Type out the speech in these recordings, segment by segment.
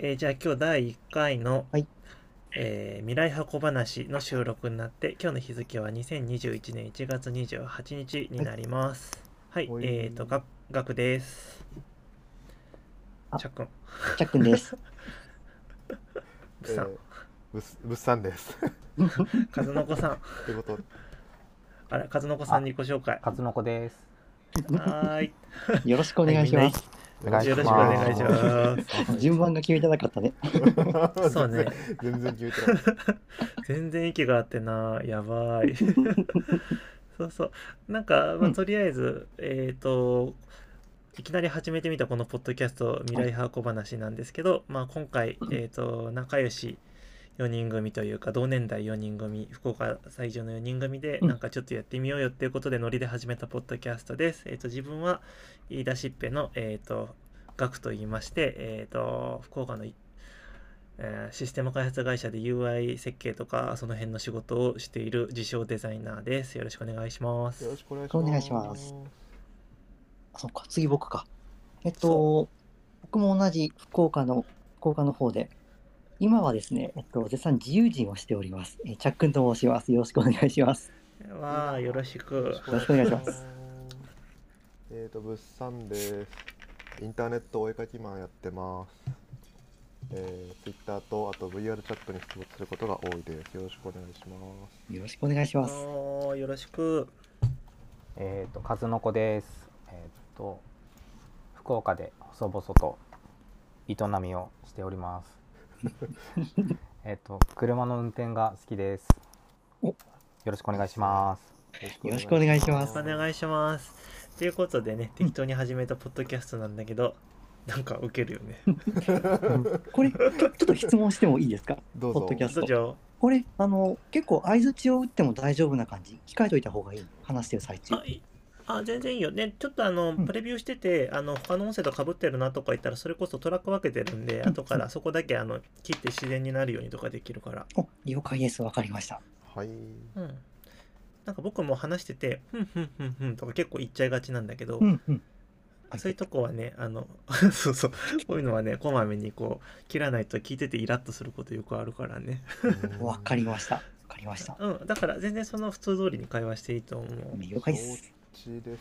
じゃあ今日第1回の、 はい。 未来箱話の収録になって、今日の日付は2021年1月28日にはい。 なります。はい、 おい、 ガクです。 あ、 ちゃっくん、 ちゃっくんです。 ぶさん、 物産です。 かずのこさん。 ってこと。 あれ、かずのこさんに自己紹介。 カツノコです。 はーい。 よろしくおはい、 願いみんなします。 お願いしよろしくお願いします。 ます。 順番が決めてなかったね。 そうね。 全然決めてない。 全然息があってな、やばい。そうそう。なんか、とりあえず、いきなり始めてみたこのポッドキャスト未来派小話なんですけど、今回、仲良し4人組というか同年代4人組、福岡在住の4人組でなんかちょっとやってみようよっていうことでノリで始めたポッドキャストです。自分は飯田しっぺのガクと言いまして、福岡のシステム開発会社で UI 設計とかその辺の仕事をしている自称デザイナーです。よろしくお願いします。 よろしくお願いしお願いしま。 ますす。あ、そっか、次僕か。 そ僕も同じ福岡の方で、今はですね、絶賛自由人をしております。ちゃっくんと申します。よろしくお願いします。 わあ、よろしく。 よろしくお願いします。 物産です。インターネットお絵描きマンやってます。Twitter とあと VR チャットに出没することが多いです。よろしくお願いします。 よろしくお願いします。 よろしく。 カツノコです。福岡で細々と営みをしております。車の運転が好きです。 お、 よろしくお願いします。 よろしくお願いします。 お願いします。ということでね、適当に始めたポッドキャストなんだけど、なんかウケるよね。 これちょっと質問してもいいですか？ どうぞ。 ポッドキャスト。 どうぞ。 これ結構相槌を打っても大丈夫な感じ？控えといた方がいい？話してる最中。 全然いいよね。ちょっとプレビューしてて、他の音声と被ってるなとか言ったら、それこそトラック分けてるんで、後からそこだけ切って自然になるようにとかできるから。 お、了解です。わかりました。 はい。 なんか僕も話してて、ふんふんふんふんとか結構言っちゃいがちなんだけど、そういうとこはね、そうそう、こういうのはね、こまめに切らないと聞いててイラッとすることよくあるからね。 わかりました。わかりました。 だから全然その普通通りに会話していいと思う。 了解です。 です。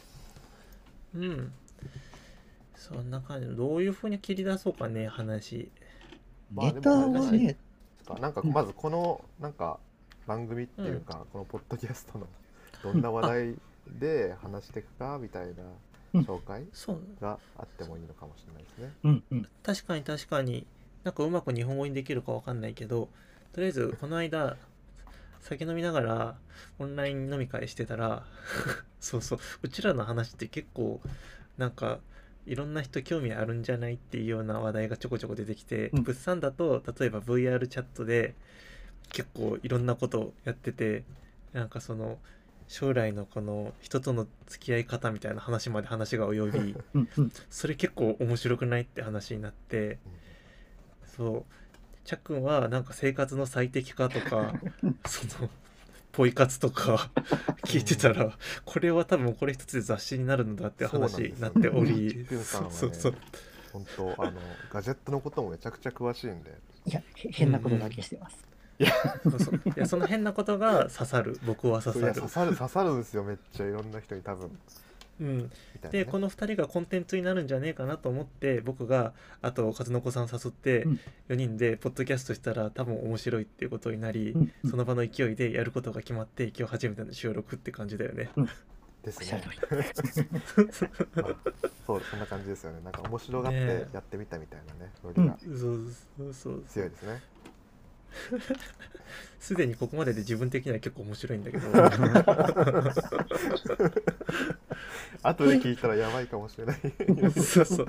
そんな感じ。どういう風に切り出そうかね、話。 ネタはね、 なんかまずこのなんか番組っていうか、このポッドキャストのどんな話題で話していくかみたいな紹介があってもいいのかもしれないですね。 確かに確かに。なんかうまく日本語にできるかわかんないけど、とりあえずこの間酒飲みながらオンライン飲み会してたらそうそう、うちらの話って結構なんかいろんな人興味あるんじゃないっていうような話題がちょこちょこ出てきて、物産だと例えば VR チャットで結構いろんなことをやってて、なんかその将来のこの人との付き合い方みたいな話まで話が及びそれ結構面白くないって話になって、そうちゃっくんはなんか生活の最適化とかそのポイ活とか聞いてたら、これは多分これ一つで雑誌になるのだって話になっており、 そう本当ガジェットのこともめちゃくちゃ詳しいんで。 いや、変なことだけしてます。 いや、その変なことが刺さる。僕は刺さる。 刺さるんですよ、めっちゃいろんな人に多分。 でこの2人がコンテンツになるんじゃねえかなと思って、僕があと和の子さん誘って4人でポッドキャストしたら多分面白いっていうことになり、その場の勢いでやることが決まって今日初めての収録って感じだよね。 ですね。そう、そんな感じですよね。なんか面白がってやってみたみたいなね、ノリがそう強いですね。 すでにここまでで自分的には結構面白いんだけど後で聞いたらやばいかもしれないそう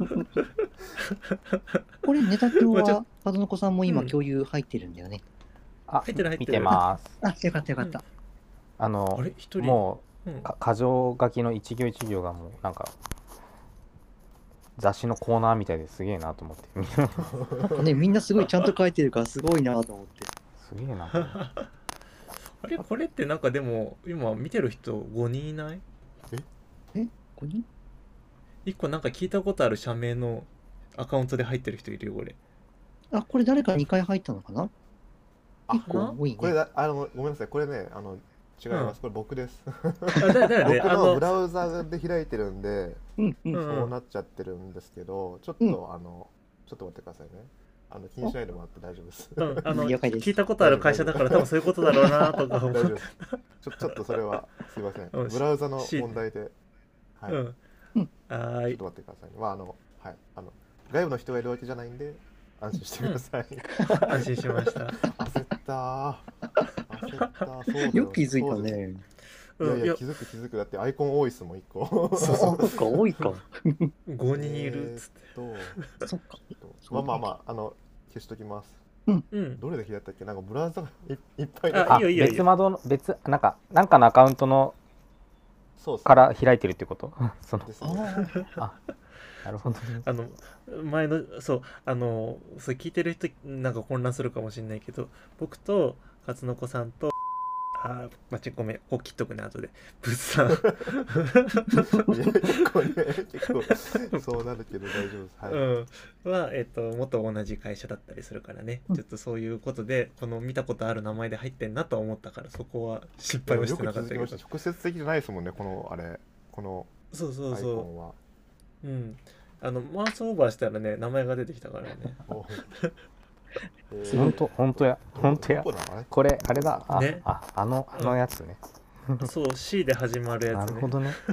これネタ帳は和の子さんも今共有入ってるんだよね。 入ってる見てます。 あ、よかったよかった。 もう箇条書きの一行一行がもうなんか雑誌のコーナーみたいですげえなと思ってなんかね、みんなすごいちゃんと書いてるからすごいなと思って。 すげえなあれこれってなんかでも今見てる人5人いない？ 5人 ？1個なんか聞いたことある社名のアカウントで入ってる人いるよ、俺。 あ、これ誰か2回入ったのかな。 あ、 結構多いね。 これごめんなさい、これね、違います、これ僕です。 だよね、 僕のブラウザで開いてるんで、 うんうん。 そうなっちゃってるんですけど、ちょっとちょっと待ってくださいね。気にしないでもらって大丈夫です。 了解です。 聞いたことある会社だから多分そういうことだろうなとか思う。 大丈夫です。ちょっとそれはすいません。ブラウザの問題で。はい。ちょっと待ってくださいね。はい。外部の人がいるわけじゃないんで安心してください。 安心しました。 焦った。そうだよ。 よく気づいたね。 いや気づくだってアイコン多いっすもん1個。 そっか多いか。 5人いるっつって。 そっか。 まあ消しときます。どれで開いたっけ？なんかブラウザがいっぱいで。 別窓のなんかのアカウントのから開いてるってこと？その。なるほどね。 前のそれ聞いてる人なんか混乱するかもしれないけど、僕と勝の子さんとごめん、こう切っとくね後で物産結構そうなるけど大丈夫です。 はい。元同じ会社だったりするからね、ちょっとそういうことでこの見たことある名前で入ってんなとは思ったから、そこは失敗はしてなかったけど。 直接的じゃないですもんね、このアイコンは。 マウスオーバーしたらね名前が出てきたからね。 本当やこれあれだ。あのやつね。 そう C で始まるやつね。 なるほどね。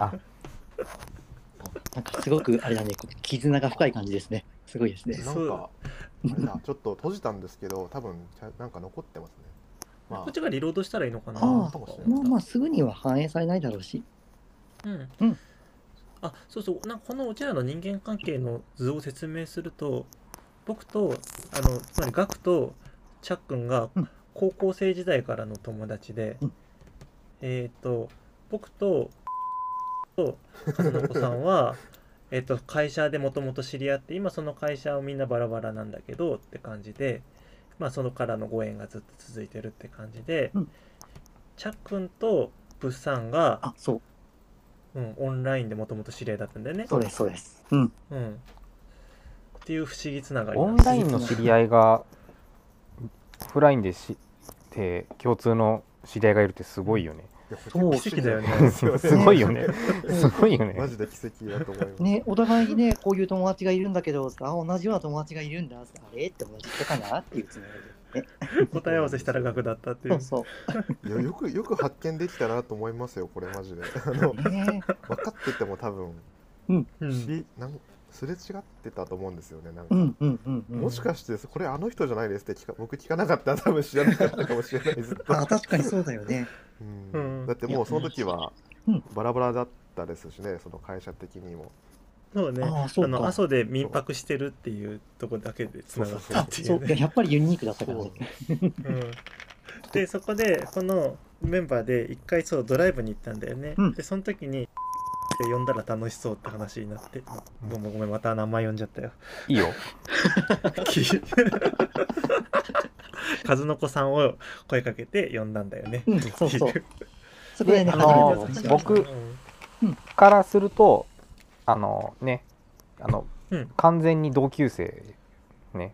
なんかすごくあれだね、絆が深い感じですね。すごいですね。 なんかちょっと閉じたんですけど、多分なんか残ってますね。 こっちがリロードしたらいいのかな。 まあすぐには反映されないだろうし。 そうそう、なんかこのうちらの人間関係の図を説明すると、僕とつまりガクとチャックンが高校生時代からの友達で、僕と勝の子さんは会社でもともと知り合って、今その会社はみんなバラバラなんだけどって感じで、そのからのご縁がずっと続いてるって感じで、チャックンと物産がオンラインでもともと知り合いだったんだよね。 そうですっていう不思議つながり。 オンラインの知り合いがオフラインで共通の知り合いがいるってすごいよね。 奇跡だよね。 すごいよね。すごいよね。 マジで奇跡だと思います。 ね、お互いにね、こういう友達がいるんだけど、同じような友達がいるんだ、あれって同じ人かなっていうつながりでね。 答え合わせしたら額だったっていう。 いやよく発見できたなと思いますよ、これマジで。分かってても多分すれ違ってたと思うんですよね。なんかもしかしてこれあの人じゃないですって僕聞かなかったら多分知らなかったかもしれない。ずっと確かにそうだよね。 だってもうその時はバラバラだったですしね、その会社的にも。 そうね、阿蘇で民泊してるっていうとこだけでつながったっていうね。 やっぱりユニークだったからね。 でそこでこのメンバーで一回ドライブに行ったんだよね。でその時に呼んだら楽しそうって話になって、ごめんまた名前呼んじゃったよ。 いいよ。 数の子さんを声かけて呼んだんだよね。 そこでね、 僕からすると完全に同級生ね。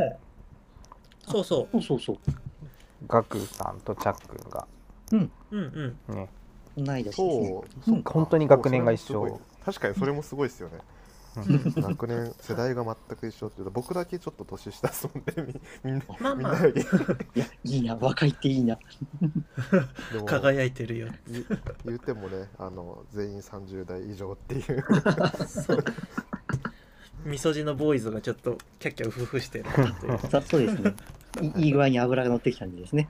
そうガクさんとチャックがね。 ないですね。 本当に学年が一緒。 確かにそれもすごいですよね。学年世代が全く一緒っていうと、僕だけちょっと年下ですもんね。みんなより。 いやいいな、若いっていいな。 輝いてるよ。 言ってもね、全員30代以上っていう。 みそじのボーイズがちょっとキャッキャウフフしてる。 そうですね。いい具合に油が乗ってきたんですね。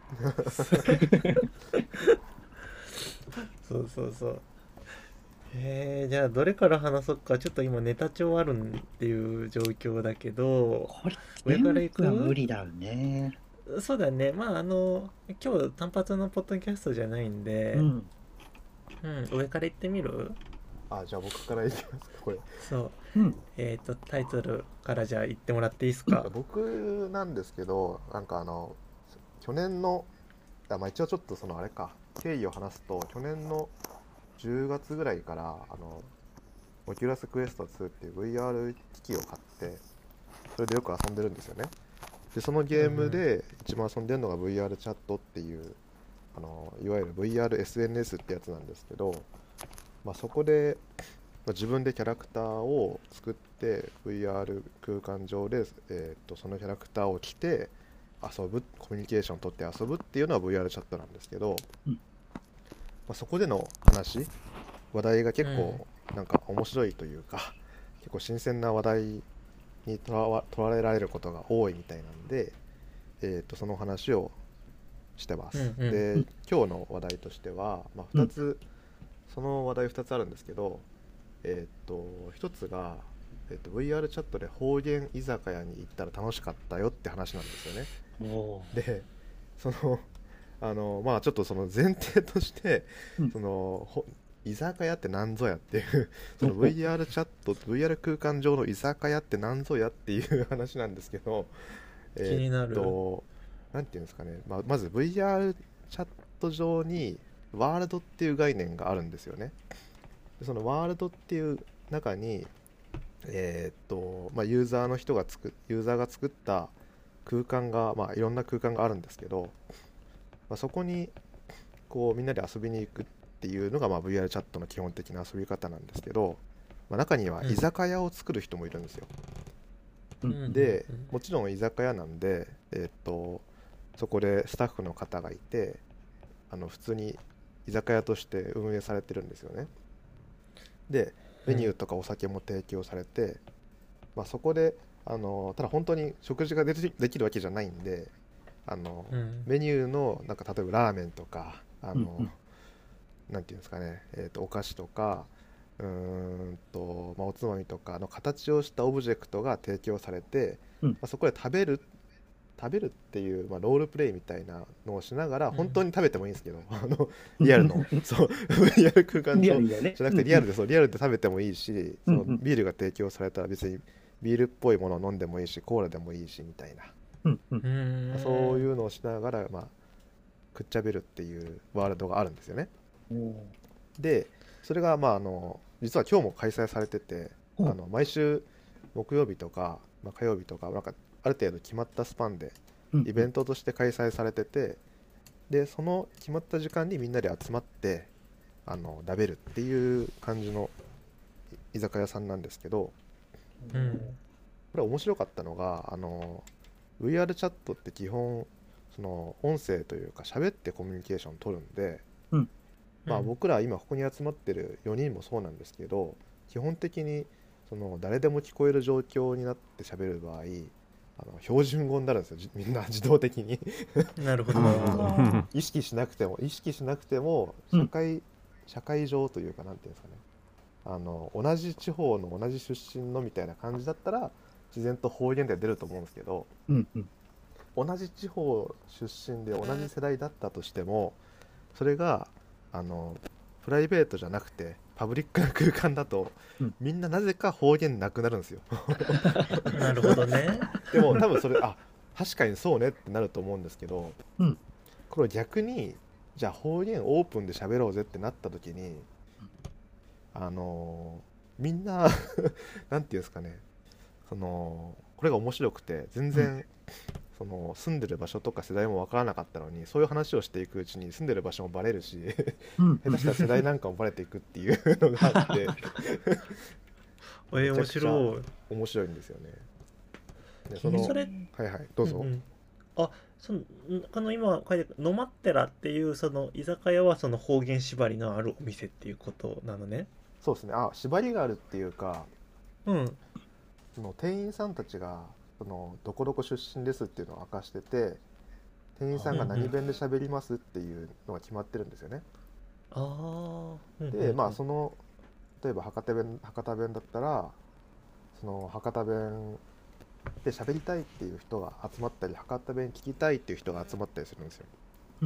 そう。じゃあどれから話そうか。ちょっと今ネタ帳あるっていう状況だけど、 これ上から行くのは無理だよね。 そうだね。今日単発のポッドキャストじゃないんで、上から行ってみる？ じゃあ僕からいきますか、これ。 そう。タイトルからじゃあ言ってもらっていいですか？ 僕なんですけど、なんか去年の一応ちょっとあれか経緯を話すと、去年の10月ぐらいからオキュラスクエスト2っていう VR 機器を買って、それでよく遊んでるんですよね。 でそのゲームで一番遊んでるのが VR チャットっていういわゆる VR SNS ってやつなんですけど、そこで、自分でキャラクターを作って VR 空間上で、そのキャラクターを着て遊ぶ、コミュニケーションを取って遊ぶっていうのは VR チャットなんですけど、そこでの話題が結構なんか面白いというか、結構新鮮な話題に捉えられることが多いみたいなんで、その話をしてます。で、今日の話題としては、2つ、その話題2つあるんですけど、1つが、VR チャットで方言居酒屋に行ったら楽しかったよって話なんですよね。で、ちょっとその前提として、居酒屋って何ぞやっていうその VR チャット VR 空間上の居酒屋って何ぞやっていう話なんですけど、 気になる。 なんていうんですかね、まず VR チャット上にワールドっていう概念があるんですよね。でそのワールドっていう中にユーザーが作った空間が、いろんな空間があるんですけど、そこにこうみんなで遊びに行くっていうのが、VR チャットの基本的な遊び方なんですけど、中には居酒屋を作る人もいるんですよ。でもちろん居酒屋なんで、そこでスタッフの方がいて普通に居酒屋として運営されてるんですよね。でメニューとかお酒も提供されて、そこでただ本当に食事ができるわけじゃないんで、メニューのなんか例えばラーメンとかなんていうんですかね、お菓子とかおつまみとかの形をしたオブジェクトが提供されて、そこで食べるっていう、ロールプレイみたいなのをしながら、本当に食べてもいいんですけど、リアルのそうリアル空間上じゃなくてリアルで食べてもいいし、そのビールが提供されたら別にビールっぽいものを飲んでもいいし、コーラでもいいしみたいな、そういうのをしながら、くっちゃべるっていうワールドがあるんですよね。でそれが実は今日も開催されてて、毎週木曜日とか、火曜日とか、なんかある程度決まったスパンでイベントとして開催されてて、でその決まった時間にみんなで集まって食べるっていう感じの居酒屋さんなんですけど、これ面白かったのがVR チャットって基本その音声というか喋ってコミュニケーションを取るんで、僕ら今ここに集まってる4人もそうなんですけど、基本的にその誰でも聞こえる状況になって喋る場合、標準語になるんですよ、みんな自動的になるほど意識しなくても社会上というか、なんていうんですかね、同じ地方の同じ出身のみたいな感じだったら自然と方言で出ると思うんですけど、同じ地方出身で同じ世代だったとしても、それがプライベートじゃなくてパブリックな空間だと、みんななぜか方言なくなるんですよなるほどね。 でも多分それ確かにそうねってなると思うんですけど、これ逆にじゃあ方言オープンで喋ろうぜってなった時にみんななんていうんですかね、これが面白くて全然、その住んでる場所とか世代も分からなかったのに、そういう話をしていくうちに住んでる場所もバレるし下手したら世代なんかもバレていくっていうのがあって面白いんですよね。でそれどうぞ。 この今書いてのまってらっていうその居酒屋はその方言縛りのあるお店っていうことなのね。 そうですね。縛りがあるっていうか、その店員さんたちがどこどこ出身ですっていうのを明かしてて、店員さんが何弁で喋りますっていうのが決まってるんですよね。でその例えば博多弁だったら、その博多弁で喋りたいっていう人が集まったり、博多弁聞きたいっていう人が集まったりするんですよ。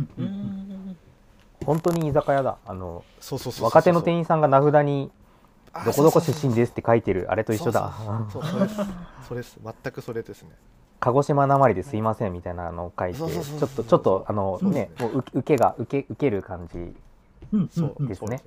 本当に居酒屋だ。若手の店員さんが名札にどこどこ出身ですって書いてるあれと一緒だ。 それです。全くそれですね。 鹿児島なまりですいませんみたいなのを書いて、ちょっとね、もう受ける感じですね。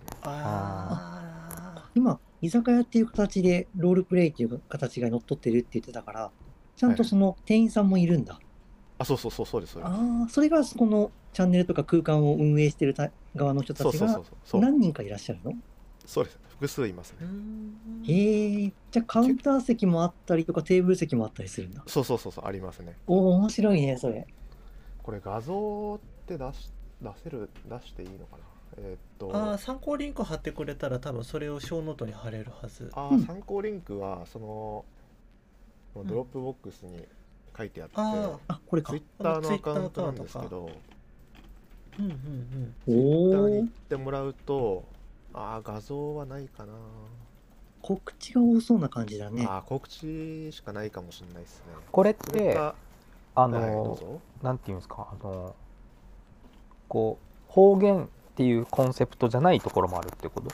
今居酒屋っていう形でロールプレイっていう形が乗っ取ってるって言ってたから、ちゃんとその店員さんもいるんだ。 あ、そうそうそう、そうです、そうです。 ああ、それがこのチャンネルとか空間を運営してる側の人たちが何人かいらっしゃるの？ そうです。複数いますね。 へえ、じゃあカウンター席もあったりとかテーブル席もあったりするんだ。 そうそうそうそう、ありますね。 おお、面白いね、それ。 これ画像って出していいのかな。 参考リンク貼ってくれたら多分それを小ノートに貼れるはず。 参考リンクはそのドロップボックスに書いてあって、 これか。 ツイッターのアカウントなんですけど、 ツイッターに行ってもらうと、画像はないかな。 告知が多そうな感じだね。 告知しかないかもしれないですね。 これってなんていうんですか、こう方言っていうコンセプトじゃないところもあるってこと？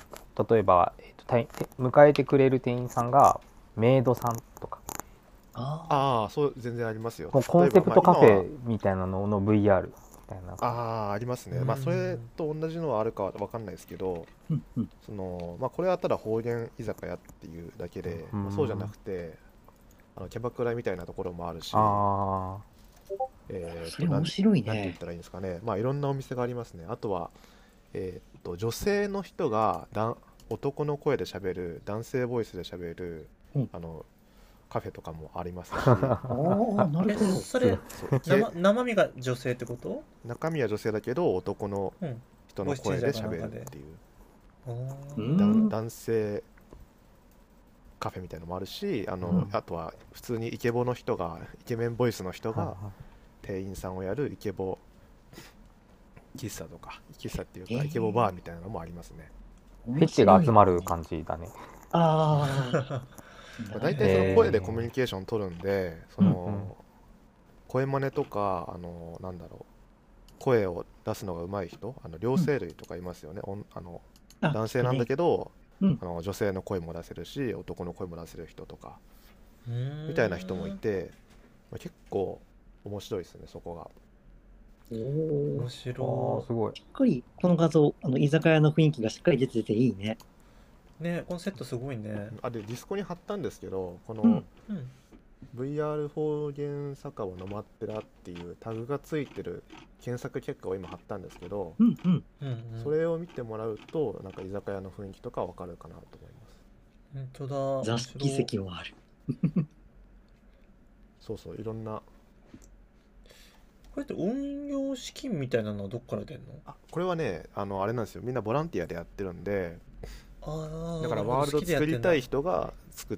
例えば、迎えてくれる店員さんがメイドさんとか。 そう全然ありますよ。 もうコンセプトカフェみたいなのの VR みたいな。 ありますね。それと同じのはあるかは分かんないですけど、これはただ方言居酒屋っていうだけで、そうじゃなくてキャバクラみたいなところもあるし、 それ面白いね。 なんて言ったらいいんですかね。いろんなお店がありますね。あとは女性の人が男の声で喋る、男性ボイスで喋る、カフェとかもありますし。 なるほど。 それ生身が女性ってこと？ 中身は女性だけど男の人の声で喋るっていう、男性カフェみたいなのもあるし、あとは普通にイケボの人が、イケメンボイスの人が店員さんをやるイケボ喫茶とか、喫茶っていうかイケボバーみたいなのもありますね。 フェチが集まる感じだね。 大体その声でコミュニケーション取るんで、その声真似とか、なんだろう、声を出すのが上手い人、両声類とかいますよね。男性なんだけど、女性の声も出せるし、男の声も出せる人とかみたいな人もいて、結構面白いですね、そこが。 面白い。 すごい。 しっかりこの画像、居酒屋の雰囲気がしっかり出てていいね。 ね、このセットすごいね。 でディスコに貼ったんですけど、この、VR 方言酒場のまってらっていうタグがついてる検索結果を今貼ったんですけど、それを見てもらうとなんか居酒屋の雰囲気とかわかるかなと思います。 本当だ。 座敷席もある。 そうそう、いろんな。 これって運用資金みたいなのはどっから出るの？ これはね、あれなんですよ、みんなボランティアでやってるんで、だからワールド作りたい人が作って、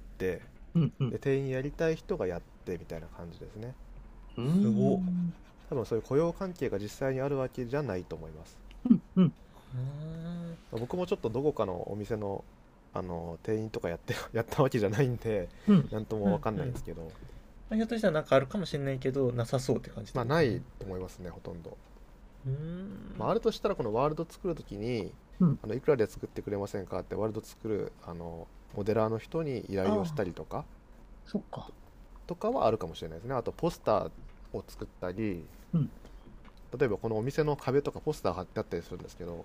で店員やりたい人がやってみたいな感じですね。 すごっ。 多分そういう雇用関係が実際にあるわけじゃないと思います。僕もちょっとどこかのお店の店員とかやったわけじゃないんで、なんとも分かんないんですけど、 ひょっとしたらなんかあるかもしれないけどなさそうって感じ。 ないと思いますね、ほとんど。あるとしたらこのワールド作るときに、いくらで作ってくれませんかってワールド作るモデラーの人に依頼をしたりとかとかはあるかもしれないですね。あとポスターを作ったり、例えばこのお店の壁とかポスター貼ってあったりするんですけど、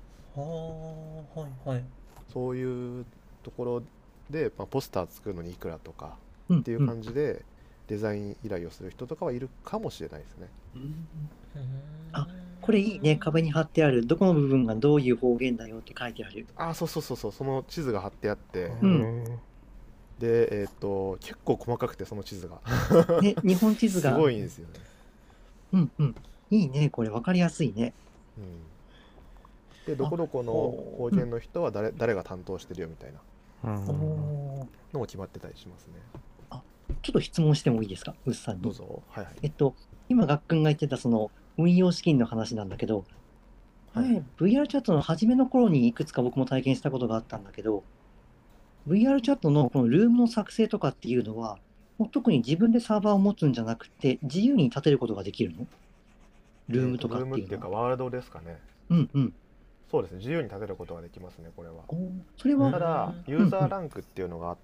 そういうところで、ポスター作るのにいくらとかっていう感じでデザイン依頼をする人とかはいるかもしれないですね。 これいいね。壁に貼ってある、どこの部分がどういう方言だよって書いてある。 そうそうそうそう、その地図が貼ってあって、で結構細かくて、その地図がね、日本地図がすごいんですよね。 いいね、これ分かりやすいね。 でどこどこの方言の人は誰が担当してるよみたいなのも決まってたりしますね。 ちょっと質問してもいいですか、ウスさんに。 どうぞ。 今ガックンが言ってたその運用資金の話なんだけど、VR チャットの初めの頃にいくつか僕も体験したことがあったんだけど、VR チャットのこのルームの作成とかっていうのは、もう特に自分でサーバーを持つんじゃなくて自由に立てることができるの？ルームとかっていうのは。 ルームっていうかワールドですかね。そうですね、自由に立てることができますね、これは。 それはただユーザーランクっていうのがあって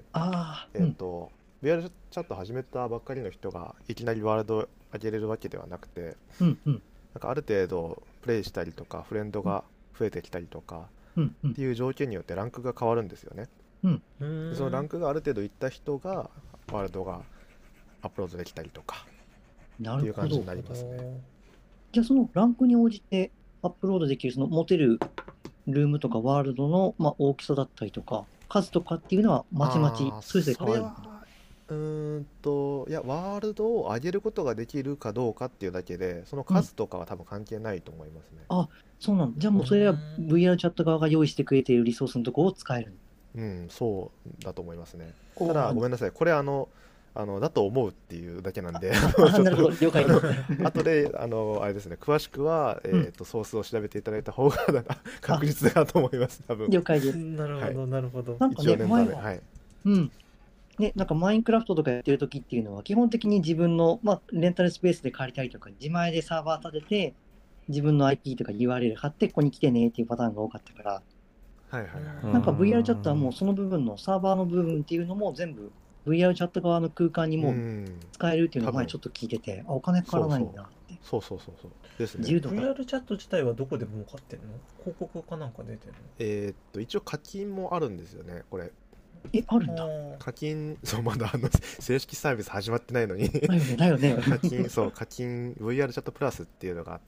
、VR チャット始めたばっかりの人がいきなりワールド上げれるわけではなくて、なんかある程度プレイしたりとかフレンドが増えてきたりとかっていう条件によってランクが変わるんですよね。でそのランクがある程度いった人がワールドがアップロードできたりとかなるほどっていう感じに。なりますね。 じゃあそのランクに応じてアップロードできるその持てるルームとかワールドの、大きさだったりとか数とかっていうのはまちまちそれぞれ変わるのかな。 いや、ワールドを上げることができるかどうかっていうだけで、その数とかは多分関係ないと思いますね。 あ、そうなんだ。じゃあもうそれは VR チャット側が用意してくれているリソースのところを使えるの。 そうだと思いますね。 おーただ、ごめんなさい。これだと思うっていうだけなんで、 なるほど、了解です。 後で、あれですね、詳しくは、ソースを調べていただいた方が確実だと思います、多分。 了解です。 なるほど、なるほど。 なんかね、 一応念のため、はい。 なんかマインクラフトとかやってる時っていうのは、基本的に自分の、レンタルスペースで借りたりとか、自前でサーバー立てて、自分の IP とか URL 貼って、ここに来てねっていうパターンが多かったから、 はいはいはい。 なんか VR チャットはもうその部分のサーバーの部分っていうのも全部 VR チャット側の空間にも使えるっていうのを前ちょっと聞いてて、お金かからないんだって。 そうですね。 自由度が。 VR チャット自体はどこで儲かってんの？広告かなんか出てんの？ 一応課金もあるんですよね、これ。 あるんだ。 課金、まだ正式サービス始まってないのにだよね。 課金、VR チャットプラスっていうのがあって、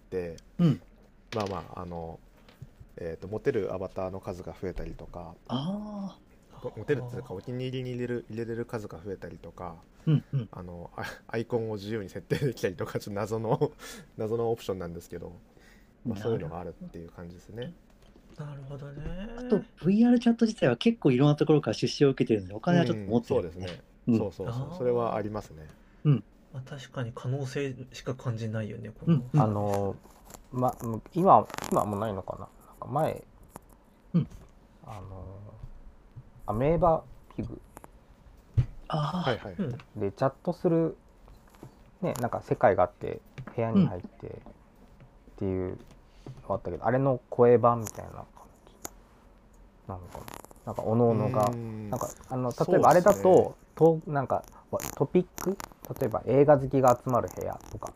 持てるアバターの数が増えたりとか、持てるっていうかお気に入りに入れれる数が増えたりとか、アイコンを自由に設定できたりとか、ちょっと謎のオプションなんですけど、そういうのがあるっていう感じですね。 なるほどね。 あと VR チャット自体は結構いろんなところから出資を受けてるので、お金はちょっと持ってる、 そうですね。それはありますね。 確かに可能性しか感じないよね、 今もないのかな。なんか前、アメーバピグでチャットする、ね、なんか世界があって部屋に入ってっていうのがあったけど、あれの声版みたいな感じなのかな。なんかおのおのがなんか例えばあれだと、なんかトピック、例えば映画好きが集まる部屋とか、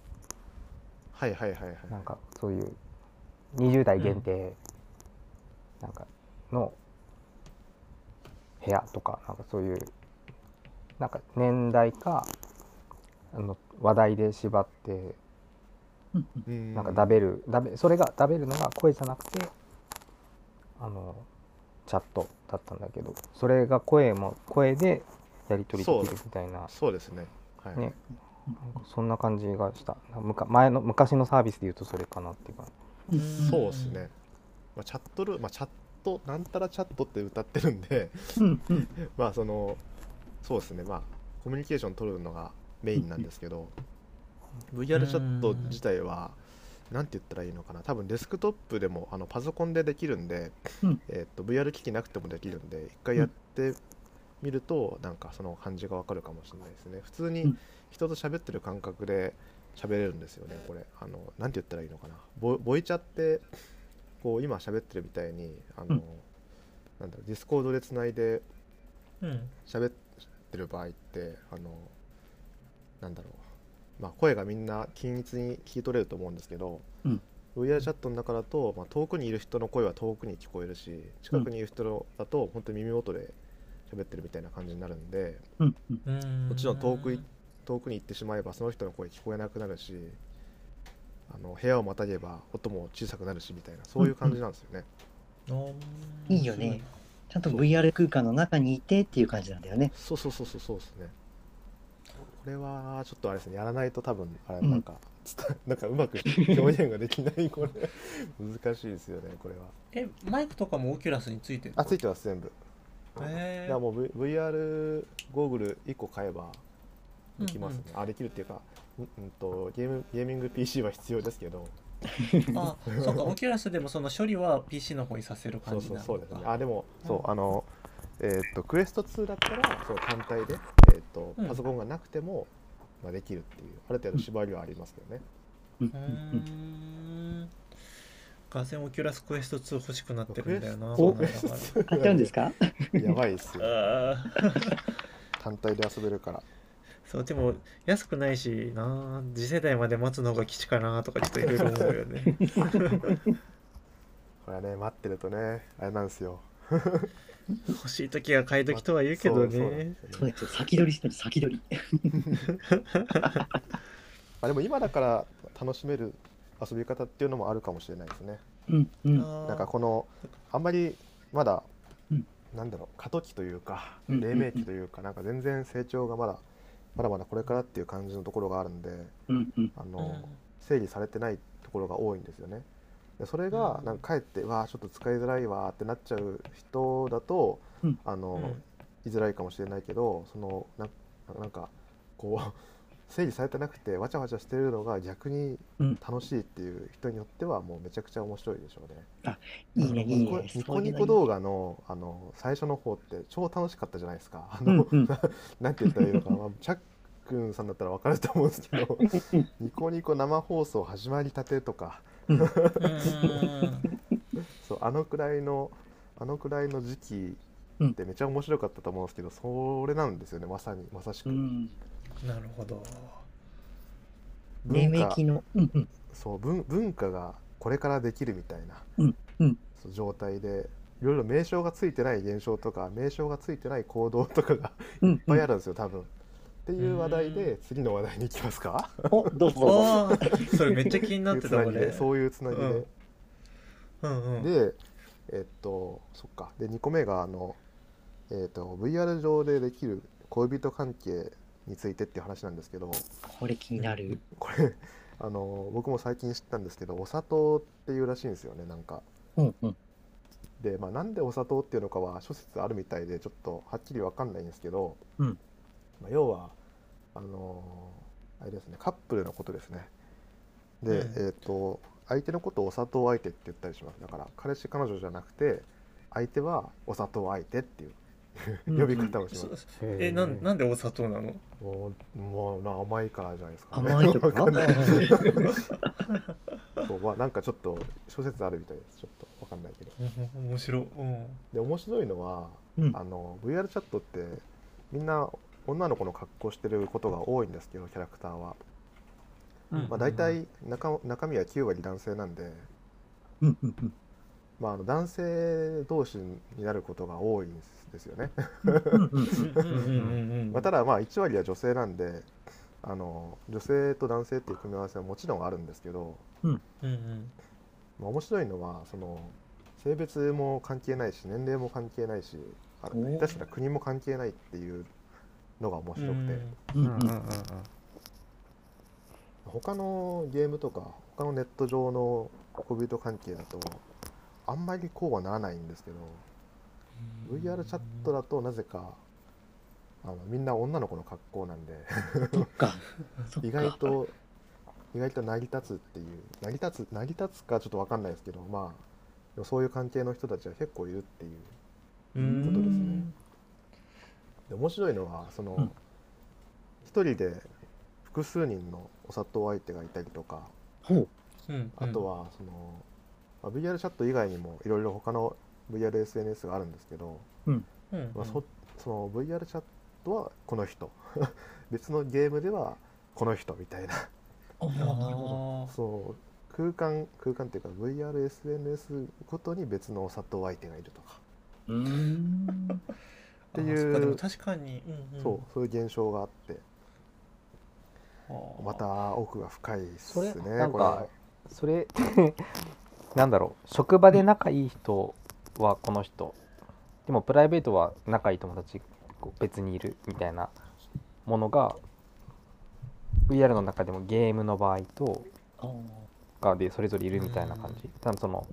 なんかそういう20代限定なんかの部屋とか、なんかそういうなんか年代か話題で縛って、なんかそれがダベルのが声じゃなくてチャットだったんだけど、それが声でやり取りできるみたいな。 そうですね。 ね、そんな感じがした。昔のサービスでいうとそれかなっていう感じ。そうですね。チャットなんたらチャットって歌ってるんでそうですね。コミュニケーション取るのがメインなんですけど、VR チャット自体はなんて言ったらいいのかな。多分デスクトップでもパソコンでできるんで、VR 機器なくてもできるんで、一回やってみるとなんかその感じがわかるかもしれないですね。普通に人と喋ってる感覚で喋れるんですよね、これ。なんて言ったらいいのかな。ボイチャってこう今喋ってるみたいになんだろう、ディスコードでつないで喋ってる場合ってなんだろう、声がみんな均一に聞き取れると思うんですけど、VR チャットの中だと、遠くにいる人の声は遠くに聞こえるし、近くにいる人だと本当に耳元で喋ってるみたいな感じになるんで、もちろん遠くに行ってしまえばその人の声聞こえなくなるし、部屋をまたげば音も小さくなるしみたいな、そういう感じなんですよね。 いいよね。ちゃんと VR 空間の中にいてっていう感じなんだよね。 そうですね。これはちょっとあれですね、やらないと多分あれなんかうまく表現ができないこれ難しいですよね、これは。 マイクとかもオキュラスについてるの？ ついてます、全部。だからもう、VR ゴーグル1個買えばできますね。できるっていうか、ゲーミング PC は必要ですけどそうか、オキュラスでもその処理は PC の方にさせる感じなのか。 そうですね。でもクエスト2だったら単体で、パソコンがなくても、できるっていう、ある程度縛りはありますけどね。 ガセンオキュラスクエスト2欲しくなってるんだよな。 買っちゃうんですか？ やばいっすよ単体で遊べるから。 そう、でも安くないしな、次世代まで待つのが吉かなとかちょっといろいろ思うよねこれはね、待ってるとね、あれなんですよ欲しい時が買い時とは言うけどね。 そうですよ、先取りしてる、先取りでも今だから楽しめる遊び方っていうのもあるかもしれないですね。なんかこのあんまりまだ、なんだろう、過渡期というか黎明期というか、なんか全然成長がまだまだこれからっていう感じのところがあるんで、整理されてないところが多いんですよね。でそれがなんかかえってちょっと使いづらいわってなっちゃう人だと、居づらいかもしれないけど、なんかこう整理されてなくてわちゃわちゃしてるのが逆に楽しいっていう人によってはもうめちゃくちゃ面白いでしょうね。 いいね、いいね。 ニコニコ動画の最初の方って超楽しかったじゃないですか。なんて言ったらいいのかな、チャックンさんだったら分かると思うんですけどニコニコ生放送始まりたてとかそうあのくらいの時期ってめちゃ面白かったと思うんですけど、それなんですよね、まさしく。 なるほど。 黎明期のそう文化がこれからできるみたいな、そう状態で、いろいろ名称がついてない現象とか名称がついてない行動とかがいっぱいあるんですよ、多分。っていう話題で次の話題に行きますか。 どうぞ。 それめっちゃ気になってた俺。 そういうつなぎで。でそっか。で2個目がVR 上でできる恋人関係についてっていう話なんですけど、 これ気になる。 これ僕も最近知ったんですけど、お砂糖っていうらしいんですよね、なんか。でなんでお砂糖っていうのかは諸説あるみたいでちょっとはっきり分かんないんですけど、要はあれですね、カップルのことですね。で、相手のことをお砂糖相手って言ったりします。だから彼氏彼女じゃなくて相手はお砂糖相手っていう呼び方をします。 なんでお砂糖なの？ もう甘いからじゃないですか、 甘いとかそうなんかちょっと諸説あるみたいです。ちょっとわかんないけど面白い。 で面白いのは、VR チャットってみんな女の子の格好してることが多いんですけど、キャラクターは大体中身は9割男性なんで、男性同士になることが多いんですよね。ただ1割は女性なんで、女性と男性っていう組み合わせはもちろんあるんですけど、面白いのはその性別も関係ないし年齢も関係ないし、下手したら国も関係ないっていうのが面白くて、他のゲームとか他のネット上の恋人関係だとあんまりこうはならないんですけど、VR チャットだとなぜかみんな女の子の格好なんで意外と成り立つっていう、成り立つかちょっと分かんないですけど、そういう関係の人たちは結構いるっていうことですね。で面白いのはその一人で複数人のお砂糖相手がいたりとか、あとはそのVR チャット以外にもいろいろ他の VRSNS があるんですけど、その VR チャットはこの人別のゲームではこの人みたいなそう空間っていうか VRSNS ごとに別のお砂糖相手がいるとかっていう、 でも確かに、 そういう現象があって、また奥が深いですね。 それなんだろう、職場で仲いい人はこの人でもプライベートは仲いい友達別にいるみたいなものが VR の中でもゲームの場合とかでそれぞれいるみたいな感じ。多分その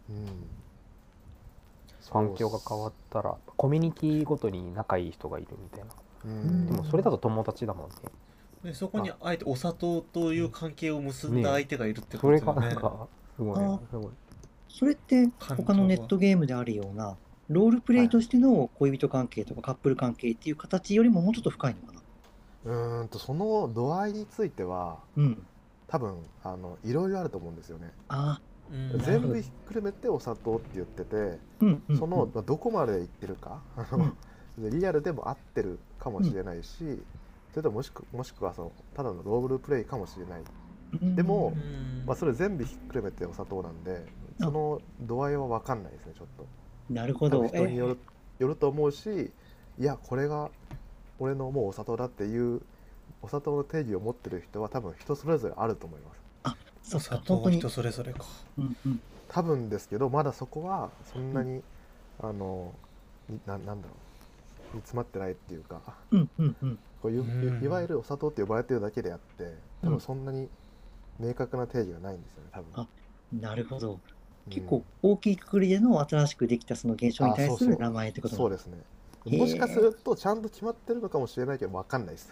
環境が変わったらコミュニティごとに仲いい人がいるみたいな。でもそれだと友達だもんね。 でそこにあえてお砂糖という関係を結んだ相手がいるってことですよね。 それがなんかすごいね。 それって他のネットゲームであるようなロールプレイとしての恋人関係とかカップル関係っていう形よりももうちょっと深いのかな。 その度合いについては、多分いろいろあると思うんですよね。全部ひっくるめてお砂糖って言ってて、そのどこまでいってるかリアルでも合ってるかもしれないし、それともしくはそのただのロールプレイかもしれない。でも、それ全部ひっくるめてお砂糖なんで、その度合いは分かんないですね、ちょっと。 なるほど。 人によると思うし、いやこれが俺のもうお砂糖だっていうお砂糖の定義を持ってる人は多分人それぞれあると思います。 そう砂か、本当に。 糖は人それぞれか。 多分ですけど、まだそこはそんなに、なんだろう、煮詰まってないっていうか、こういわゆるお砂糖って呼ばれてるだけであって、多分そんなに明確な定義がないんですよね、多分。 なるほど。結構大きい括りでの新しくできたその現象に対する名前ってことそうですね。もしかするとちゃんと決まってるのかもしれないけど分かんないです。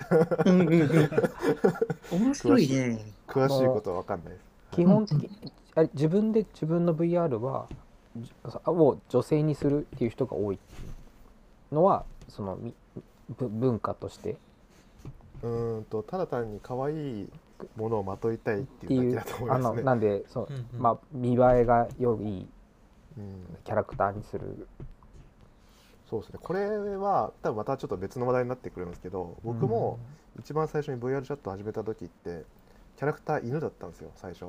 面白いね。 詳しいことは分かんないです。 基本的に自分で自分の VR を女性にするっていう人が多いのはその文化としてただ単に可愛いものをまといたいっていうだけだと思いますね。 なんで見栄えが良いキャラクターにする。 そうですね。これは多分またちょっと別の話題になってくるんですけど、僕も一番最初に VR チャットを始めた時ってキャラクター犬だったんですよ、最初。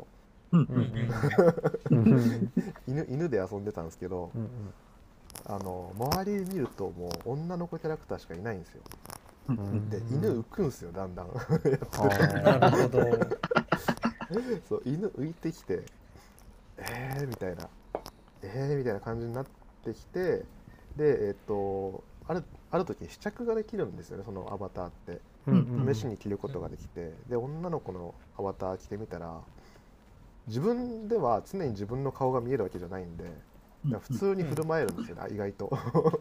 犬で遊んでたんですけど、周り見るともう女の子キャラクターしかいないんですよ。で犬浮くんですよ、だんだん。 なるほど。 そう犬浮いてきてみたいなみたいな感じになってきて、である時試着ができるんですよね、そのアバターって。試しに着ることができて、で女の子のアバター着てみたら、自分では常に自分の顔が見えるわけじゃないんで、普通に振る舞えるんですよね、意外と。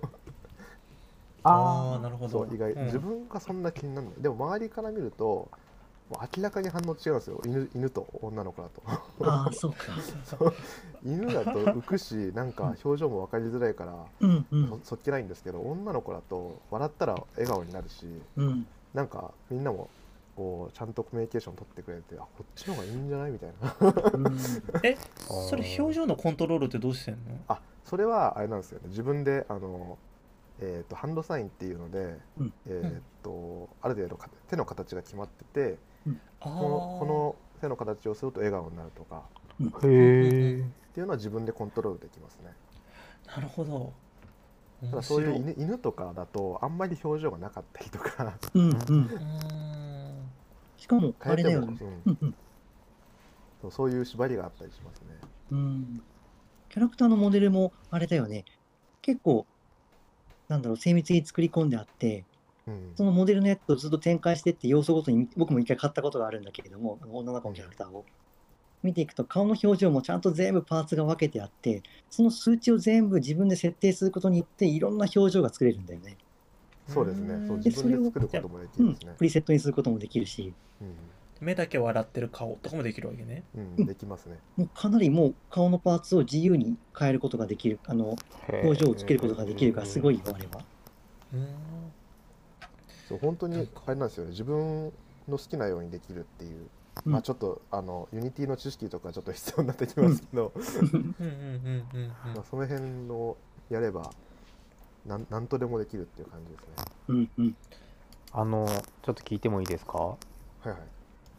なるほど。 意外、自分がそんな気にならない。でも周りから見ると明らかに反応違うんですよ、犬と女の子だと。 そうか。 犬だと浮くし、なんか表情も分かりづらいからそっけないんですけど、女の子だと笑ったら笑顔になるし、なんかみんなもこうちゃんとコミュニケーション取ってくれて、こっちの方がいいんじゃないみたいな。 それ表情のコントロールってどうしてんの？ それはあれなんですよね、自分でハンドサインっていうので、ある程度手の形が決まってて、この手の形をすると笑顔になるとかっていうのは自分でコントロールできますね。 なるほど。 ただそういう犬とかだとあんまり表情がなかったりとか、 しかもあれだよね、 そういう縛りがあったりしますね。 キャラクターのモデルもあれだよね、結構精密に作り込んであって、そのモデルのやつをずっと展開してって要素ごとに僕も一回買ったことがあるんだけれども、女の子のキャラクターを見ていくと顔の表情もちゃんと全部パーツが分けてあって、その数値を全部自分で設定することによっていろんな表情が作れるんだよね。 そうですね。自分で作ることもできるんですね。 プリセットにすることもできるし、 目だけ笑ってる顔とかもできるわけね。 できますね。 もうかなりもう顔のパーツを自由に変えることができる、表情をつけることができるからすごいよ、あれは。 そう本当にあれなんですよね、自分の好きなようにできるっていう。ちょっとユニティの知識とかちょっと必要になってきますけど、その辺のやればなんとでもできるっていう感じですね。 ちょっと聞いてもいいですか？ はいはい。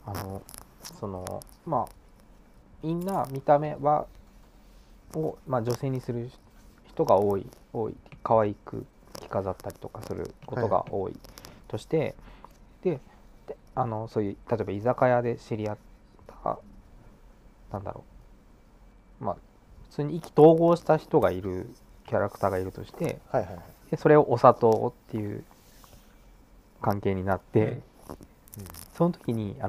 みんな見た目を、女性にする人が多い可愛く着飾ったりとかすることが多いとして、そういう例えば居酒屋で知り合った普通に意気投合した人がいるキャラクターがいるとして、でそれをお砂糖っていう関係になって、その時に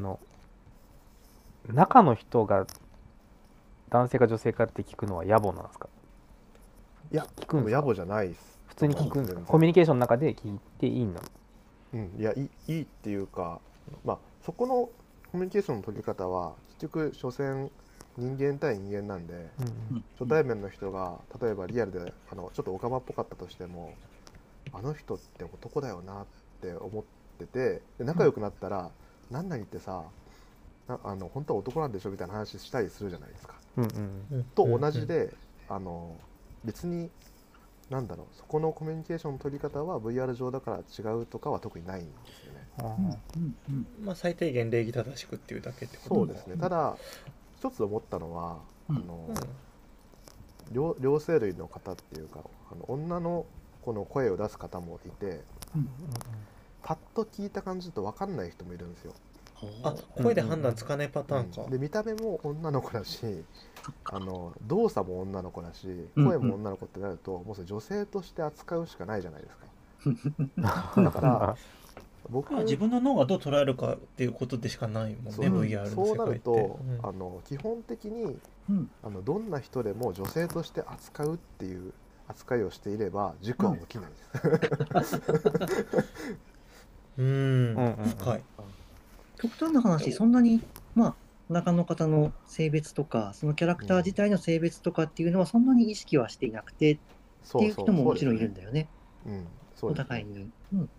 中の人が男性か女性かって聞くのは野暮なんですか？ いや、聞くんですか？野暮じゃないです。 普通に聞くんですか？コミュニケーションの中で聞いていいんだ。 いや、いいっていうか、そこのコミュニケーションの取り方は結局所詮人間対人間なんで、初対面の人が例えばリアルでちょっとオカマっぽかったとしても、あの人って男だよなって思ってて、で仲良くなったら、何々ってさ本当は男なんでしょみたいな話したりするじゃないですか。と同じで、別にそこのコミュニケーションの取り方は VR 上だから違うとかは特にないんですよね。 最低限礼儀正しくっていうだけってこと。 そうですね。ただ一つ思ったのは、両生類の方っていうか、女の子の声を出す方もいて、 パッと聞いた感じだと分かんない人もいるんですよ。 あ、声で判断つかないパターンか。 で見た目も女の子だし、動作も女の子だし、声も女の子ってなると、もうそれ女性として扱うしかないじゃないですか。だから僕自分の脳がどう捉えるかっていうことでしかないもんね、VR の世界って。 そうなると、基本的に、どんな人でも女性として扱うっていう扱いをしていれば事故は起きないです。 深い。 極端な話、そんなに中の方の性別とかそのキャラクター自体の性別とかっていうのはそんなに意識はしていなくてっていう人ももちろんいるんだよね。お互いに。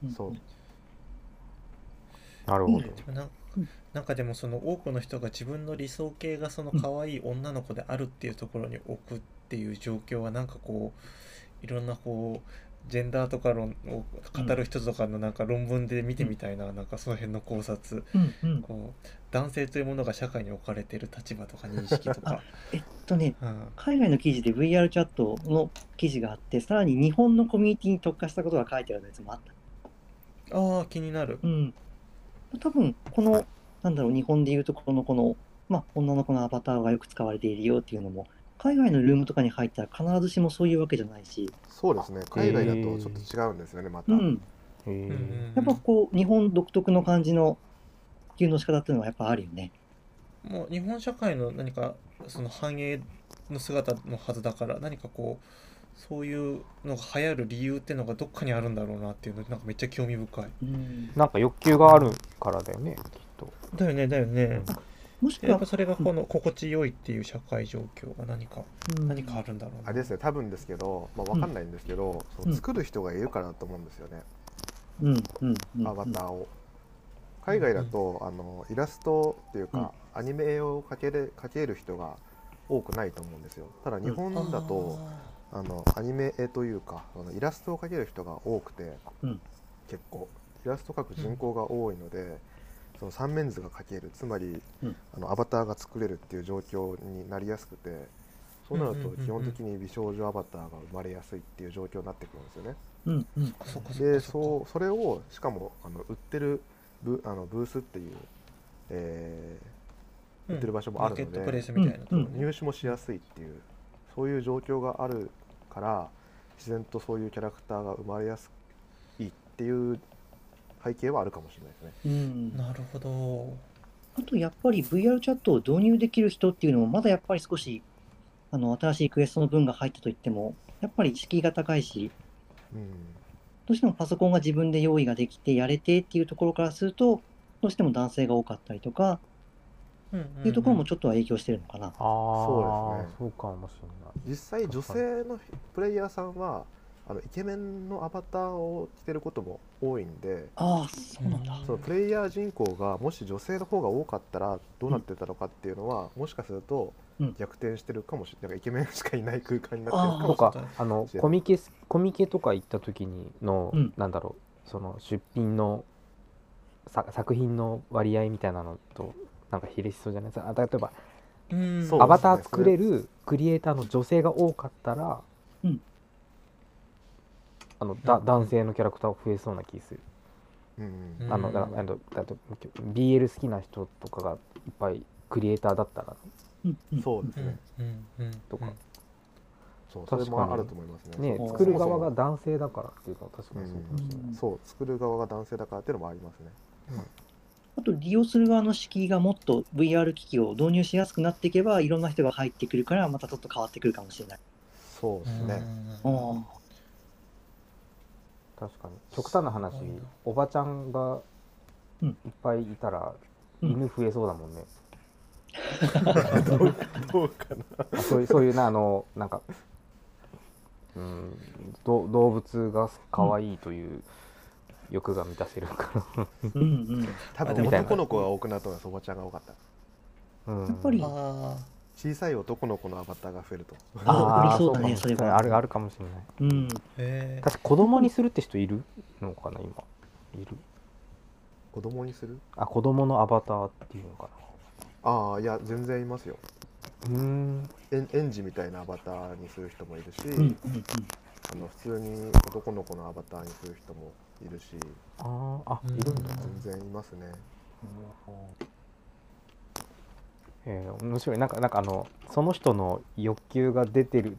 なるほど。 なんかでもその多くの人が自分の理想形がその可愛い女の子であるっていうところに置くっていう状況はなんかこういろんなこうジェンダーとか論を語る人とかのなんか論文で見てみたいな、なんかその辺の考察、こう男性というものが社会に置かれている立場とか認識とか海外の記事で VR チャットの記事があって、さらに日本のコミュニティに特化したことが書いてあるやつもあった。 ああ、気になる。 多分この日本でいうとこの女の子のアバターがよく使われているよっていうのも海外のルームとかに入ったら必ずしもそういうわけじゃないし。 そうですね、海外だとちょっと違うんですよね、また。やっぱこう日本独特の感じの普及の仕方っていうのはやっぱあるよね。 もう日本社会の何かその繁栄の姿のはずだから、何かこうそういうのが流行る理由っていうのがどっかにあるんだろうなっていうのなんかめっちゃ興味深い。 なんか欲求があるからだよね、きっと。 だよね。もしくはやっぱそれがこの心地よいっていう社会状況が何かあるんだろうな。 あれですね、多分ですけど、分かんないんですけど、その作る人がいるからだと思うんですよね、アバターを。海外だとイラストっていうか、アニメを描ける人が多くないと思うんですよ。ただ日本だとアニメ絵というかイラストを描ける人が多くて、結構イラスト描く人口が多いので、その三面図が描ける、つまりアバターが作れるっていう状況になりやすくて、そうなると基本的に美少女アバターが生まれやすいっていう状況になってくるんですよね。でそれをしかも売ってるブースっていう、売ってる場所もあるので、入手もしやすいっていう、そういう状況があるから自然とそういうキャラクターが生まれやすいっていう背景はあるかもしれないですね。 なるほど。 あとやっぱり VR チャットを導入できる人っていうのもまだやっぱり少し新しいクエストの分が入ったといってもやっぱり敷居が高いし、どうしてもパソコンが自分で用意ができてやれてっていうところからするとどうしても男性が多かったりとかっていうところもちょっとは影響してるのかな。 そうですね。 そうかもしれない。 実際女性のプレイヤーさんはイケメンのアバターを着てることも多いんで、 そうなんだ。 そのプレイヤー人口がもし女性の方が多かったらどうなってたのかっていうのは、もしかすると逆転してるかもしれない。イケメンしかいない空間になってるかもしれない。 とかコミケとか行った時にの、なんだろう、その出品の作品の割合みたいなのとなんか比例しそうじゃないですか。例えばアバター作れるクリエイターの女性が多かったら、男性のキャラクターが増えそうな気する。BL 好きな人とかがいっぱいクリエイターだったら、 そうですね。 とか、 それもあると思いますね。 作る側が男性だからっていうのは確かにそうかもしれない。 そう、作る側が男性だからっていうのもありますね。 あと利用する側の敷居がもっと VR 機器を導入しやすくなっていけばいろんな人が入ってくるからまたちょっと変わってくるかもしれない。 そうですね。 確かに極端な話、おばちゃんがいっぱいいたら犬増えそうだもんね。 どうかな。 そういうなんか動物が可愛いという欲が満たせるから多分男の子が多くなったのはおばちゃんが多かった。 やっぱり小さい男の子のアバターが増えると。 ありそうだね、それは。 あるかもしれない。確か子供にするって人いるのかな、今。いる。 子供にする？ 子供のアバターっていうのかな。いや、全然いますよ。園児みたいなアバターにする人もいるし、 普通に男の子のアバターにする人もいるし、 いるんだ。 全然いますね。 面白い。なんかその人の欲求が出てる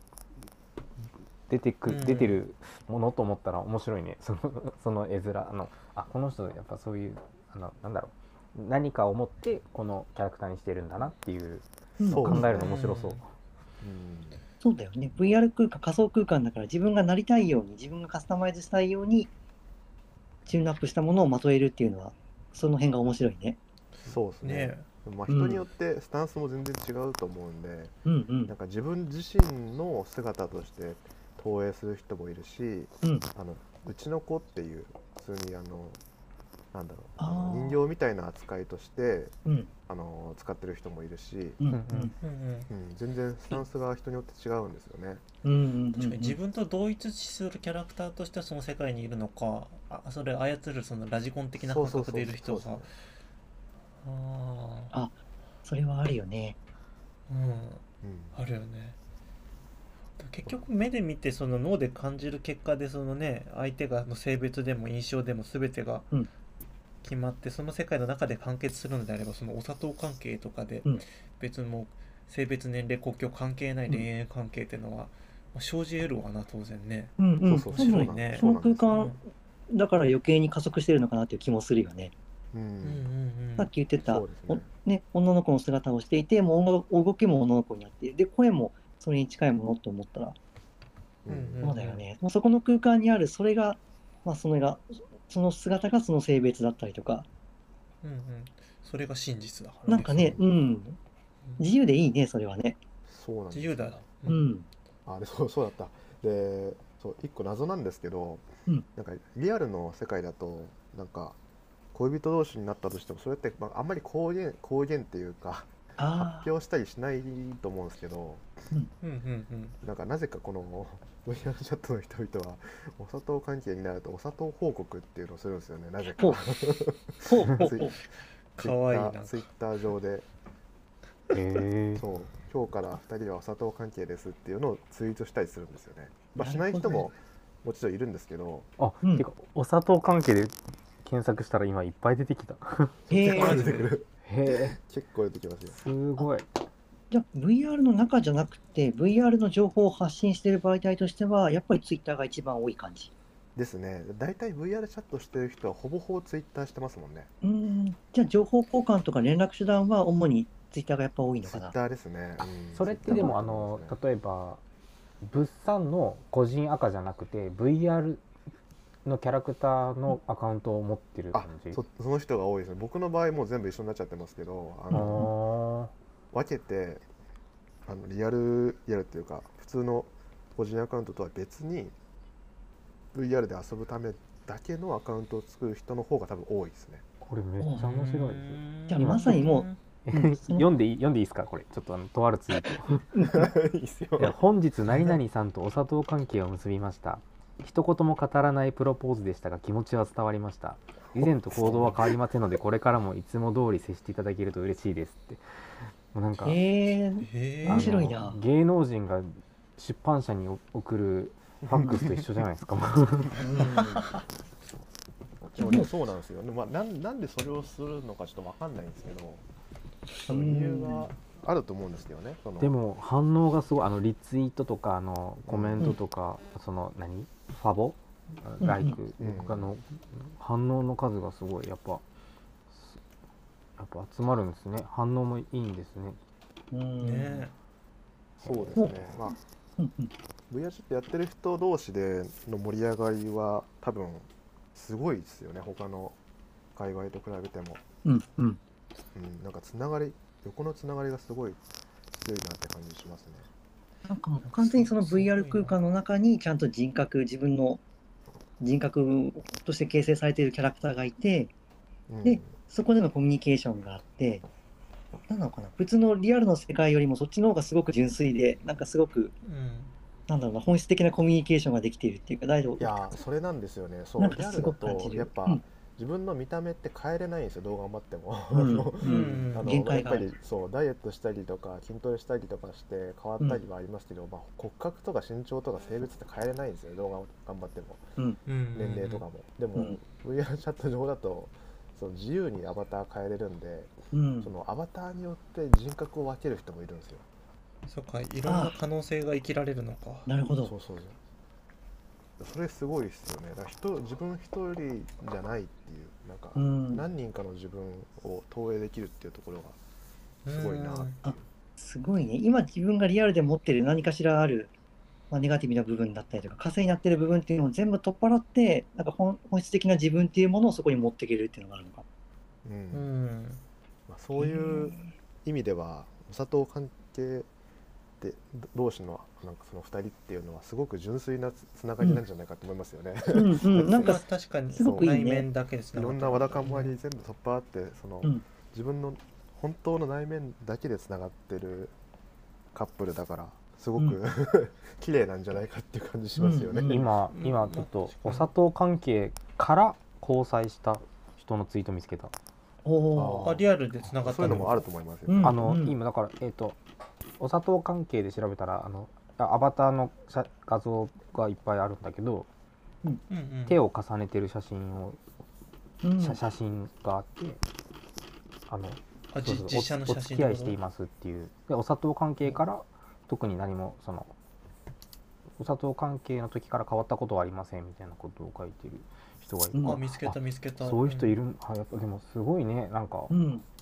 ものと思ったら面白いね。その絵面この人やっぱそういうなんだろう、何かを持ってこのキャラクターにしてるんだなっていうのを考えるの面白そう。 そうだよね。VR 空間、仮想空間だから自分がなりたいように、自分がカスタマイズしたいようにチューンアップしたものをまとえるっていうのは、その辺が面白いね。 そうですね。人によってスタンスも全然違うと思うんで、なんか自分自身の姿として投影する人もいるし、うちの子っていう普通になんだろう、人形みたいな扱いとして、使ってる人もいるし、全然スタンスが人によって違うんですよね。 確かに自分と同一視するキャラクターとしてその世界にいるのか、それ操るそのラジコン的な感覚でいる人が、 それはあるよね。 あるよね。結局目で見てその脳で感じる結果でそのね、相手がの性別でも印象でも全てが決まって、その世界の中で完結するのであれば、そのお砂糖関係とかで別にもう性別年齢国境関係ない恋愛関係っていうのは生じ得るわな、当然ね。面白いね。 その空間だから余計に加速してるのかなっていう気もするよね。さっき言ってた、女の子の姿をしていて、もう動きも女の子になっている。で、声もそれに近いものと思ったら、そうだよね。そこの空間にある、それが、その姿がその性別だったりとか。 それが真実だからなんかね、自由でいいね、それはね。 そうなんです。 自由だ。 そうだった。で、一個謎なんですけど、なんかリアルの世界だと、なんか恋人同士になったとしても、それってあんまり公言っていうか発表したりしないと思うんですけど、なんかなぜかこのVR チャットの人々はお砂糖関係になるとお砂糖報告っていうのをするんですよね、なぜか。 かわいいな。 ツイッター上で、今日から2人はお砂糖関係ですっていうのをツイートしたりするんですよね。しない人ももちろんいるんですけど。 てかお砂糖関係で検索したら今いっぱい出てきた。 結構出てくる。結構出てきますよ。 すごい。 じゃあ VR の中じゃなくて VR の情報を発信している媒体としてはやっぱりツイッターが一番多い感じですね。だいたい VR チャットしてる人はほぼほぼツイッターしてますもんね。 じゃあ情報交換とか連絡手段は主にツイッターがやっぱ多いのかな。 ツイッターですね。 それってでも例えば物産の個人赤じゃなくて VR のキャラクターのアカウントを持ってる感じ。 その人が多いですね。僕の場合もう全部一緒になっちゃってますけど、分けてリアルっていうか普通の個人アカウントとは別に VR で遊ぶためだけのアカウントを作る人の方が多分多いですね。 これめっちゃ面白いです。 じゃあまさにもう読んでいいですかこれ。ちょっととあるツイート。いいっすよ。本日何々さんとお砂糖関係を結びました。一言も語らないプロポーズでしたが気持ちは伝わりました。以前と行動は変わりませんのでこれからもいつも通り接していただけると嬉しいですって。もうなんか面白いな。 芸能人が出版社に送るファックスと一緒じゃないですか。 そうなんですよ。なんでそれをするのかちょっと分かんないんですけど、多分理由があると思うんですけどね。 でも反応がすごい。リツイートとかコメントとか、ファボライク反応の数がすごいやっぱ集まるんですね。反応もいいんですね。 そうですね。VR チャットやってる人同士での盛り上がりは多分すごいですよね。他の界隈と比べても。なんか横のつながりがすごい強いなって感じしますね。 なんかもう完全にその VR 空間の中にちゃんと自分の人格として形成されているキャラクターがいて、でそこでのコミュニケーションがあって、なんなのかな、普通のリアルの世界よりもそっちの方がすごく純粋で、なんかすごく、なんだろうな、本質的なコミュニケーションができているっていうか、 いやそれなんですよね。そうリアルだとやっぱ自分の見た目って変えれないんですよ、どう頑張っても。 限界がある。 やっぱりそうダイエットしたりとか筋トレしたりとかして変わったりはありますけど、骨格とか身長とか性別って変えれないんですよ、どう頑張っても、年齢とかも。でも、VR チャット上だとその自由にアバター変えれるんで、そのアバターによって人格を分ける人もいるんですよ。 そっか、いろんな可能性が生きられるのか。 なるほど。 それすごいですよね。だから自分一人じゃないっていう、なんか何人かの自分を投影できるっていうところがすごいなっていう。 すごいね。今自分がリアルで持ってる何かしらある、ネガティブな部分だったりとか枷になってる部分っていうのを全部取っ払って、なんか本質的な自分っていうものをそこに持っていけるっていうのがあるのか。 そういう意味ではお砂糖関係で同士のなんかその2人っていうのはすごく純粋なつながりなんじゃないかと思いますよね。 なんか確かにすごくいいね。 内面だけですね。 いろんなわだかまり全部取っ払ってその、自分の本当の内面だけでつながってるカップルだからすごく、綺麗なんじゃないかっていう感じしますよね。 今ちょっとお砂糖関係から交際した人のツイート見つけた。 リアルでつながったそういうのもあると思いますよ。 今だからお砂糖関係で調べたらアバターの画像がいっぱいあるんだけど、手を重ねてる写真があって、 実写の写真お付き合いしていますっていう。でお砂糖関係から特に何もお砂糖関係の時から変わったことはありませんみたいなことを書いてる人がいる。 見つけた。 そういう人いる。やっぱでもすごいね、なんか。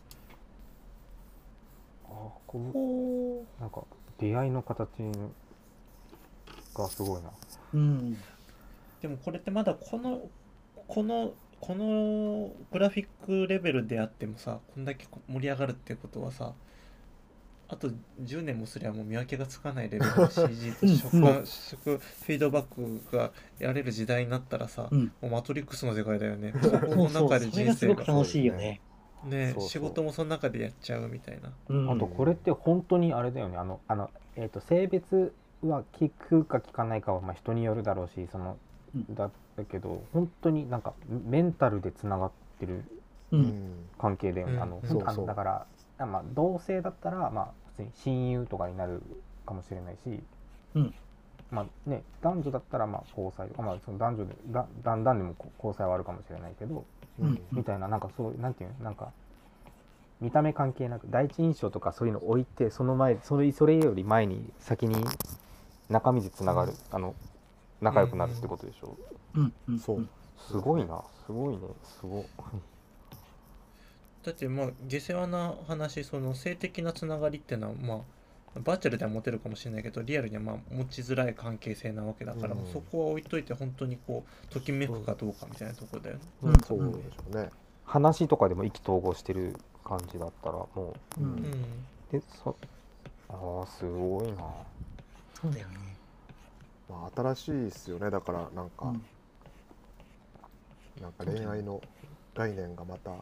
なんか出会いの形がすごいな。 でもこれってまだこのグラフィックレベルであってもさ、こんだけ盛り上がるってことはさ、あと10年もすりゃもう見分けがつかないレベルの CG とフィードバックがやれる時代になったらさ、もうマトリックスの世界だよね。そこの中で人生が楽しいよね。 仕事もその中でやっちゃうみたいな。 あとこれって本当にあれだよね。性別は聞くか聞かないかは人によるだろうし、だけど本当になんかメンタルでつながってる関係だよね。だから同性だったら普通に親友とかになるかもしれないし、男女だったら交際とか、その男女で男でも交際はあるかもしれないけど、みたいな、なんかそうなんていうなんか見た目関係なく第一印象とかそういうのを置いて、それより前に先に中身でつながる、仲良くなるってことでしょ。 そうすごいな、すごいね、すごい。 だって下世話な話、その性的なつながりっていうのはバーチャルでは持てるかもしれないけど、リアルには持ちづらい関係性なわけだから、そこは置いといて本当にときめくかどうかみたいなところだよね。 そうでしょうね。 話とかでも意気投合してる感じだったらもう、すごいな。 そうだよね。 新しいですよね。だからなんか恋愛の概念がまた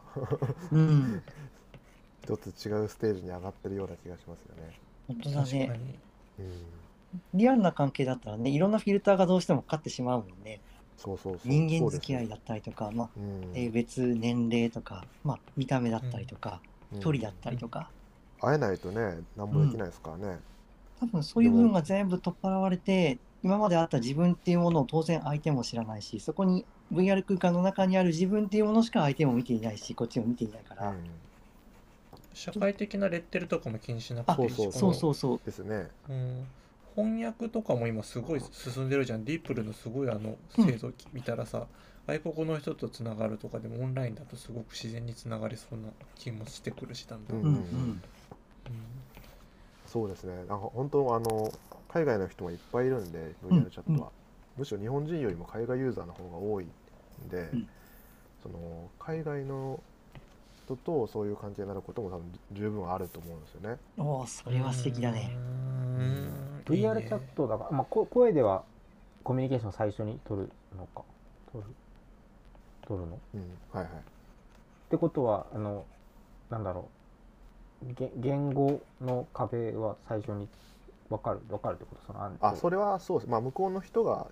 一つ違うステージに上がってるような気がしますよね。 本当だね。リアルな関係だったらね、いろんなフィルターがどうしてもかかってしまうもんね。人間付き合いだったりとか、性別、年齢とか、見た目だったりとか、距離だったりとか。 会えないとね、何もできないですからね。 多分そういう部分が全部取っ払われて、今まであった自分っていうものを当然相手も知らないし、そこに VR 空間の中にある自分っていうものしか相手も見ていないし、こっちも見ていないから。 社会的なレッテルとかも気にしなくていいし、 そうですね。 翻訳とかも今すごい進んでるじゃん。ディープルのすごい制度見たらさ、外国の人とつながるとかでもオンラインだとすごく自然につながりそうな気もしてくるし、だんだん。 そうですね。本当海外の人もいっぱいいるんで、VR チャットは、むしろ日本人よりも海外ユーザーの方が多いんで、その海外の人とそういう関係になることも多分十分あると思うんですよね。 それは素敵だね。 VR チャットだから、声ではコミュニケーション最初に取るのか、取るの、ってことはなんだろう、言語の壁は最初に分かるってこと？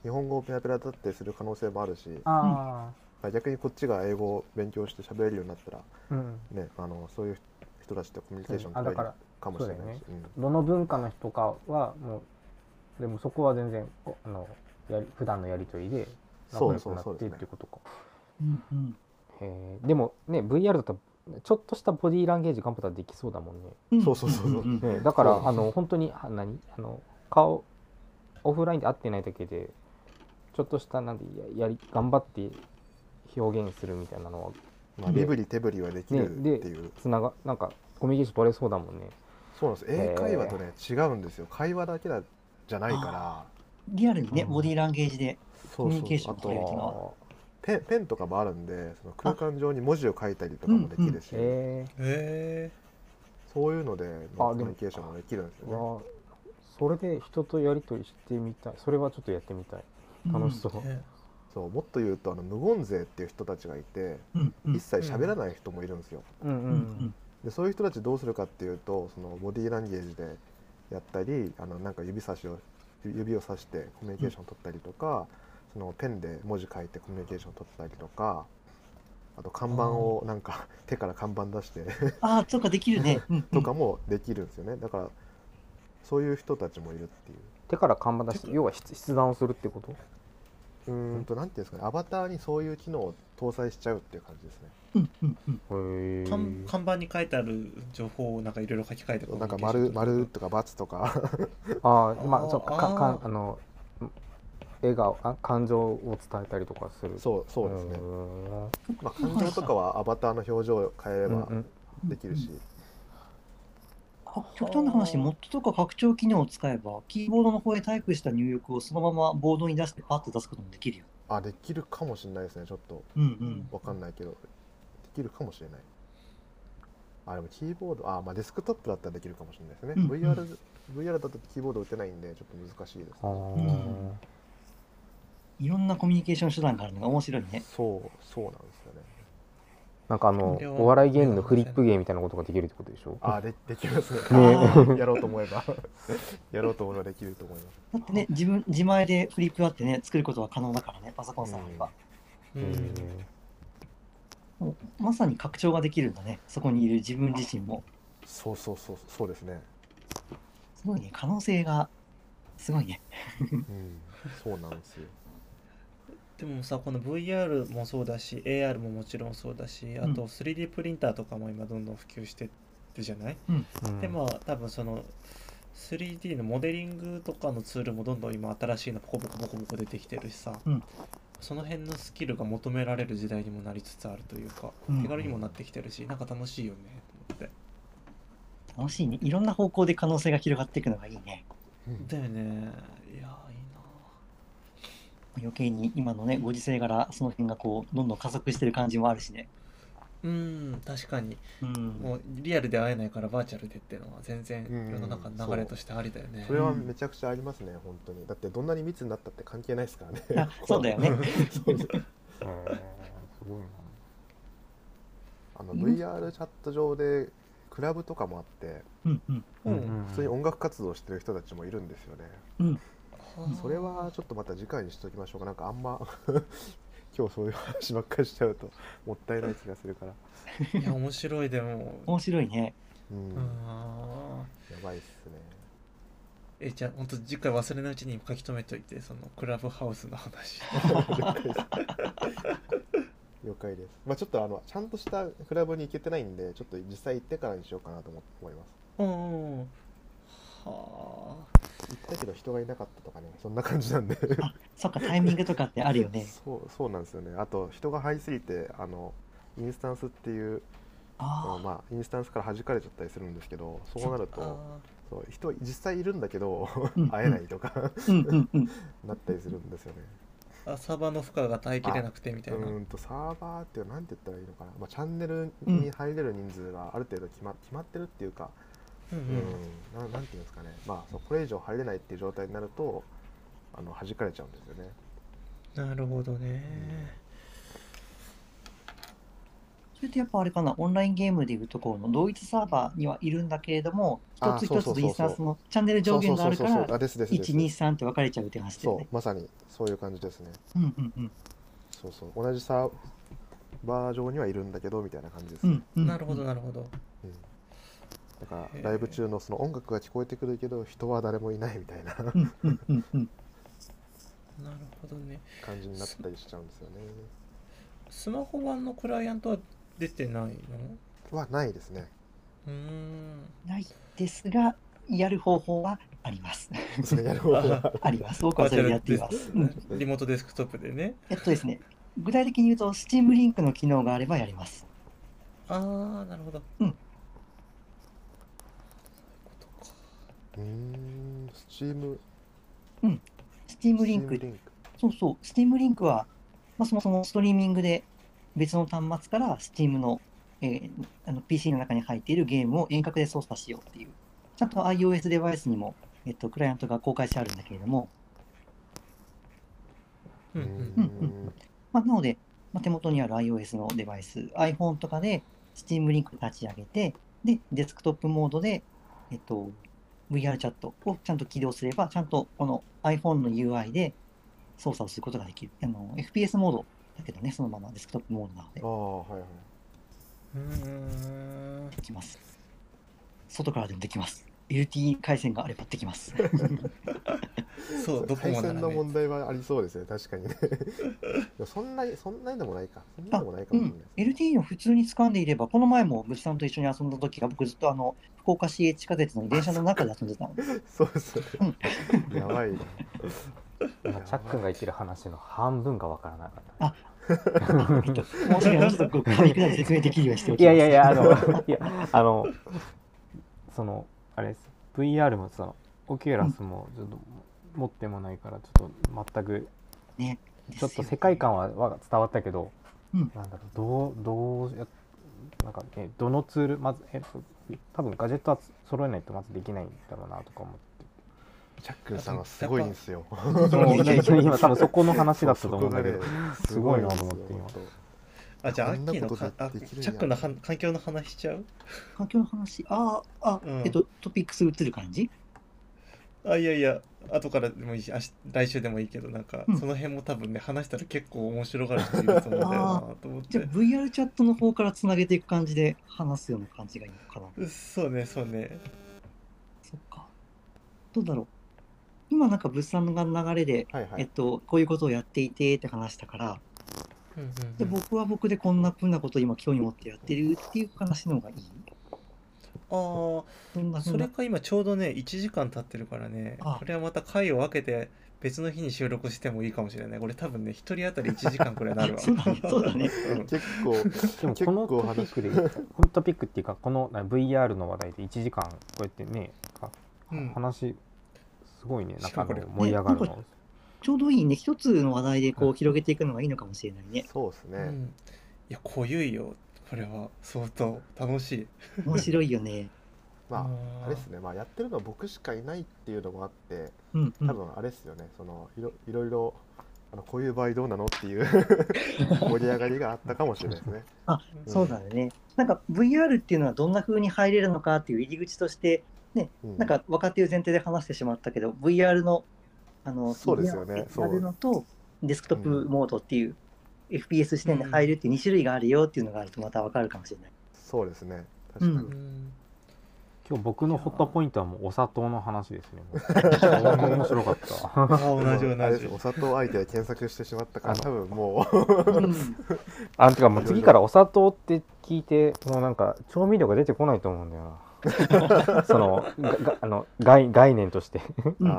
それはそうです。向こうの人が日本語をペラペラだってする可能性もあるし、 逆にこっちが英語を勉強して喋れるようになったら、ね、そういう人たちとコミュニケーション取れるかもしれないし、 どの文化の人かはもう、でもそこは全然普段のやり取りで仲良くなってっていうことか。でもね VR だとちょっとしたボディーランゲージ頑張ったらできそうだもんね。 そうだから本当に顔オフラインで会ってないだけでちょっとした頑張って表現するみたいなのは、身振り手振りはできるっていう、 なんかコミュニケーション取れそうだもんね。 そうなんです。英会話とね違うんですよ。会話だけじゃないから、 リアルにね、ボディーランゲージでコミュニケーション取れるっていうのはペンとかもあるんで、その空間上に文字を書いたりとかもできるし、そういうのでコミュニケーションもできるんですよね。 それで人とやり取りしてみたい。それはちょっとやってみたい。楽しそう。 そうもっと言うと無言勢っていう人たちがいて、一切喋らない人もいるんですよ。でそういう人たちどうするかっていうと、そのボディーランゲージでやったり、なんか指をさしてコミュニケーション取ったりとか、そのペンで文字書いてコミュニケーション取ったりとか、あと看板をなんか手から看板出してそうかできるねとかもできるんですよね。だからそういう人たちもいるっていう。 手から看板出して、要は筆談をするってこと？ なんていうんですかね、アバターにそういう機能を搭載しちゃうっていう感じですね。看板に書いてある情報をなんかいろいろ書き換えて、 なんか丸とか×とか笑顔、感情を伝えたりとかする。 そうですね。感情とかはアバターの表情を変えればできるし、 極端な話、モッドとか拡張機能を使えばキーボードの方へタイプした入力をそのままボードに出してパッと出すこともできるよ。 できるかもしれないですね。ちょっとわかんないけどできるかもしれない。でもキーボードデスクトップだったらできるかもしれないですね。VR だとキーボード打てないんでちょっと難しいですね。 いろんなコミュニケーション手段があるのが面白いね。 そうなんですよね。 なんかお笑い芸人のフリップ芸みたいなことができるってことでしょ。 できますね。やろうと思えばやろうと思えばできると思います。 だってね、自前でフリップあってね、作ることは可能だからね、パソコンさんには。まさに拡張ができるんだね、そこにいる自分自身も。 そうですね。 すごいね、可能性がすごいね。 そうなんですよ。 でもさ、この VR もそうだし AR ももちろんそうだし、あと 3D プリンターとかも今どんどん普及してるじゃない？で多分その 3D のモデリングとかのツールもどんどん今新しいのボコ出てきてるしさ、その辺のスキルが求められる時代にもなりつつあるというか、手軽にもなってきてるし、なんか楽しいよねと思って。 楽しいね。いろんな方向で可能性が広がっていくのがいいね。 だよね。いや、いいな。 余計に今のね、ご時世柄その辺がこうどんどん加速してる感じもあるしね。 確かに、もうリアルで会えないからバーチャルでっていうのは全然世の中の流れとしてありだよね。 それはめちゃくちゃありますね、本当に。だってどんなに密になったって関係ないですからね。 そうだよね。 すごいな。VR チャット上でクラブとかもあって、普通に音楽活動してる人たちもいるんですよね。それはちょっとまた次回にしておきましょうか。なんかあんま今日そういう話ばっかりしちゃうともったいない気がするから。 いや面白い。でも面白いね。 やばいっすね。 じゃあ本当次回忘れないうちに書き留めといて、そのクラブハウスの話。 了解です。ちょっとちゃんとしたクラブに行けてないんで、ちょっと実際行ってからにしようかなと思います。行ったけど人がいなかったとかね、そんな感じなんで。 そっか、タイミングとかってあるよね。 そうなんですよね。あと人が入りすぎてインスタンスっていうインスタンスから弾かれちゃったりするんですけど、そうなると人実際いるんだけど会えないとかなったりするんですよね。 サーバーの負荷が耐えきれなくてみたいな。 サーバーってなんて言ったらいいのかな。チャンネルに入れる人数がある程度決まってるっていうか、なんていうんですかね。これ以上入れないっていう状態になると弾かれちゃうんですよね。 なるほどね。 それってやっぱあれかな、オンラインゲームでいうところの同一サーバーにはいるんだけれども、一つ一つのインスタンスのチャンネル上限があるから1、2、3って分かれちゃうって話だよね。 まさにそういう感じですね。 そうそう同じサーバー上にはいるんだけどみたいな感じですね。 なるほどなるほど。 だからライブ中のその音楽が聞こえてくるけど人は誰もいないみたいななるほどね。 感じになったりしちゃうんですよね。 スマホ版のクライアントは出てないの？ はないですね。 ないですが、やる方法はあります。 それやる方法はあります。僕はそれでやっています。 リモートデスクトップでね。 ですね、具体的に言うと、Steam リンクの機能があればやります。 ああ、なるほど。 Steam。 Steam リンク。そうそう、Steam リンクは、そもそもストリーミングで別の端末から Steam の、PC の中に入っているゲームを遠隔で操作しようっていう、ちゃんと iOS デバイスにも、クライアントが公開してあるんだけれども、なので、手元にある iOS のデバイス、iPhone とかで Steam リンク立ち上げて、で、デスクトップモードで、VR チャットをちゃんと起動すれば、ちゃんとこの iPhone の UI で操作をすることができる。FPS モードだけどね、そのままデスクトップモードなので。 はいはい。 できます。外からでもできます。LTE 回線があればできます。 そう、どこも回線の問題はありそうですね、確かにね。そんなにでもないか。そんなでもないかもしれない。 LTE を普通に掴んでいれば、この前も物産と一緒に遊んだ時が、僕ずっと福岡市営地下鉄の電車の中で遊んでたので。 そうですね。やばいな。 チャックが言ってる話の半分がわからなかった。 あ、もうちょっと軽く説明できるようにしておきます。 いやそのあれです。VR もオキュラスもちょっと持ってもないからちょっと全くね、 ちょっと世界観は伝わったけど、なんだろうどうやなんかどのツールまず多分ガジェットは揃えないとまずできないんだろうなとか思って。 チャックさんはすごいんですよ。 今多分そこの話だったと思うんだけど、すごいなと思って今。 じゃあアッキーのチャックの環境の話しちゃう？ 環境の話、トピックス映る感じ？ いや後からでもいいし、来週でもいいけど、なんかその辺も多分ね話したら結構面白がる人いると思うんだよなと思って。 じゃあ VR チャットの方からつなげていく感じで話すような感じがいいのかな。 そうね。そっか。どうだろう。今なんか物産の流れで、こういうことをやっていてって話したから、で僕は僕でこんなふうなことを今興味持ってやってるっていう話の方がいい？ それか今ちょうどね1時間経ってるからね、これはまた回を分けて別の日に収録してもいいかもしれない。これ多分ね1人当たり1時間くらいになるわ。 そうだね、 結構でもこのトピックでこのトピックっていうかこの VR の話題で1時間こうやってね話すごいね、なんか盛り上がるの、 ちょうどいいね。一つの話題でこう広げていくのがいいのかもしれないね。 そうですね。 いや濃ゆいよこれは。相当楽しい。 面白いよね。 あれですね。やってるのは僕しかいないっていうのもあって、多分あれですよね。いろいろこういう場合どうなのっていう盛り上がりがあったかもしれないですね。 そうだね。なんか VR っていうのはどんな風に入れるのかっていう入り口としてね、なんか分かっている前提で話してしまったけど、VR のそうですよね。 やるのとデスクトップモードっていう、FPS 視点で入るっていう2種類があるよっていうのがあるとまた分かるかもしれない。 そうですね。確かに。 今日僕のホットポイントはもうお砂糖の話ですね。面白かった。 同じ。 お砂糖相手で検索してしまったから多分もう。てかもう次からお砂糖って聞いてもうなんか調味料が出てこないと思うんだよな。その概念として。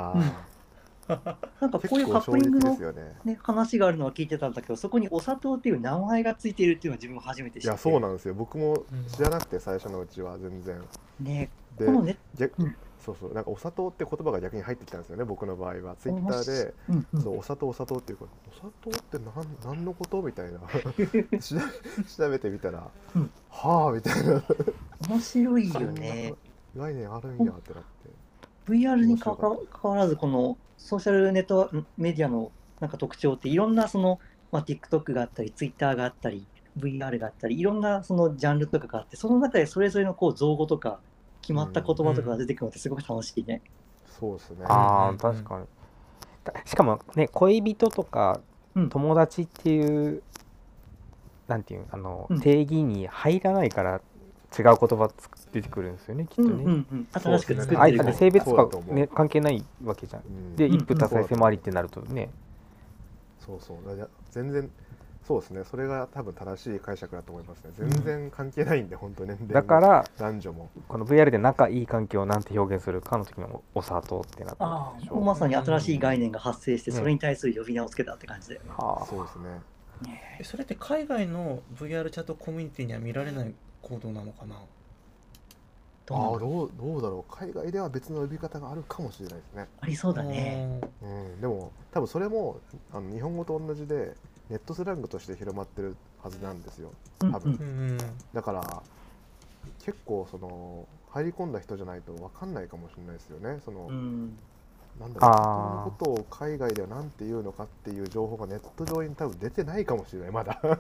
なんかこういうカップリングの、話があるのは聞いてたんだけど、そこにお砂糖っていう名前がついているっていうのは自分も初めて知って。 いやそうなんですよ。僕も知らなくて最初のうちは全然。 ね、 でそうなんかお砂糖って言葉が逆に入ってきたんですよね。僕の場合はツイッターでお砂糖っていうかお砂糖って何のことみたいな調べてみたらはあみたいな。 面白いよね。 概念あるんやってなって。 VR に関わらずこのソーシャルネットメディアのなんか特徴っていろんなTikTok があったり Twitter があったり VR があったりいろんなそのジャンルとかがあって、その中でそれぞれのこう造語とか決まった言葉とかが出てくるのってすごく楽しいね。 そうですね。 確かに。しかもね恋人とか友達っていうなんていう定義に入らないから違う言葉出てくるんですよね、きっとね。 新しく作ってる性別とか、ね、関係ないわけじゃん。で一夫多妻制もありってなるとね。 そう全然そうですね。それが多分正しい解釈だと思いますね。全然関係ないんで、本当年齢もだから男女もこの VR で仲いい関係をなんて表現するかの時のお砂糖ってなったんでしょう。 まさに新しい概念が発生して、それに対する呼び名をつけたって感じで。 そうですね。 それって海外の VR チャットコミュニティには見られない行動なのかな。 どうだろう。海外では別の呼び方があるかもしれないですね。 ありそうだね。 でも多分それも日本語と同じでネットスラングとして広まってるはずなんですよ、多分。だから結構その入り込んだ人じゃないと分かんないかもしれないですよね。なんだろう、このことを海外では何て言うのかっていう情報がネット上に多分出てないかもしれない、まだ。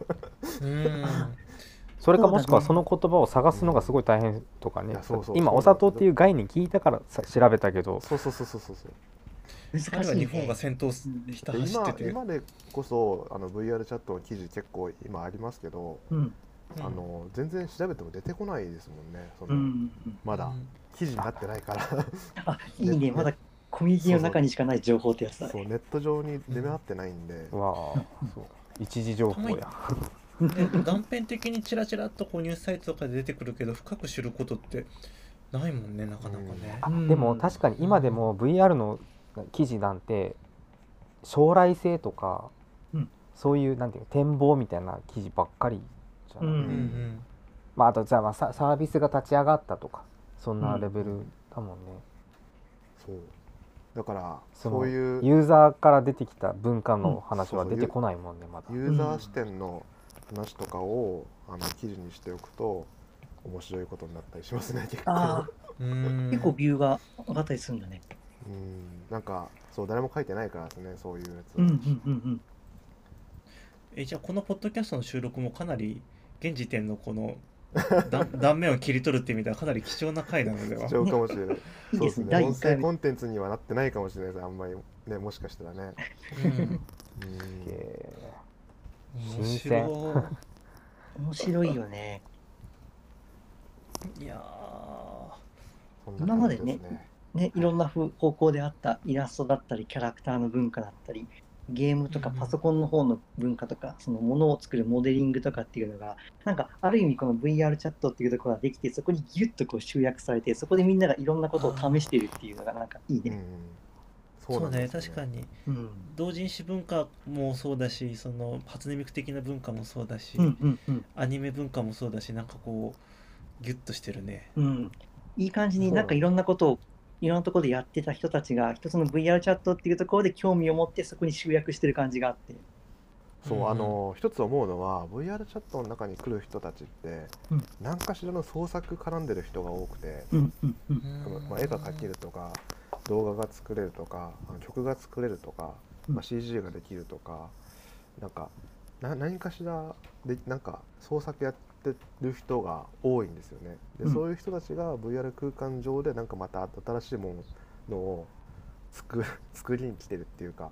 それかもしくはその言葉を探すのがすごい大変とかね。今お砂糖っていう概念聞いたから調べたけど、 そう難しいね。 日本が先頭ひた走ってて、 今でこそVR チャットの記事結構今ありますけど、全然調べても出てこないですもんね。まだ記事になってないから。 いいね、まだコミュニティの中にしかない情報ってやつだ。 そう、ネット上に出回ってないんで。 一時情報や。 断片的にチラチラっとこうニュースサイトとかで出てくるけど、深く知ることってないもんね、なかなかね。 でも確かに今でも VR の記事なんて将来性とか、そういうなんていう展望みたいな記事ばっかりじゃない。あとじゃあサービスが立ち上がったとか、そんなレベルだもんね。 そうだからそういうユーザーから出てきた文化の話は出てこないもんね、まだ。 ユーザー視点の話とかを記事にしておくと面白いことになったりしますね、結構。 結構ビューが上がったりするんだね。 なんかそう誰も書いてないからですね、そういうやつ。じゃあこのポッドキャストの収録もかなり現時点のこの断面を切り取るっていう意味ではかなり貴重な回なのでは。 貴重かもしれない。そうですね。音声コンテンツにはなってないかもしれないです。あんまりね、もしかしたらね。 新鮮。 面白いよね。 いや今までね、いろんな方向であったイラストだったりキャラクターの文化だったりゲームとかパソコンの方の文化とか、そのものを作るモデリングとかっていうのがなんかある意味この VR チャットっていうところができて、そこにギュッとこう集約されて、そこでみんながいろんなことを試しているっていうのがなんかいいね。 そうね、確かに、同人誌文化もそうだし、その初音ミク的な文化もそうだし、アニメ文化もそうだし、なんかこうギュッとしてるね。 いい感じになんかいろんなことをいろんなところでやってた人たちが一つの VR チャットっていうところで興味を持ってそこに集約してる感じがあって。 そう一つ思うのは VR チャットの中に来る人たちって、何かしらの創作絡んでる人が多くて、絵が描けるとか動画が作れるとか曲が作れるとか、CG ができるとか、なんか何かしらでなんか創作やってる人が多いんですよね。で、そういう人たちが VR 空間上でなんかまた新しいものを作りに来てるっていうか、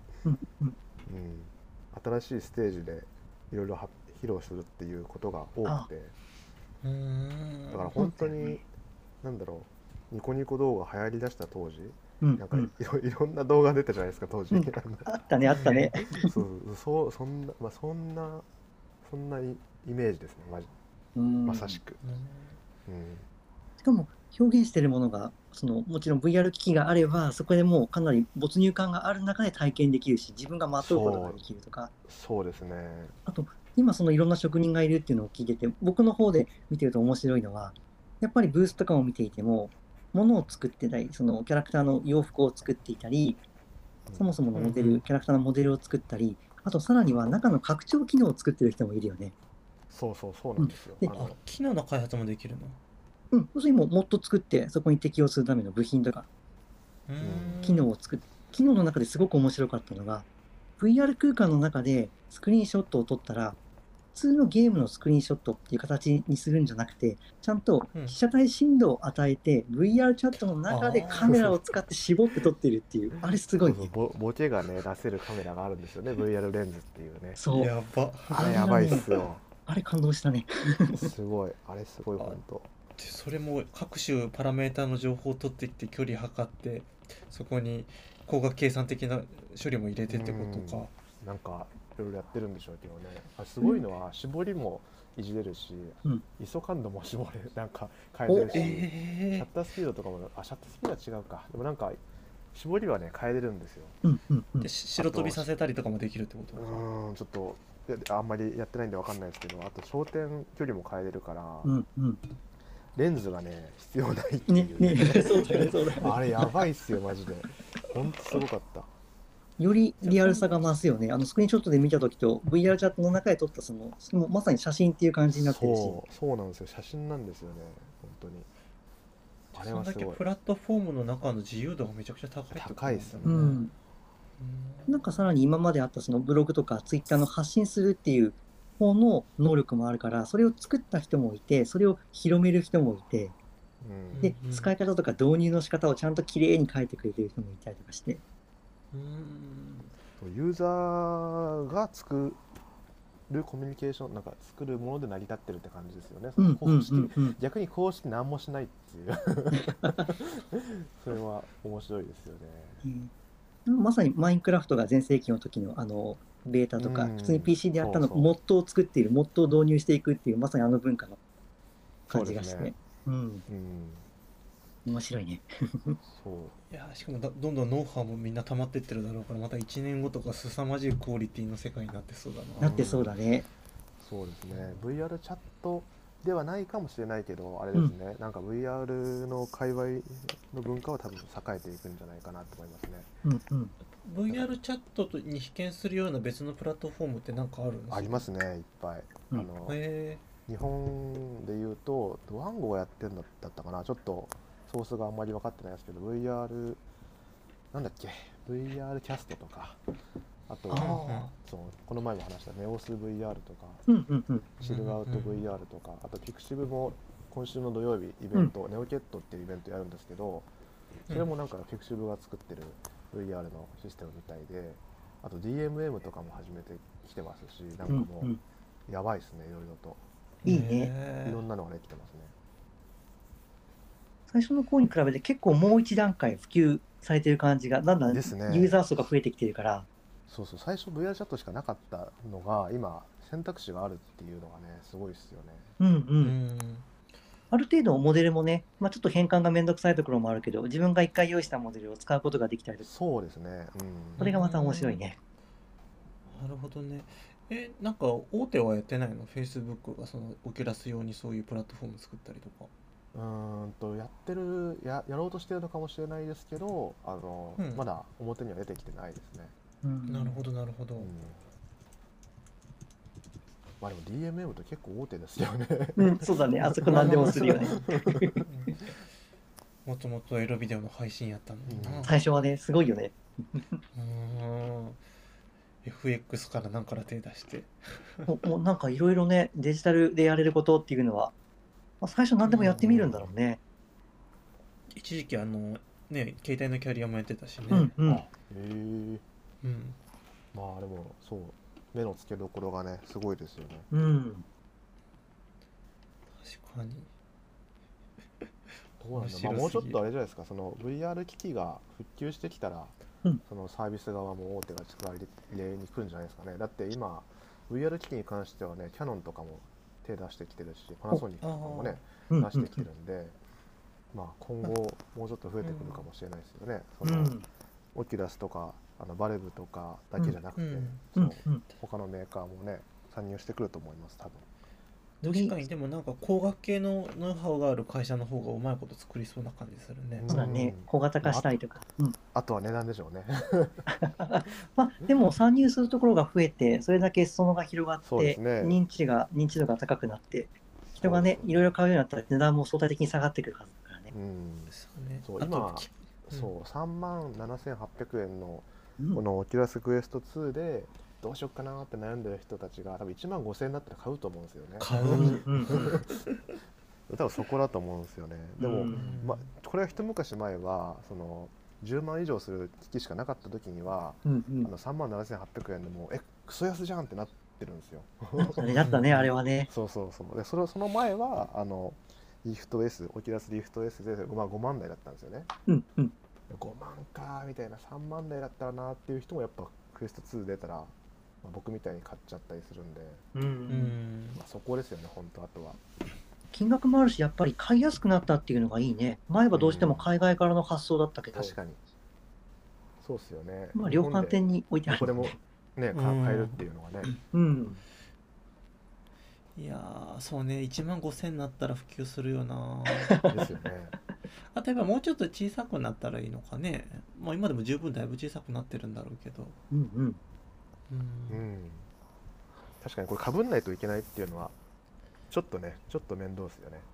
新しいステージでいろいろ披露するっていうことが多くて、だから本当になんだろう、ニコニコ動画流行りだした当時、なんかいろんな動画出たじゃないですか当時。 あったねあったね。 そんなイメージですね、まさしく。 しかも表現してるものがもちろん VR 機器があればそこでもうかなり没入感がある中で体験できるし、自分がまとうことができるとか。 そうですね。 あと今いろんな職人がいるっていうのを聞いてて、僕の方で見てると面白いのは、やっぱりブースとかも見ていても物を作ってたり、そのキャラクターの洋服を作っていたり、そもそものモデル、キャラクターのモデルを作ったり、あとさらには中の拡張機能を作ってる人もいるよね。 そうなんですよ。 機能の開発もできるの？ そうするにもっと作ってそこに適用するための部品とか機能を作って、機能の中ですごく面白かったのが VR 空間の中でスクリーンショットを撮ったら通のゲームのスクリーンショットっていう形にするんじゃなくて、ちゃんと被写体振動を与えて、VR チャットの中でカメラを使って絞って撮ってるっていう、あれすごいね。 ボケがね出せるカメラがあるんですよね、VR レンズっていうね。 そう。 やば。 あれやばいっすよ。 あれ感動したね。 すごい、あれすごい本当。 でそれも各種パラメータの情報を取ってきて距離測ってそこに光学計算的な処理も入れてってことか。 なんかいろいろやってるんでしょうけどね。すごいのは絞りもいじれるし、ISO 感度も絞れなんか変えれるし、シャッタースピードとかもシャッタースピードは違うか。でもなんか絞りはね変えれるんですよ。 で白飛びさせたりとかもできるってことか。 ちょっとあんまりやってないんでわかんないですけど、あと焦点距離も変えれるから、レンズがね必要ないっていうね。 そうだね、そうだね。 あれやばいっすよマジで。ほんとすごかった。 よりリアルさが増すよね。スクリーンショットで見たときと VR チャットの中で撮ったもうまさに写真っていう感じになってるし。 そうなんですよ。写真なんですよね。本当に。 あれはすごい。そんだけプラットフォームの中の自由度がめちゃくちゃ高いってこと高いですよね。なんかさらに今まであったブログとかツイッターの発信するっていう方の能力もあるから、それを作った人もいて、それを広める人もいて、で、使い方とか導入の仕方をちゃんときれいに書いてくれてる人もいたりとかして。 ユーザーが作るコミュニケーション、なんか作るもので成り立ってるって感じですよね。逆に公式何もしないっていうそれは面白いですよね。 まさにマインクラフトが全盛期の時のベータとか普通に PC でやったのモッドを作っている、モッドを導入していくっていうまさに文化の感じがして、面白いね。 そういやしかもどんどんノウハウもみんな溜まってってるだろうから、また1年後とか凄まじいクオリティの世界になってそうだな。 なってそうだね。 そうですね。VR チャットではないかもしれないけど、あれですね、なんか VR の界隈の文化は多分栄えていくんじゃないかなと思いますね。 VR チャットに被験するような別のプラットフォームって何かあるんですか？ ありますね、いっぱい。日本でいうとドワンゴがやってるんだったかな、ちょっとソースがあんまり分かってないですけど、 VR なんだっけ VR キャストとか、あとそうこの前も話したネオス VR とか、シルアウト VR とか、あとピクシブも今週の土曜日イベント、ネオケットっていうイベントやるんですけど、それもなんかピクシブが作ってる VR のシステムみたいで、あと DMM とかも始めてきてますし、なんかもうやばいですね、いろいろと。 いいね。 いろんなのができてますね。 最初の頃に比べて結構もう一段階普及されてる感じが、だんだんユーザー数が増えてきてるから。 そうそう、最初 VR チャットしかなかったのが今選択肢があるっていうのがね、すごいですよね。 ある程度モデルもね、ちょっと変換がめんどくさいところもあるけど、自分が一回用意したモデルを使うことができたりとか。 そうですね。 それがまた面白いね。 なるほどね。なんか大手はやってないの？ Facebook がそのオキュラス用にそういうプラットフォーム作ったりとか。 やろうとしてるのかもしれないですけど、まだ表には出てきてないですね。 なるほどなるほど。 まあでも DMM と結構大手ですよね。 そうだね、あそこ何でもするよね。 もともとエロビデオの配信やったのにな。 最初はね、すごいよね。 FX から何から手出してもうなんかいろいろね、デジタルでやれることっていうのは、最初何でもやってみるんだろうね。 一時期携帯のキャリアもやってたしね。 まあでもそう、目の付けどころがねすごいですよね。 確かに。 どうなんだ。もうちょっとあれじゃないですか、その VR 機器が復旧してきたら、そのサービス側も大手が力入れに来るんじゃないですかね。だって今 VR 機器に関してはね、キャノンとかも手出してきてるし、パナソニックとかもね出してきてるんで、今後もうちょっと増えてくるかもしれないですよね。そのオキュラスとかバルブとかだけじゃなくて、他のメーカーもね参入してくると思います、多分。 確かに。でもなんか工学系のノウハウがある会社の方がうまいこと作りそうな感じするね。 そうだね、小型化したりとか。 あとは値段でしょうね。 でも参入するところが増えて、それだけ裾野が広がって、認知度が高くなって、人がねいろいろ買うようになったら値段も相対的に下がってくるはずだからね。 そう今3万7800円のこのオキュラスクエスト2でどうしようかなって悩んでる人たちが多分1万5000円だったら買うと思うんですよね。 買う。 多分そこだと思うんですよね。でも、これは一昔前はその10万以上する機器しかなかった時には、3万7800円でもクソ安じゃんってなってるんですよ。 だったね、あれはね。 そうでその前はリフト S、オキュラスリフト S で5万台だったんですよね。5万かみたいな、3万台だったらなっていう人もやっぱクエスト2出たら、僕みたいに買っちゃったりするんで、そこですよね本当。あとは金額もあるし、やっぱり買いやすくなったっていうのがいいね。前はどうしても海外からの発送だったけど、 確かにそうですよね。 量販店に置いてある、 これもね、買えるっていうのはね。 いやそうね、1万5000になったら普及するよな。 ですよね。 例えばもうちょっと小さくなったらいいのかね。今でも十分だいぶ小さくなってるんだろうけど。 確かにこれ被んないといけないっていうのはちょっと面倒ですよね。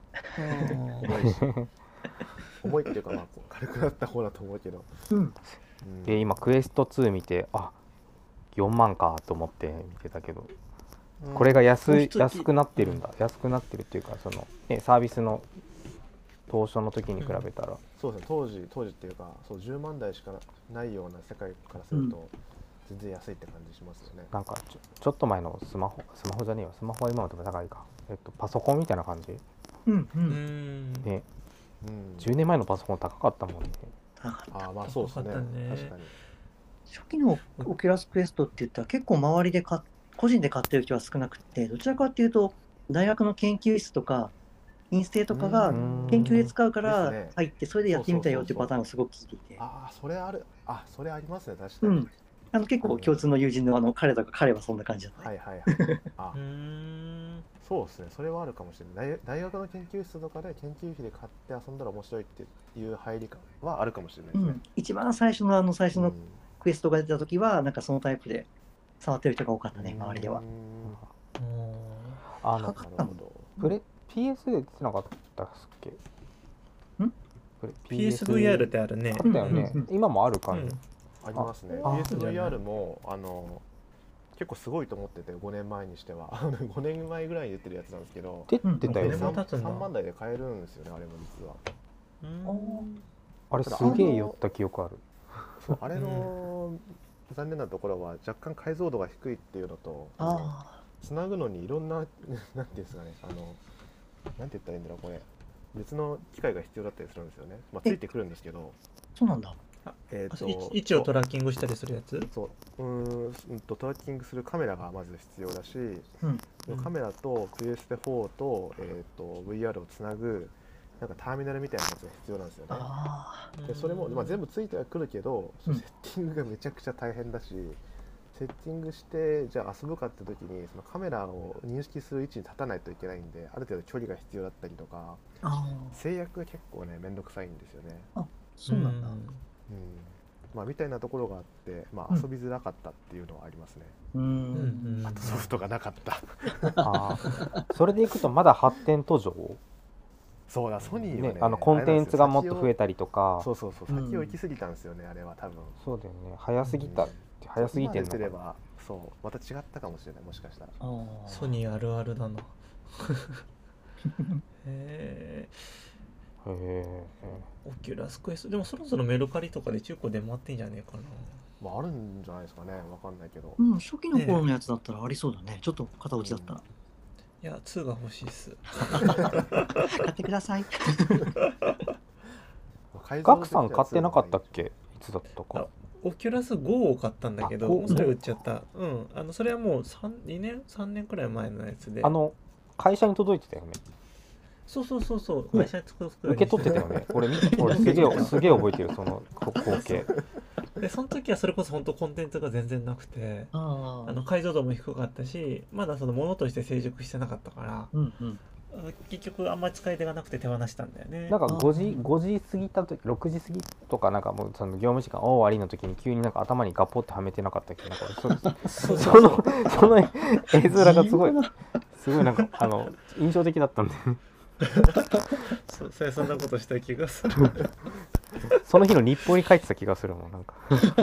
重いっていうか軽くなった方だと思うけど。 今クエスト2見て4万かと思って見てたけど、これが安くなってるんだ。安くなってるっていうか、そのサービスの当初の時に比べたら、 そうですね。当時っていうか、そう10万台しかないような世界からすると全然安いって感じしますよね。 なんかちょっと前のスマホじゃねえわ、スマホは今でも高いか、パソコンみたいな感じ。ね、10年前のパソコン高かったもんね。 そうですね。確かに。 初期のオキュラスクエストって言ったら結構周りで個人で買ってる人は少なくて、どちらかっていうと大学の研究室とかインステとかが研究で使うから入って、それでやってみたよっていうパターンがすごく聞いていて、 それありますね。確かに。 結構共通の友人の彼はそんな感じだった。 そうですね。それはあるかもしれない。大学の研究室とかで研究費で買って遊んだら面白いっていう入り感はあるかもしれないですね。一番最初のクエストが出た時はなんかそのタイプで触ってる人が多かったね、周りでは。 PS で出てなかったっけ ？PSVR ってあるね。 あったよね。今もある感じ。 ありますね。PSVR も結構すごいと思ってて、5年前にしては5年前ぐらいに出てるやつなんですけど、 出てたよね。 3万台で買えるんですよね、あれも実は。 あれすげえ寄った記憶ある。 そう、あれの残念なところは若干解像度が低いっていうのと、つなぐのにいろんななんていうんですかね、なんて言ったらいいんだろう、これ別の機械が必要だったりするんですよね。ついてくるんですけど。 そうなんだ。 位置をトラッキングしたりするやつ？ トラッキングするカメラがまず必要だし、カメラとプレステ4と、VR をつなぐなんかターミナルみたいなやつが必要なんですよね。でそれも、全部ついてはくるけど、セッティングがめちゃくちゃ大変だし、セッティングしてじゃあ遊ぶかって時にそのカメラを認識する位置に立たないといけないんで、ある程度距離が必要だったりとか、制約が結構ねめんどくさいんですよね。 そうなんだ。 みたいなところがあって、遊びづらかったっていうのはありますね。あとソフトがなかった。 それでいくとまだ発展途上。 そうだ、ソニーはね、 コンテンツがもっと増えたりとか、 先を行き過ぎたんですよね、あれは多分。 そうだよね、早すぎてんのかな。 また違ったかもしれない、もしかしたら。 ソニーあるあるだな。オキュラスクエストでもそろそろメルカリとかで中古出回ってんじゃねえかな。 あるんじゃないですかね、わかんないけど。 初期の頃のやつだったらありそうだね。ちょっと型落ちだったら。 いや、2が欲しいっす。 買ってください。 ガクさん買ってなかったっけ？いつだったか。 オキュラス GO を買ったんだけど、それ売っちゃった。それはもう3年くらい前のやつで。 会社に届いてたよね。 そう会社に受け取ってたよね。俺すげえ覚えてる、その光景。 でその時はそれこそ本当コンテンツが全然なくて、解像度も低かったし、まだそのものとして成熟してなかったから、結局あんまり使い手がなくて手放したんだよね。 なんか5時過ぎた時、6時過ぎとか、なんかもうその業務時間終わりの時に急になんか頭にガポってはめてなかったっけ？なんかその絵面がすごいなんか印象的だったんで。 そんなことした気がする。 その日の日報に書いてた気がするもん、なんか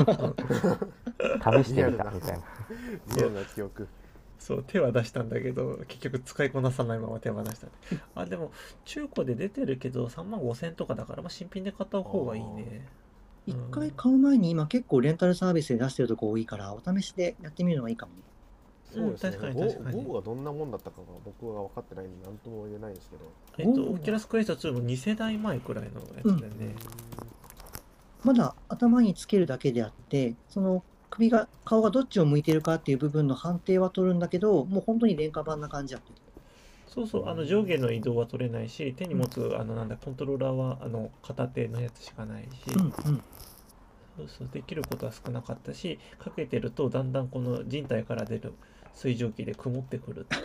試してみたみたいな。 リアルな記憶。 そう手は出したんだけど結局使いこなさないまま手は出したね。あでも中古で出てるけど3万5,000とかだから、まあ、新品で買った方がいいね。 一回買う前に今結構レンタルサービスで出してるとこ多いからお試しでやってみるのがいいかもね。 そうですね。 確かに確かに。 GOがどんなもんだったかが僕は分かってないんで何とも言えないんですけど。 オキュラスクエスト2も2世代前くらいのやつだよね。 まだ頭につけるだけであってその顔がどっちを向いてるかっていう部分の判定は取るんだけどもう本当に廉価版な感じやって。 そうそう上下の移動は取れないし手に持つなんだコントローラーは片手のやつしかないし、そうそうできることは少なかったしかけてるとだんだんこの人体から出る水蒸気で曇ってくるって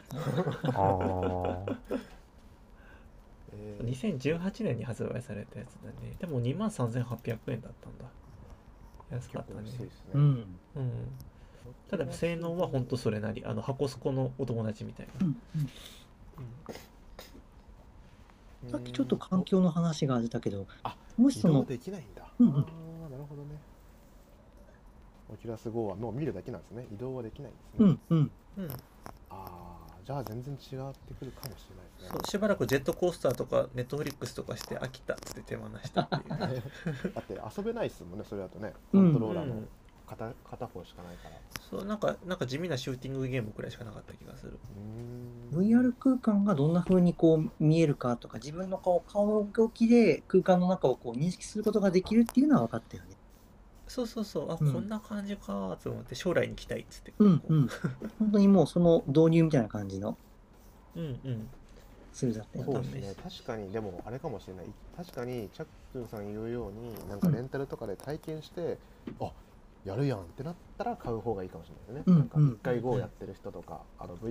いう2018年に発売されたやつだね。でも23,800円だったんだ。安かったね。ただ性能は本当それなり箱スコのお友達みたいな。 さっきちょっと環境の話が出たけどもしその移動できないんだ。なるほどね。オキュラス GO はもう見るだけなんですね。移動はできないんですね。じゃあ全然違ってくるかもしれないですね。 そうしばらくジェットコースターとかネットフリックスとかして飽きたっつって手放したっていうだって遊べないっすもんねそれだとね。コントローラーの片方しかないから。 そうなんか地味なシューティングゲームくらいしかなかった気がする。 VR 空間がどんな風にこう見えるかとか自分の顔の動きで空間の中をこう認識することができるっていうのは分かったよね。 そうこんな感じかと思って将来に期待っつって本当にもうその導入みたいな感じのツールだったよね。 そうですね。確かにでもあれかもしれない。確かにチャックンさん言うようになんかレンタルとかで体験して、やるやんってなったら買う方がいいかもしれないですね。なんか一回 GO やってる人とか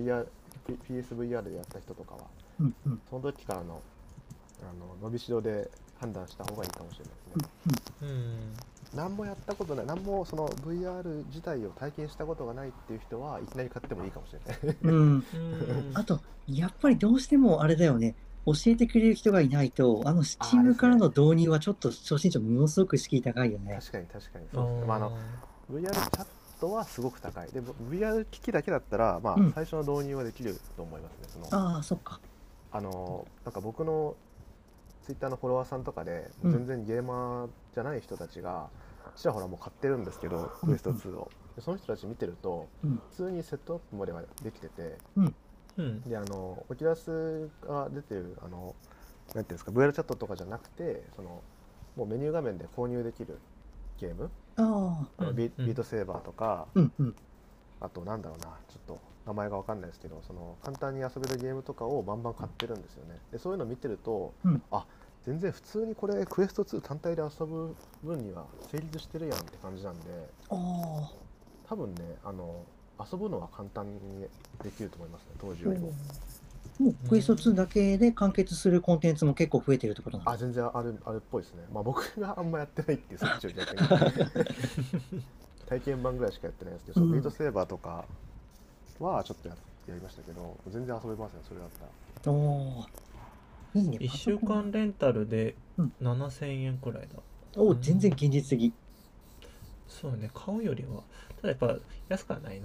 PSVR でやった人とかは、その時からの伸びしろで判断した方がいいかもしれないですね。何もやったことない、何もその VR 自体を体験したことがないっていう人はいきなり買ってもいいかもしれないあとやっぱりどうしてもあれだよね、教えてくれる人がいないとSteam からの導入はちょっと初心者ものすごく敷居高いよね。 確かにそうですね。VR チャットはすごく高い。でも VR 機器だけだったら、最初の導入はできると思いますね。 そっか。 なんか僕のツイッターのフォロワーさんとかで全然ゲーマーじゃない人たちがちらほらもう買ってるんですけど、クエスト2をでその人たち見てると、普通にセットアップまではできてて、でオキュラスが出てるなんていうんですか VR チャットとかじゃなくてもうメニュー画面で購入できるゲーム、ビートセーバーとか、あとなんだろうなちょっと名前が分かんないですけど簡単に遊べるゲームとかをバンバン買ってるんですよね。でそういうの見てると、全然普通にこれクエスト2単体で遊ぶ分には成立してるやんって感じなんで、多分ね遊ぶのは簡単にできると思いますね、当時よりも。 もうクエスト2だけで完結するコンテンツも結構増えてるってことなんですか？ 全然あるっぽいですね。僕があんまやってないっていうそっちを逆に体験版ぐらいしかやってないんですけど、ビートセーバーとかはちょっとやりましたけど、全然遊べますね、それだったら。 いいね。 1週間レンタルで7,000円くらいだ。 全然現実的。 そうね、買うよりはただやっぱ安くはないな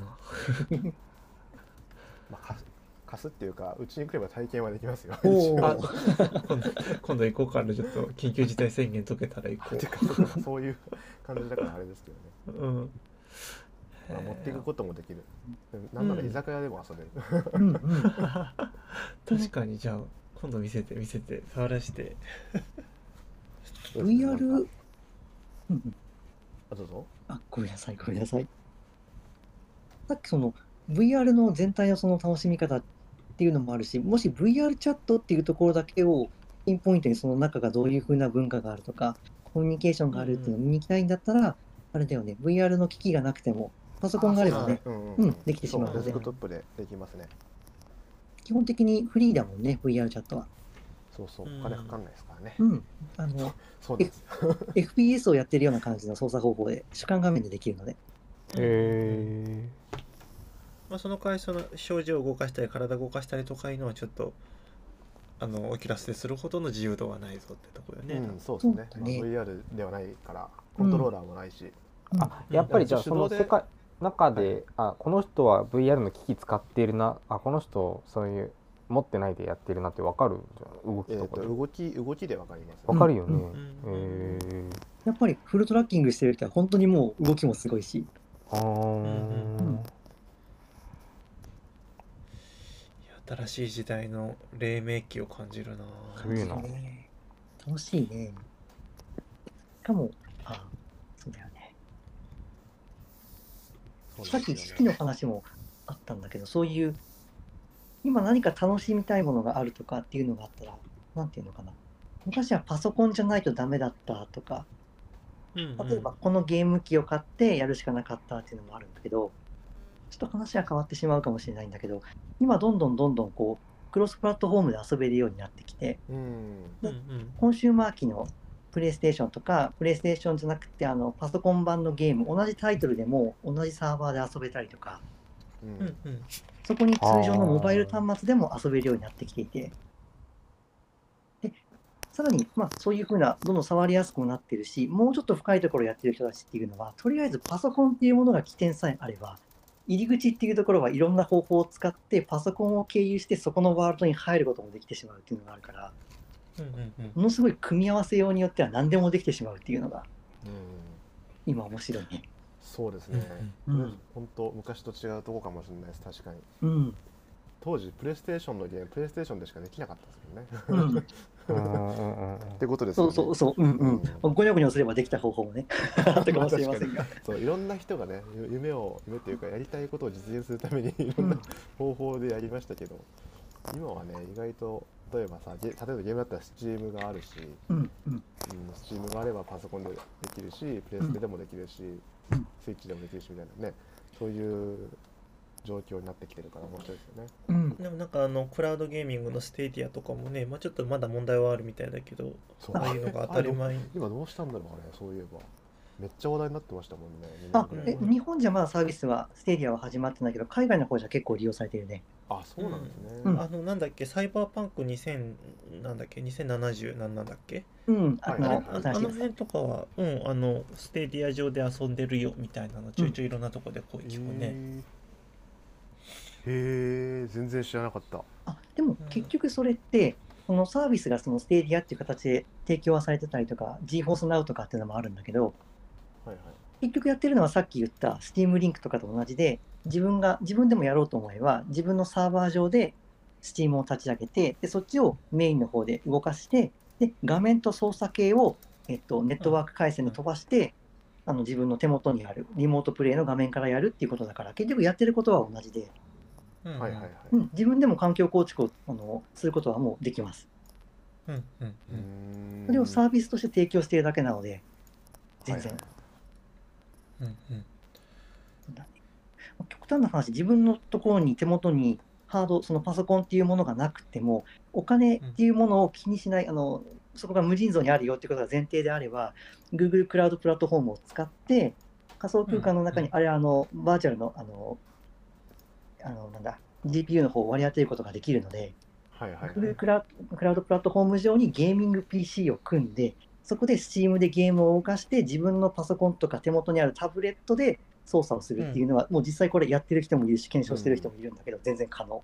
貸すっていうかうちに来れば体験はできますよ。 今度行こうかな。ちょっと緊急事態宣言解けたら行こうそういう感じだからあれですけどね。持っていくこともできる。なんなら居酒屋でも遊べる。 確かに。じゃあ今度見せて触らして VR どうぞ。 ごめんなさい。さっきその VR の全体のその楽しみ方っていうのもあるし、もし VR チャットっていうところだけをピンポイントにその中がどういう風な文化があるとかコミュニケーションがあるっていうのを見に行きたいんだったら、あれだよね、VR の機器がなくてもパソコンがあればね、できてしまうので。 デスクトップでできますね。 基本的にフリーだもんね、VR チャットは。 お金かかんないですからね。 そうです。FPS をやってるような感じの操作方法で主観画面でできるので。 その代わりその表情を動かしたり体を動かしたりとかいうのはちょっとオキュラスでするほどの自由度はないぞってとこよね。 そうですね。VR ではないからコントローラーもないし。 やっぱりじゃあその世界中で、この人は VR の機器使っているな、この人そういう持ってないでやってるなって分かるじゃん、動きとかで。 動きで分かります。 分かるよね。 やっぱりフルトラッキングしてる人は本当にもう動きもすごいし。 新しい時代の黎明期を感じるな。 すげえな。 楽しいね。しかも、そうだよね。さっき式の話もあったんだけど、そういう今何か楽しみたいものがあるとかっていうのがあったら、なんていうのかな。昔はパソコンじゃないとダメだったとか、例えばこのゲーム機を買ってやるしかなかったっていうのもあるんだけど、ちょっと話は変わってしまうかもしれないんだけど、今どんどんこうクロスプラットフォームで遊べるようになってきて、でコンシューマー機のプレイステーションとか、プレイステーションじゃなくてパソコン版のゲーム、同じタイトルでも同じサーバーで遊べたりとか、そこに通常のモバイル端末でも遊べるようになってきていて、でさらに、そういうふうな、どんどん触りやすくもなってるし、もうちょっと深いところをやってる人たちっていうのは、とりあえずパソコンっていうものが起点さえあれば、入り口っていうところはいろんな方法を使って、パソコンを経由してそこのワールドに入ることもできてしまうっていうのがあるから、ものすごい組み合わせようによっては何でもできてしまうっていうのが、今面白いね。 そうですね。本当昔と違うとこかもしれないです。確かに。当時プレイステーションのゲーム、プレイステーションでしかできなかったですよね。ってことですよね。 そう。ゴニョゴニョすればできた方法もね、あったかもしれませんが。 そう、いろんな人がね、夢っていうかやりたいことを実現するためにいろんな方法でやりましたけど、今はね意外と例えばゲームだったら Steam があるし、Steam があればパソコンでできるし、プレステでもできるし、スイッチでもできるしみたいなね、そういう状況になってきてるから面白いですよね。 でもなんかクラウドゲーミングのステーディアとかもね、ちょっとまだ問題はあるみたいだけど、ああいうのが当たり前に。 今どうしたんだろうあれ、そういえば。めっちゃ話題になってましたもんね。 日本じゃまだサービスは、ステーディアは始まってないけど、海外の方じゃ結構利用されてるね。 そうなんですね。 なんだっけ、サイバーパンクなんだっけ、2070なんだっけ。あの辺とかは、ステーディア上で遊んでるよみたいなの、ちょいちょいいろんなとこでこう聞くね。 へえ、全然知らなかった。 でも結局それって、このサービスがそのステーディアっていう形で提供はされてたりとか、GeForce Now とかっていうのもあるんだけど、結局やってるのはさっき言った Steam リンクとかと同じで、自分でもやろうと思えば、自分のサーバー上で Steam を立ち上げて、でそっちをメインの方で動かして、で画面と操作系を、ネットワーク回線で飛ばして、自分の手元にあるリモートプレイの画面からやるっていうことだから、結局やってることは同じで、自分でも環境構築をすることはもうできます。それをサービスとして提供しているだけなので、全然。極端な話、自分のところに手元にそのパソコンっていうものがなくても、お金っていうものを気にしない、そこが無尽蔵にあるよっていうことが前提であれば、Google クラウドプラットフォームを使って、仮想空間の中に、あれバーチャルの、GPU の方を割り当てることができるので、Google クラウドプラットフォーム上にゲーミング PC を組んで、そこで Steam でゲームを動かして、自分のパソコンとか手元にあるタブレットで操作をするっていうのは、もう実際これやってる人もいるし、検証してる人もいるんだけど、全然可能。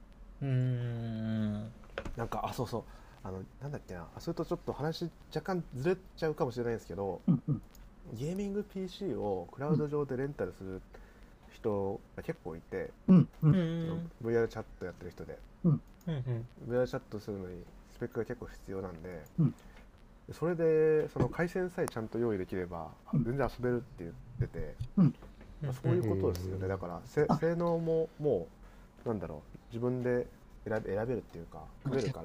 なんか、そう、なんだっけな、それとちょっと話若干ずれちゃうかもしれないんですけど、ゲーミング PC をクラウド上でレンタルする人が結構いて、VR チャットやってる人で、VR チャットするのにスペックが結構必要なんで、それでその回線さえちゃんと用意できれば全然遊べるって言ってて、そういうことですよね。だから性能ももうなんだろう、自分で選べるっていうか組めるから、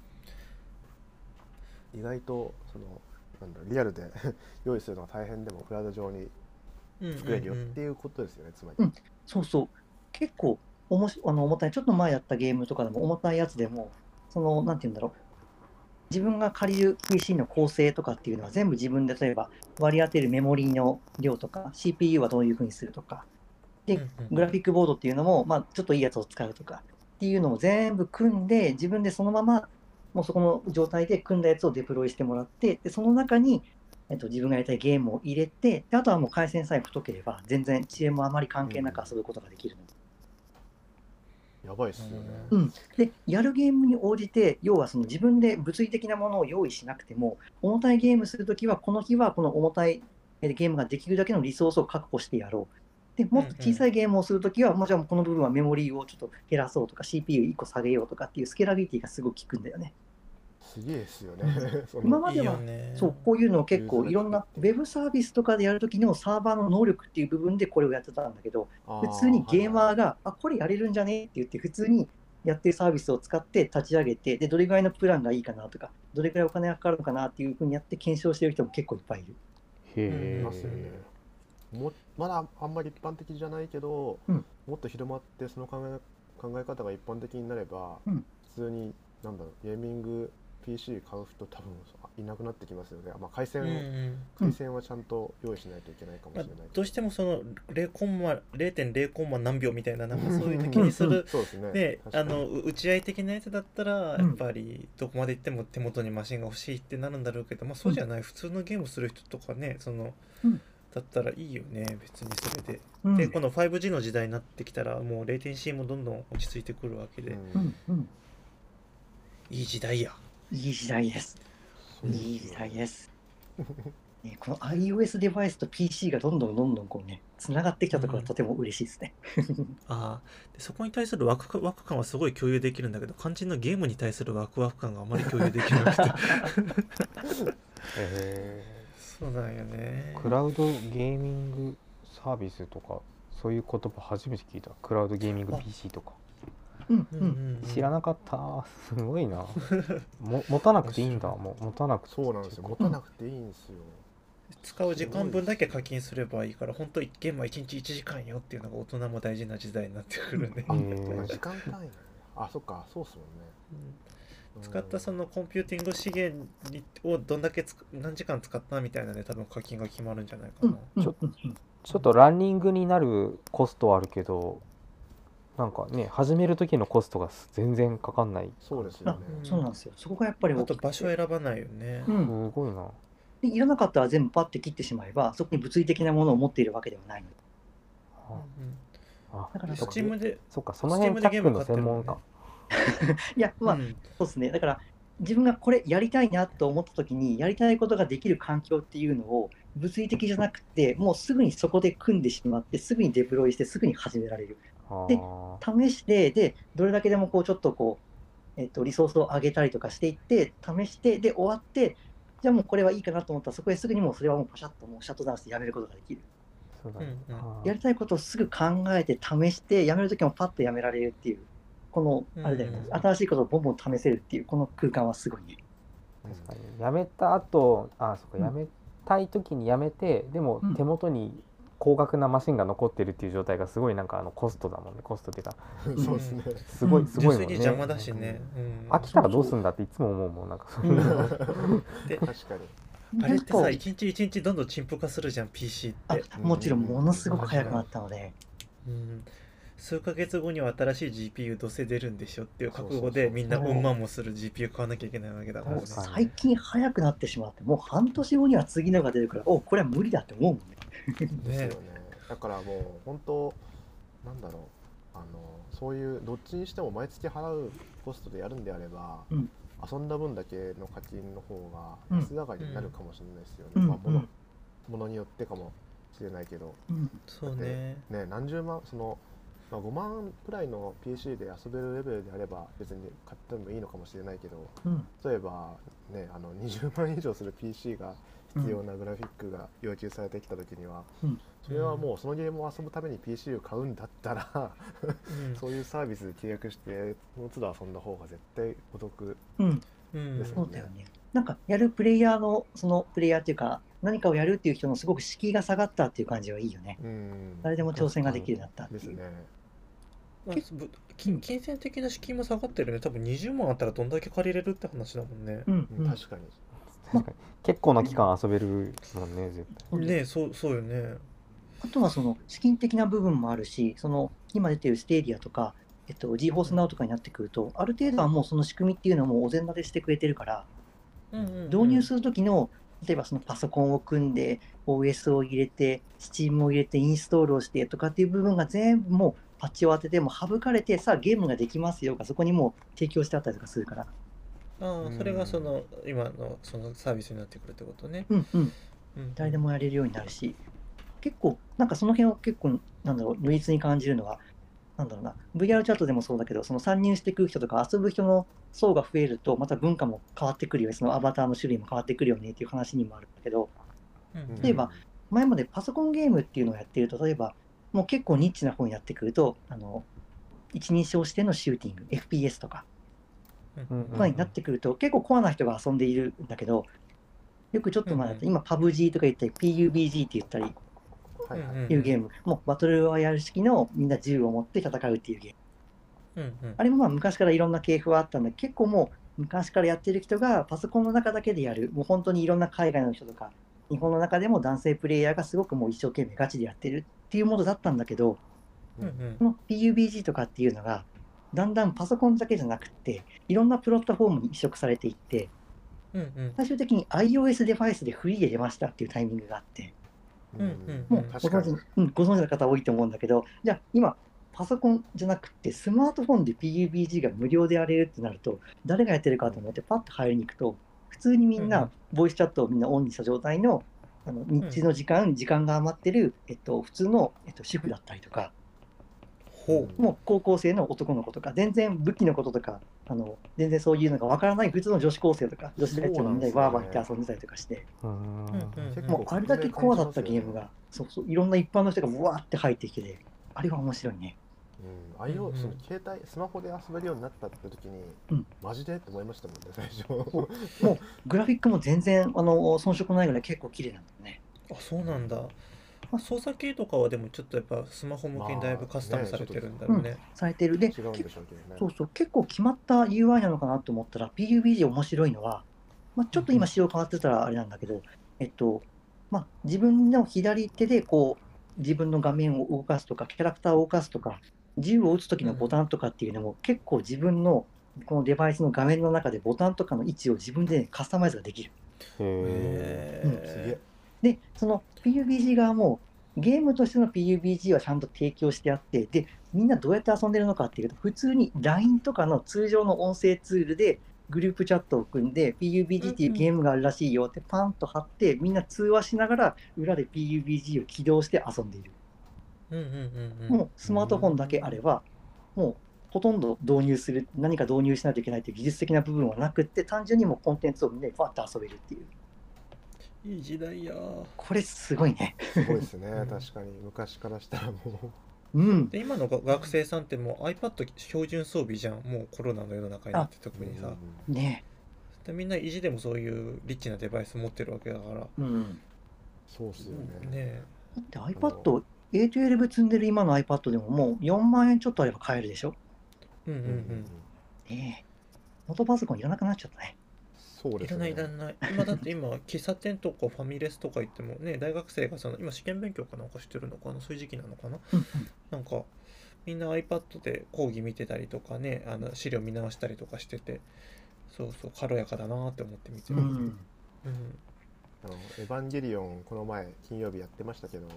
意外とそのなんだろう、リアルで用意するのが大変でもクラウド上に作れるよっていうことですよね、つまり。 そう結構重たい、ちょっと前やったゲームとかでも重たいやつでも、なんていうんだろう、自分が借りる PC の構成とかっていうのは全部自分で、例えば割り当てるメモリーの量とか CPU はどういうふうにするとかで、グラフィックボードっていうのも、ちょっといいやつを使うとかっていうのを全部組んで、自分でそのままもうそこの状態で組んだやつをデプロイしてもらって、でその中に、自分がやりたいゲームを入れて、であとはもう回線さえ太ければ全然遅延もあまり関係なく遊ぶことができるの。 やばいっすよね。 うん、でやるゲームに応じて、要はその自分で物理的なものを用意しなくても、重たいゲームするときはこの日はこの重たいゲームができるだけのリソースを確保してやろう。でもっと小さいゲームをするときは、もうじゃあこの部分はメモリーをちょっと減らそうとか CPU1 個下げようとかっていうスケラビリティがすごく効くんだよね。 すげえっすよね。 今まではそうこういうのを結構いろんなウェブサービスとかでやるときのサーバーの能力っていう部分でこれをやってたんだけど、普通にゲーマーがこれやれるんじゃねって言って普通にやってるサービスを使って立ち上げて、でどれぐらいのプランがいいかなとか、どれぐらいお金がかかるのかなっていうふうにやって検証してる人も結構いっぱいいる。 へいますよね。まだあんまり一般的じゃないけど、もっと広まってその考え方が一般的になれば、普通にゲーミング PC 買う人多分いなくなってきますよね。回線はちゃんと用意しないといけないかもしれない。 どうしてもその 0.0 コンマ何秒みたいな、そういうの気にするね、打ち合い的なやつだったらやっぱりどこまで行っても手元にマシンが欲しいってなるんだろうけど、そうじゃない普通のゲームする人とかね、だったらいいよね、別にそれで。でこの 5G の時代になってきたらもうレイテンシーもどんどん落ち着いてくるわけで、いい時代や。 いい時代です。いい時代です。この iOS デバイスと PC がどんどんこうね、つながってきたところはとても嬉しいですね。 でそこに対するワク感はすごい共有できるんだけど、肝心のゲームに対するワク感があまり共有できなくて。そうなんよね。 クラウドゲーミングサービスとか、そういう言葉初めて聞いた。クラウドゲーミング PC とか。知らなかった。すごいな。持たなくていいんだ。もう持たなくて。 そうなんですよ。持たなくていいんですよ。 使う時間分だけ課金すればいいから、本当ゲームは1日1時間よっていうのが大人も大事な時代になってくるね。 時間単位。そっか、そうっすもんね。 使ったそのコンピューティング資源をどんだけ何時間使ったみたいなね、多分課金が決まるんじゃないかな。 ちょっとランニングになるコストはあるけど、なんかね、始める時のコストが全然かかんない。 そうですよね。 そうなんですよ。そこがやっぱりあと場所選ばないよね。 すごいな。 でいらなかったら全部パッて切ってしまえば、そこに物理的なものを持っているわけではないので。 だからスチームで、 そっか、その辺タックの専門か。 いや、そうですね。だから自分がこれやりたいなと思った時に、やりたいことができる環境っていうのを物理的じゃなくて、もうすぐにそこで組んでしまって、すぐにデプロイして、すぐに始められる。で、試して、で、どれだけでもちょっとリソースを上げたりとかしていって、試して、で、終わって、じゃあもうこれはいいかなと思ったら、そこへすぐにもうそれはもうパシャッともうシャットダウンしてやめることができる。やりたいことをすぐ考えて試して、やめるときもパッとやめられるっていう、この、あれだよね、新しいことをボンボン試せるっていう、この空間はすごいね。 確かに。やめた後、そうか、やめたいときにやめて、でも手元に高額なマシンが残ってるっていう状態がすごいコストだもんね。コストっていうか、 そうですね。 すごいもんね。 邪魔だしね。 飽きたらどうすんだっていつも思うもん。そういうの。 確かに。 あれってさ、一日一日どんどん陳腐化するじゃん、PC って。 もちろんものすごく早くなったので。 数ヶ月後には新しい GPU どうせ出るんでしょっていう覚悟でみんなうんまんもする GPU 買わなきゃいけないわけだからね。 最近早くなってしまって、もう半年後には次のが出るから、これは無理だって思うもんね。 ですよね。だからもう本当そういうどっちにしても毎月払うコストでやるんであれば、遊んだ分だけの課金の方が安上がりになるかもしれないですよね。ものによってかもしれないけど、 そうね。 何十万5万くらいの PC で遊べるレベルであれば別に買ってもいいのかもしれないけど、例えばね20万以上する PC が必要なグラフィックが要求されてきた時には、それはもうそのゲームを遊ぶために PC を買うんだったらそういうサービスで契約してその都度遊んだ方が絶対お得ですもんね。 そうだよね。なんかやるプレイヤーのそのプレイヤーっていうか何かをやるっていう人のすごく敷居が下がったっていう感じはいいよね。誰でも挑戦ができるようになったっていう。ですね。 金銭的な資金も下がってるね。多分20万あったらどんだけ借りれるって話だもんね。 確かに。 結構な期間遊べるもんね、絶対。 ね、そうよね。 あとはその資金的な部分もあるし、その今出てるステーディアとか、 G フォースナウとかになってくると、ある程度はもうその仕組みっていうのもお膳立てしてくれてるから、導入する時の例えばそのパソコンを組んで OS を入れて Steam を入れてインストールをしてとかっていう部分が全部もうパッチを当てても省かれて、さあゲームができますよがそこにもう提供してあったりとかするから。 それがその今のそのサービスになってくるってことね。 誰でもやれるようになるし、結構なんかその辺を結構なんだろう唯一に感じるのは、なんだろうな、VR チャットでもそうだけど、その参入してくる人とか遊ぶ人の層が増えるとまた文化も変わってくるよね、そのアバターの種類も変わってくるよねっていう話にもあるんだけど、例えば前までパソコンゲームっていうのをやってると、例えばもう結構ニッチな方にやってくると一人称視点のシューティング FPS とかになってくると結構コアな人が遊んでいるんだけど、よくちょっと前だと今 PUBG とか言ったり PUBG って言ったりいうゲーム、もうバトルロワイヤル式のみんな銃を持って戦うっていうゲーム、あれもまあ昔からいろんな系譜はあったんだけど、結構もう昔からやってる人がパソコンの中だけでやる、もう本当にいろんな海外の人とか日本の中でも男性プレイヤーがすごくもう一生懸命ガチでやってるっていうものだったんだけど、この PUBG とかっていうのがだんだんパソコンだけじゃなくっていろんなプラットフォームに移植されていって、最終的に iOS デバイスでフリーで出ましたっていうタイミングがあって、もうご存知の方多いと思うんだけど、じゃあ今パソコンじゃなくてスマートフォンで PUBG が無料でやれるってなると、誰がやってるかと思ってパッと入りに行くと、普通にみんなボイスチャットをみんなオンにした状態の日中の時間が余ってる、普通の、主婦だったりとか、もう高校生の男の子とか、全然武器のこととか全然そういうのがわからない普通の女子高生とか女子大生もみんなでワーワーって遊んでたりとかして、もうあれだけコアだったゲームがいろんな一般の人がうわーって入ってきて、あれは面白いね。 その携帯スマホで遊べるようになったって時に、マジでって思いましたもんね最初。 もうグラフィックも全然遜色ないぐらい結構綺麗なんだね。 あ、そうなんだ。操作系とかはでもちょっとやっぱスマホ向けにだいぶカスタムされてるんだろうね。 されてる。で、 違うんでしょうけどね。 そう結構決まった UI なのかなと思ったら PUBG 面白いのは、ちょっと今仕様変わってたらあれなんだけど、自分の左手でこう自分の画面を動かすとかキャラクターを動かすとか銃を撃つ時のボタンとかっていうのも、結構自分のこのデバイスの画面の中でボタンとかの位置を自分で、カスタマイズができる。で、その PUBG 側もゲームとしての PUBG はちゃんと提供してあって、でみんなどうやって遊んでるのかっていうと、普通に LINE とかの通常の音声ツールでグループチャットを組んで PUBG っていうゲームがあるらしいよってパンと貼って、みんな通話しながら裏で PUBG を起動して遊んでいる。もうスマートフォンだけあればもうほとんど何か導入しないといけないという技術的な部分はなくって、単純にもうコンテンツをみんなでバッと遊べるっていう。 いい時代や。 これすごいね。 すごいですね。確かに昔からしたらもう。 で今の学生さんってもう iPad 標準装備じゃん。もうコロナの世の中になって特にさ。 ね。 でみんな意地でもそういうリッチなデバイス持ってるわけだから。 そうっすよね。 だって iPad A12 積んでる今の iPad でももう4万円ちょっとあれば買えるでしょ。ねえ。ノートパソコンいらなくなっちゃったね。 そうですね。 いらない。今だって今喫茶店とかファミレスとか行ってもね、大学生が今試験勉強かなんかしてるのかな、そういう時期なのかな。なんかみんな iPad で講義見てたりとかね、資料見直したりとかしてて、軽やかだなって思って見てる。 エヴァンゲリオンこの前金曜日やってましたけど、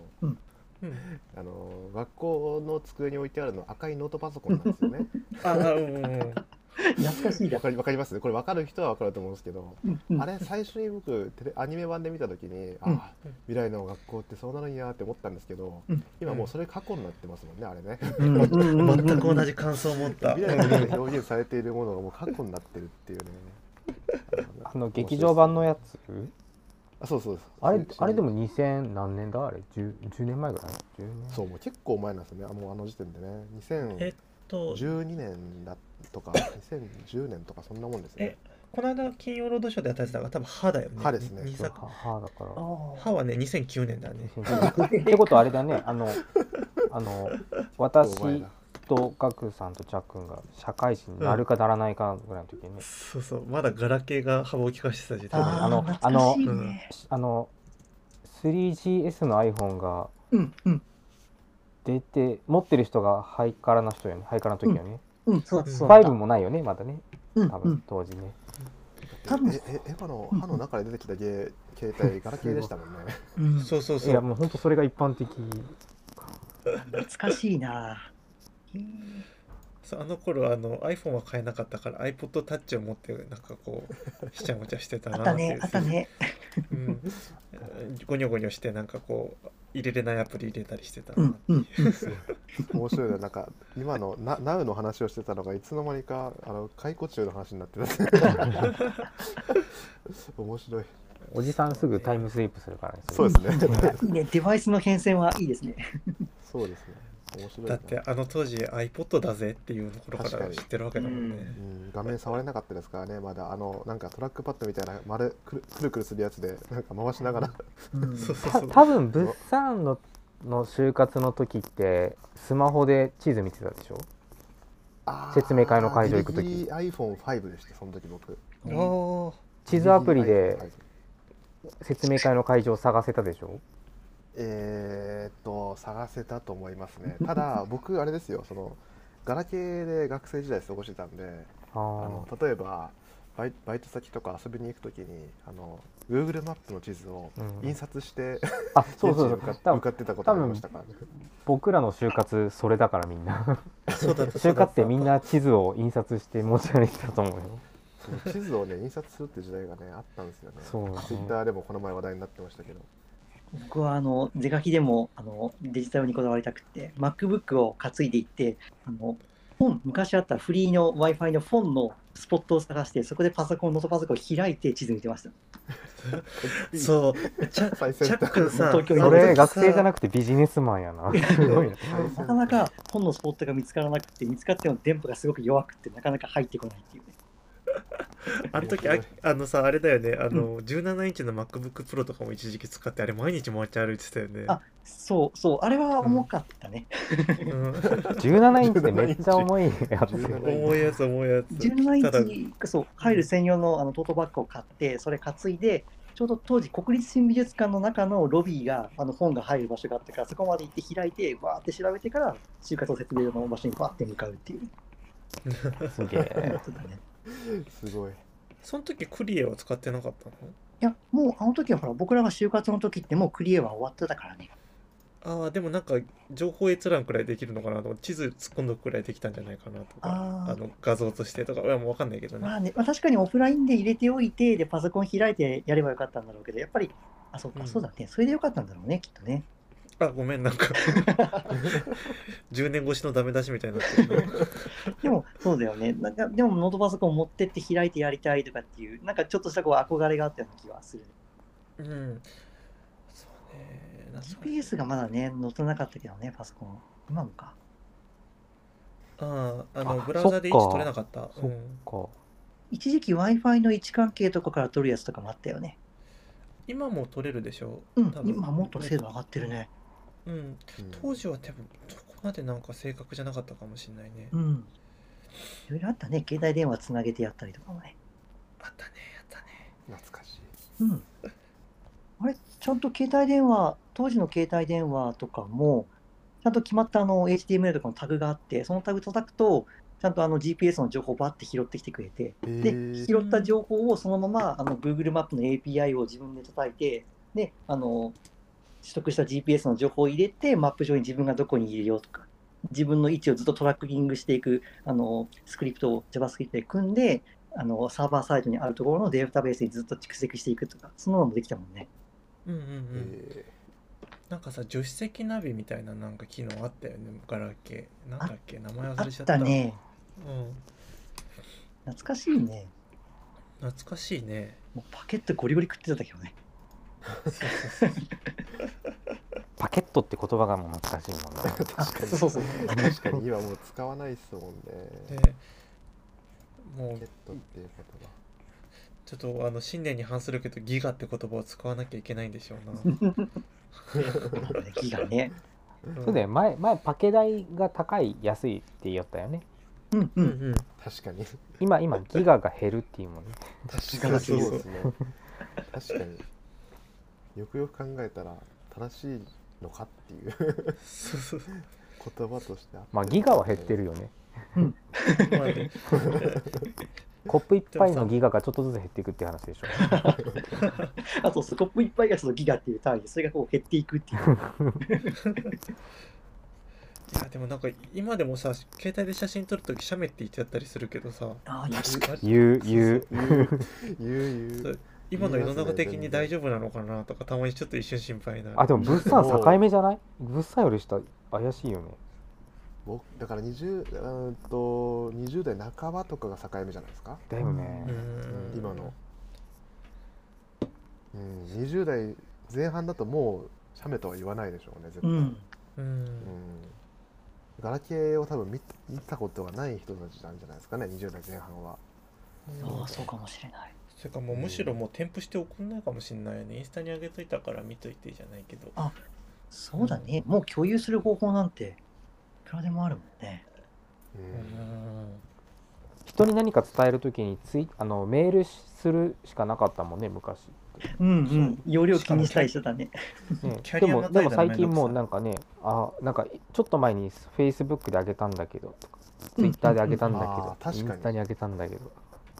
学校の机に置いてあるの赤いノートパソコンなんですよね。 懐かしいだ。 わかりますね。これ分かる人は分かると思うんですけど、あれ最初に僕アニメ版で見た時に、未来の学校ってそうなるんやって思ったんですけど、今もうそれ過去になってますもんね、あれね。 全く同じ感想を持った。 未来の中で表現されているものがもう過去になってるっていうね。 劇場版のやつ。 そうです。 あれでも2000何年だあれ 10年前ぐらい。 そう、もう結構前なんですよね。もうあの時点でね。2012年だとか2010年とかそんなもんですね。 この間金曜ロードショーでやったやつだから多分歯だよね。 歯ですね。 歯だから。 歯はね2009年だね。 ってことはあれだね。私とガクさんとチャックンが社会人になるかならないかぐらいの時にね。 まだガラケーが幅を利かしてた時代。 3GS の iPhone が出て持ってる人がハイカラな人よね。ハイカラの時よね。 そうだ。 5もないよねまだね。多分当時ね。 多分エヴァの歯の中で出てきた携帯ガラケーでしたもんね。 そうそうそう。 いやもう本当それが一般的。 懐かしいな。 そうあの頃iPhone は買えなかったから iPod Touch を持ってなんかこうひちゃもちゃしてたなっていう。 あったね。 ゴニョゴニョしてなんかこう入れれないアプリ入れたりしてたな。 面白いな。なんか今のNow の話をしてたのがいつの間にか解雇中の話になってた。面白い。 おじさんすぐタイムスリップするからね。 そうですね。 いいね。デバイスの変遷はいいですね。 そうですね。面白い。 だって当時 iPod だぜっていうところから知ってるわけだもんね。 画面触れなかったですからね。まだなんかトラックパッドみたいなくるくるするやつでなんか回しながら。 多分物産の就活の時ってスマホで地図見てたでしょ。説明会の会場行く時。 ギリギリ iPhone5 でしたその時僕。 地図アプリで説明会の会場探せたでしょ。 探せたと思いますね。ただ僕あれですよ、ガラケーで学生時代過ごしてたんで、例えばバイト先とか遊びに行くときにGoogle マップの地図を印刷して、 そう向かってたことありましたからね。 僕らの就活それだからみんなそうだった。 就活ってみんな地図を印刷して持ち歩いてたと思うよ。 地図をね印刷するって時代がねあったんですよね。Twitter でもこの前話題になってましたけど。 僕は是が非でもデジタルにこだわりたくて MacBook を担いでいって昔あったフリーの Wi-Fi のフォンのスポットを探してそこでノートパソコンを開いて地図見てました。 そうチャックさそれ学生じゃなくてビジネスマンやな。すごいなかなか本のスポットが見つからなくて見つかっても電波がすごく弱くてなかなか入ってこないっていうね。 あの時あれだよね17インチの MacBook Pro とかも一時期使ってあれ毎日持ち歩いてたよね。 そうあれは重かったね。 17インチってめっちゃ重いやつ。 重いやつ。 17インチ入る専用のトートバッグを買ってそれ担いでちょうど当時国立新美術館の中のロビーが本が入る場所があったからそこまで行って開いてバーって調べてから就活を説明の場所にバーって向かうっていう。 すげえ。 すごい。 その時クリエは使ってなかったの？ いやもうあの時はほら僕らが就活の時ってもうクリエは終わってたからね。 でもなんか情報閲覧くらいできるのかなと地図突っ込んどくくらいできたんじゃないかなとか画像としてとかもう分かんないけどね。 確かにオフラインで入れておいてでパソコン開いてやればよかったんだろうけどやっぱりそうだねそれでよかったんだろうねきっとね。 ごめんなんか10年越しのダメ出しみたいになってるでもそうだよね。でもノートパソコン持ってって開いてやりたいとかっていうなんかちょっとした憧れがあったような気がする。 そうね。 GPS がまだね載ってなかったけどねパソコン今もか。 ブラウザで位置取れなかった。 一時期 Wi-Fi の位置関係とかから取るやつとかもあったよね。 今も取れるでしょ。 今もっと精度上がってるね。 当時は多分そこまでなんか正確じゃなかったかもしれないね。 いろいろあったね。携帯電話つなげてやったりとかもね。 あったね。 懐かしい。 あれちゃんと携帯電話当時の携帯電話とかもちゃんと決まった HTML とかのタグがあってそのタグ叩くとちゃんとGPS の情報をバッて拾ってきてくれてで拾った情報をそのままGoogle マップの API を自分で叩いてで取得した GPS の情報を入れてマップ上に自分がどこにいるよとか自分の位置をずっとトラッキングしていくスクリプトを JavaScript で組んでサーバーサイトにあるところのデータベースにずっと蓄積していくとかそんなのもできたもんね。 なんかさ助手席ナビみたいななんか機能あったよね。ガラケーなんだっけ名前忘れちゃった。 あったね。懐かしいね。 もうパケットゴリゴリ食ってたけどね。 パケットって言葉がもう懐かしいもんな。 確かに今もう使わないっすもんね。 もうパケットっていう言葉ちょっと信念に反するけどギガって言葉を使わなきゃいけないんでしょうな。 ギガね。 そうだよ。前パケ代が高い安いって言ったよね。 確かに今ギガが減るっていうもんね。 確かにそうですね。確かによくよく考えたら正しいのかっていうそうそう言葉としてあって、 まあギガは減ってるよね。 まあねコップ一杯のギガがちょっとずつ減っていくっていう話でしょ。 あとスコップいっぱいがそのギガっていう単位でそれがこう減っていくっていう。 いやでもなんか今でもさ携帯で写真撮るとき写メって言っちゃったりするけどさ、 ああ、確かに。 言うそう今の世の中的に大丈夫なのかなとかたまにちょっと一瞬心配になる。 あ、でも物産境目じゃない？物産より下怪しいよね。 僕だから20代半ばとかが境目じゃないですか。 だよね。 今の、20代前半だともう写メとは言わないでしょうね絶対。ガラケーを多分見たことがない人たちなんじゃないですかね、20代前半は。 ああ、そうかもしれない。 それかもうむしろもう添付して送んないかもしれないよね。インスタに上げといたから見といてじゃないけど。 あ、そうだね。もう共有する方法なんていくらでもあるもんね。 人に何か伝えるときにメールするしかなかったもんね、昔。 容量気にしたりしてたね。 でも最近もうなんかね、なんかちょっと前に Facebook で上げたんだけどとか、Twitter で上げたんだけど、インスタに上げたんだけど。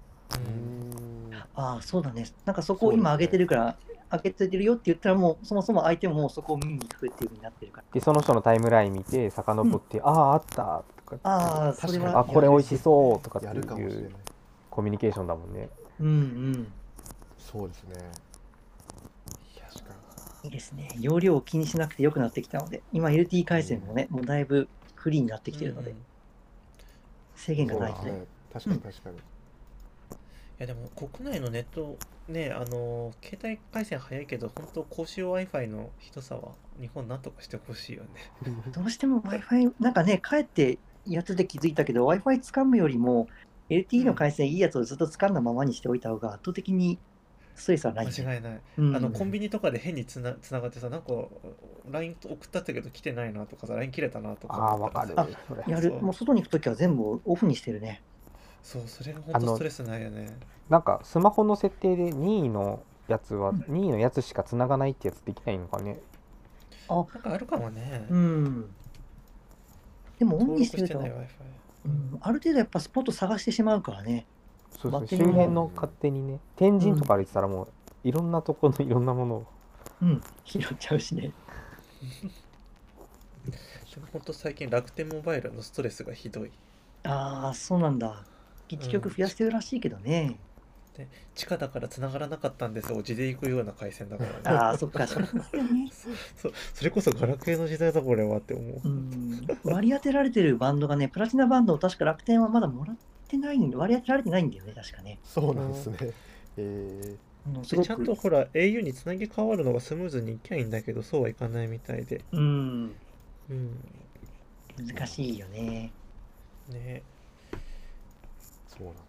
ああ、そうだね。なんかそこを今上げてるから、上げてるよって言ったらもうそもそも相手ももうそこを見に行くっていう風になってるから。 で、その人のタイムライン見て、遡って、あったとか、 それはこれ美味しそうとかってやるかもしれない。 いうコミュニケーションだもんね。 そうですね。確かに。いいですね。容量を気にしなくてよくなってきたので、今 LTE 回線もね、もうだいぶフリーになってきてるので、制限がないとね。 確かに確かに。 いやでも国内のネットね、携帯回線早いけど本当公衆 Wi-Fi のひどさは日本なんとかしてほしいよね。 どうしても Wi-Fi なんかね、帰ってやってて気づいたけど Wi-Fi 掴むよりも LTE の回線いいやつをずっと掴んだままにしておいた方が圧倒的にストレスはない、ね、 間違いない、コンビニとかで変につながってさ、なんか LINE 送ったけど来てないなとかさ、 LINE 切れたなとか。 わかる。 やる。もう外に行くときは全部オフにしてるね。 そう、それが本当ストレスないよね。 なんかスマホの設定で任意のやつしか繋がないってやつできないのかね。 なんかあるかもね。 でもオンにしてると、ある程度やっぱスポット探してしまうからね。 そうそう、周辺の勝手にね、天神とか歩いてたらもういろんなところのいろんなものを拾っちゃうしね。 本当最近楽天モバイルのストレスがひどい。 ああ、そうなんだ。基地局増やしてるらしいけどね。 で地下だから繋がらなかったんですよ。地で行くような回線だからね。 ああ、そっか、そうですよね。 それこそガラケーの時代だこれはって思う。 割り当てられてるバンドがね、プラチナバンドを確か楽天はまだもらってないんで、割り当てられてないんだよね、確かね。 そうなんですね。 ちゃんとほら au につなぎ変わるのがスムーズにいきゃいいんだけど、そうはいかないみたいで。 難しいよね。 ね。 そうなんだ。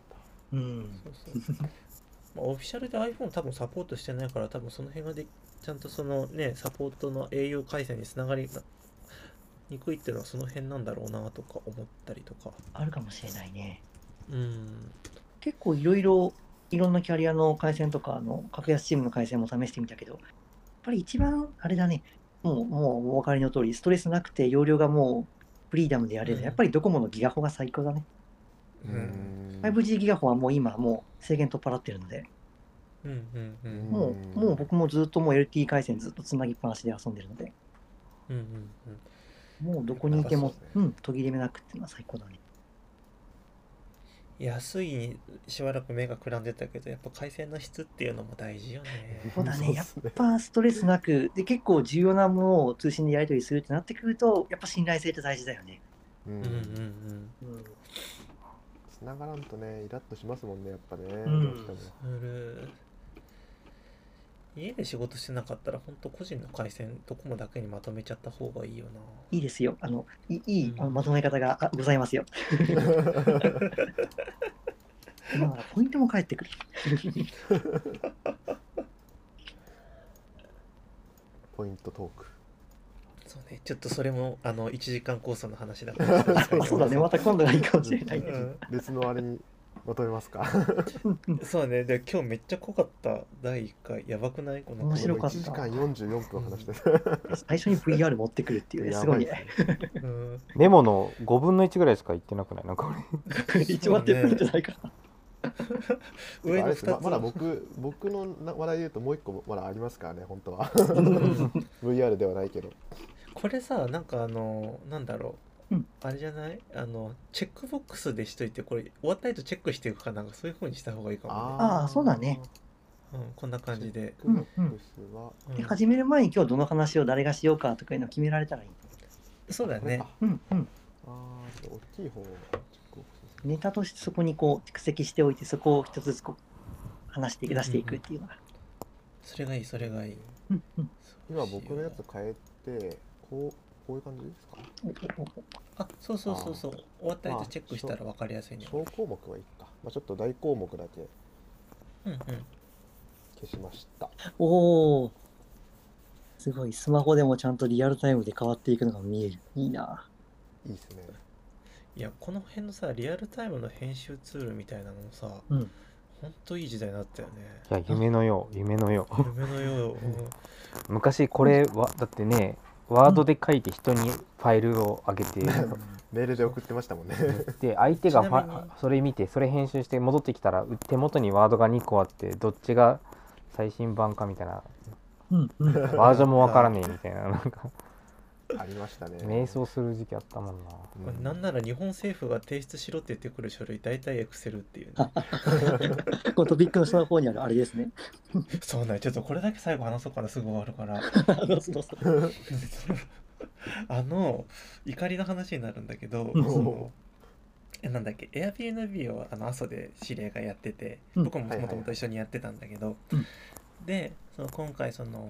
オフィシャルで iPhone 多分サポートしてないから、多分その辺がちゃんとそのね、サポートの au 回線につながりにくいっていうのはその辺なんだろうなとか思ったりとか。 あるかもしれないね。 うん結構いろんなキャリアの回線とか格安チームの回線も試してみたけど、やっぱり一番あれだね、もうお分かりの通りストレスなくて容量がもうフリーダムでやれる、やっぱりドコモのギガホが最高だね。5G ギガホはもう今もう制限取っ払ってるので、もう僕もずっともう LTE 回線ずっとつなぎっぱなしで遊んでるので、もうどこにいても途切れ目なくっていうのは最高だね。 安いにしばらく目がくらんでたけど、やっぱ回線の質っていうのも大事よね。 そうだね、やっぱストレスなくで結構重要なものを通信でやり取りするってなってくると、やっぱ信頼性って大事だよね。 つながらんとね、イラッとしますもんね、やっぱね。 家で仕事してなかったら本当個人の回線ドコモだけにまとめちゃった方がいいよな。 いいですよ。いいまとめ方がございますよ。今からポイントも返ってくる。 ポイントトーク。 そうね、ちょっとそれも1時間コースの話だからそうだね、また今度がいいかもしれない。 別のあれにまとめますか。 そうね。で、今日めっちゃ濃かった第1回。やばくないこの面白かった 1時間44分話して最初に VR 持ってくるっていうね、すごいね。 うん。 メモの5分の1ぐらいしか言ってなくない？なんか一番手っ取りじゃないかな。 上のあれです 2つ。 まだ僕の話題で言うともう一個まだありますからね、本当は。VR ではないけど。 これさ、なんかなんだろう。 うんあれじゃないチェックボックスでしといて、これ終わった後チェックしていくかなんかそういう風にした方がいいかもね。 あーそうだね。 こんな感じで。 チェックボックスは、 うんで始める前に今日どの話を誰がしようかとかいうのを決められたらいい。 そうだね。 うんうん。 大きい方をチェックボックスですね。 ネタとしてそこにこう蓄積しておいて、そこを一つずつこう話して出していくっていうのが。 それがいい、それがいい。 うんうん。 今僕のやつ変えて、こういう感じですか。 あ、そうそうそうそう。終わった後チェックしたら分かりやすいね。 小項目はいいか。ちょっと大項目だけうんうん。 消しました。 おお。すごい、スマホでもちゃんとリアルタイムで変わっていくのが見える。いいな。 いいですね。 いや、この辺のさ、リアルタイムの編集ツールみたいなのもさ、 うん。 ほんといい時代になったよね。 いや夢のよう夢のよう夢のよう。 昔これはだってねワードで書いて人にファイルを上げて、 メールで送ってましたもんね。 で相手がちなみにそれ見てそれ編集して戻ってきたら手元にワードが2個あってどっちが最新版かみたいなうんうん。 バージョンもわからねえみたいななんかありましたね。 迷走する時期あったもんな。 なんなら日本政府が提出しろって言ってくる書類、大体エクセルっていうね。 このトピックの下の方にあるあれですね。 そうね、ちょっとこれだけ最後話そうかな、すぐ終わるから。 そう怒りの話になるんだけど、 うんなんだっけ、Airbnb を阿蘇で知り合いがやってて、 うん僕ももともと一緒にやってたんだけど、 うんで、今回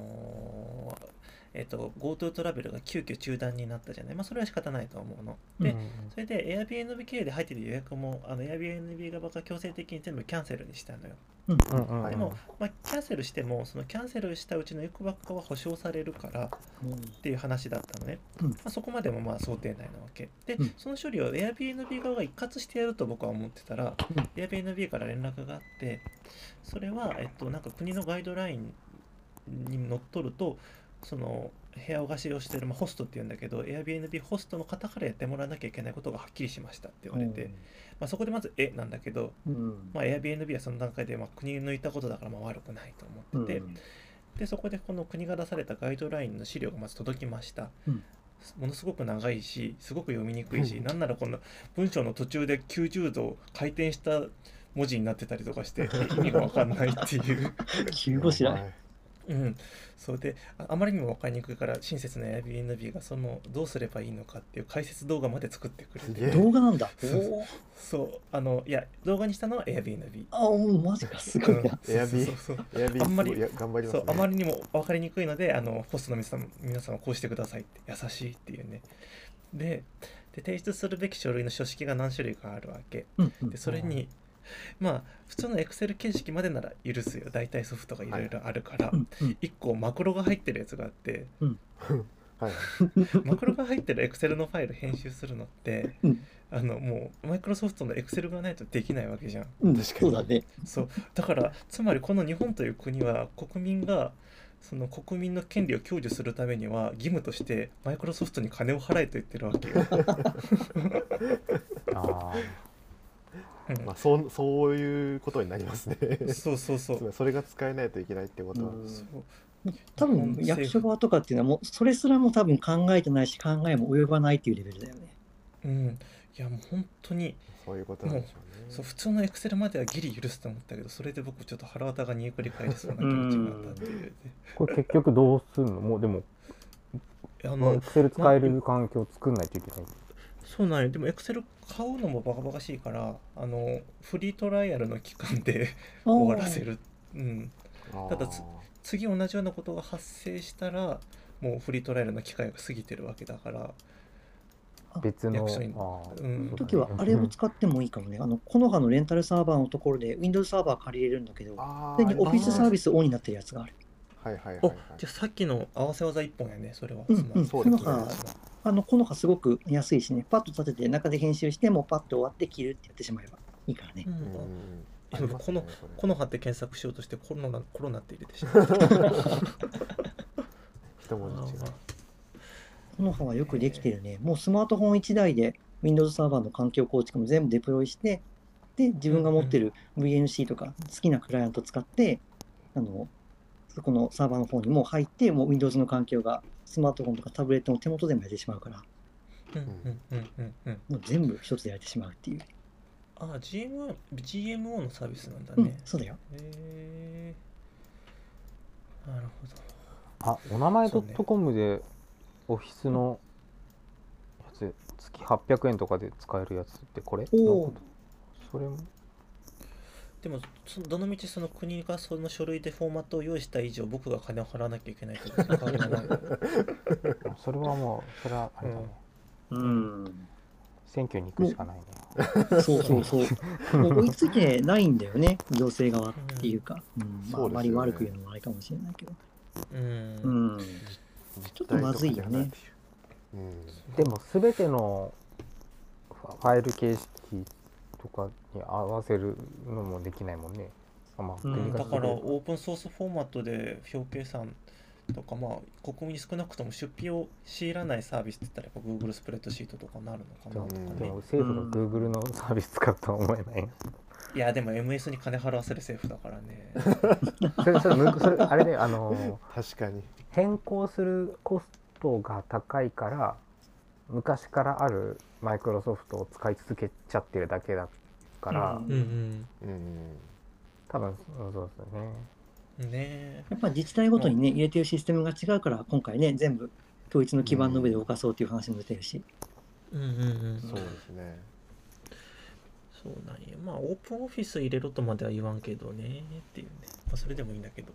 GoTo トラベルが急遽中断になったじゃない。まあそれは仕方ないと思うの。で、それで Airbnb 経由で入ってる予約もAirbnb 側が強制的に全部キャンセルにしたのよ。 うんでも、まあ、キャンセルしてもそのキャンセルしたうちのいくばっかは保証されるからっていう話だったのね。 うんまあ、そこまでもまあ想定内なわけで、 うんその処理を Airbnb 側が一括してやると僕は思ってたら、 うん Airbnb から連絡があって、それはなんか国のガイドラインにのっとると、その部屋を貸しをしてる、まあ、ホストっていうんだけど Airbnb ホストの方からやってもらわなきゃいけないことがはっきりしましたって言われて、まあ、そこでまずなんだけど、 うんまあ、Airbnb はその段階でまあ国抜いたことだからまあ悪くないと思ってて、でそこでこの国が出されたガイドラインの資料がまず届きました、 うんものすごく長いしすごく読みにくいし、なんならこの文章の途中で90度回転した文字になってたりとかして意味が分かんないっていう急ごしらい。 そうであまりにも分かりにくいから親切な Airbnb がどうすればいいのかっていう解説動画まで作ってくれて、 動画なんだ。 そういや動画にしたのは Airbnb。 マジか、すごいな。 あんまり頑張りますね。 あまりにも分かりにくいのでホストの皆さんはこうしてくださいって優しいっていうね。で提出するべき書類の書式が何種類かあるわけ。でそれにまあ普通の Excel 形式までなら許すよ。大体ソフトがいろいろあるから、1個マクロが入ってるやつがあって、マクロが入ってる Excel のファイル編集するのって、もうマイクロソフトの Excel がないとできないわけじゃん。 そうだね。 そうだからつまりこの日本という国は国民がその国民の権利を享受するためには義務としてマイクロソフトに金を払えと言ってるわけよ。 まあそういうことになりますね。 そうそれが使えないといけないってことは。 多分役所側とかっていうのはもうそれすらも多分考えてないし考えも及ばないっていうレベルだよね。 いやもう本当にそういうことなんでしょうね。 普通のエクセルまではギリ許すと思ったけど、それで僕ちょっと腹渡が煮えくり返りそうな気持ちになったっていう、 これ結局どうすんの？もうでもエクセル使える環境を作んないといけない。 そうなんよ。でもエクセル買うのもバカバカしいからフリートライアルの期間で終わらせる。ただ次同じようなことが発生したらもうフリートライアルの機会が過ぎてるわけだから別の役所に時はあれを使ってもいいかもね。コノハのレンタルサーバーのところで Windows サーバー借りれるんだけど、でオフィスサービスオンになってるやつがある。 じゃあさっきの合わせ技一本やね、それは。 コノハすごく安いしね、パッと立てて中で編集してもうパッと終わって切るってやってしまえば。 いいからね。 今この葉って検索しようとしてコロナって入れてしまった。 一文字違う。 この葉はよくできてるね。もうスマートフォン1台で Windows サーバーの環境構築も全部デプロイして、で、自分が持ってる VNC とか好きなクライアント使って、そこのサーバーの方にもう入って、もう Windows の環境がスマートフォンとかタブレットの手元でもやれてしまうから、もう全部一つでやれてしまうっていう。 GMO のサービスなんだね。 そうだよ。 なるほど。 お名前 .com でオフィスのやつ、月800円とかで使えるやつってこれ？それも。でもどのみちその国がその書類でフォーマットを用意した以上、僕が金を払わなきゃいけないけど、それはそれはあれだね。選挙に行くしかないね。 そう。もう追いついてないんだよね、行政側っていうか。あまり悪く言うのもあれかもしれないけど。ちょっとまずいよね。 でも全てのファイル形式とかに合わせるのもできないもんね。 だからオープンソースフォーマットで表計算とか、国民に少なくとも出費を強いらないサービスって言ったらやっぱ Google スプレッドシートとかになるのかなとかね。 でも政府が Google のサービス使うとは思えない。 いやでも MS に金払わせる政府だからね。 それあれで確かに変更するコストが高いから昔からあるマイクロソフトを使い続けちゃってるだけだから、多分そうですね。 やっぱ自治体ごとにね入れてるシステムが違うから今回ね全部統一の基盤の上で動かそうっていう話も出てるし。 そうですね。 そうなんや。オープンオフィス入れろとまでは言わんけどねっていうね。それでもいいんだけど。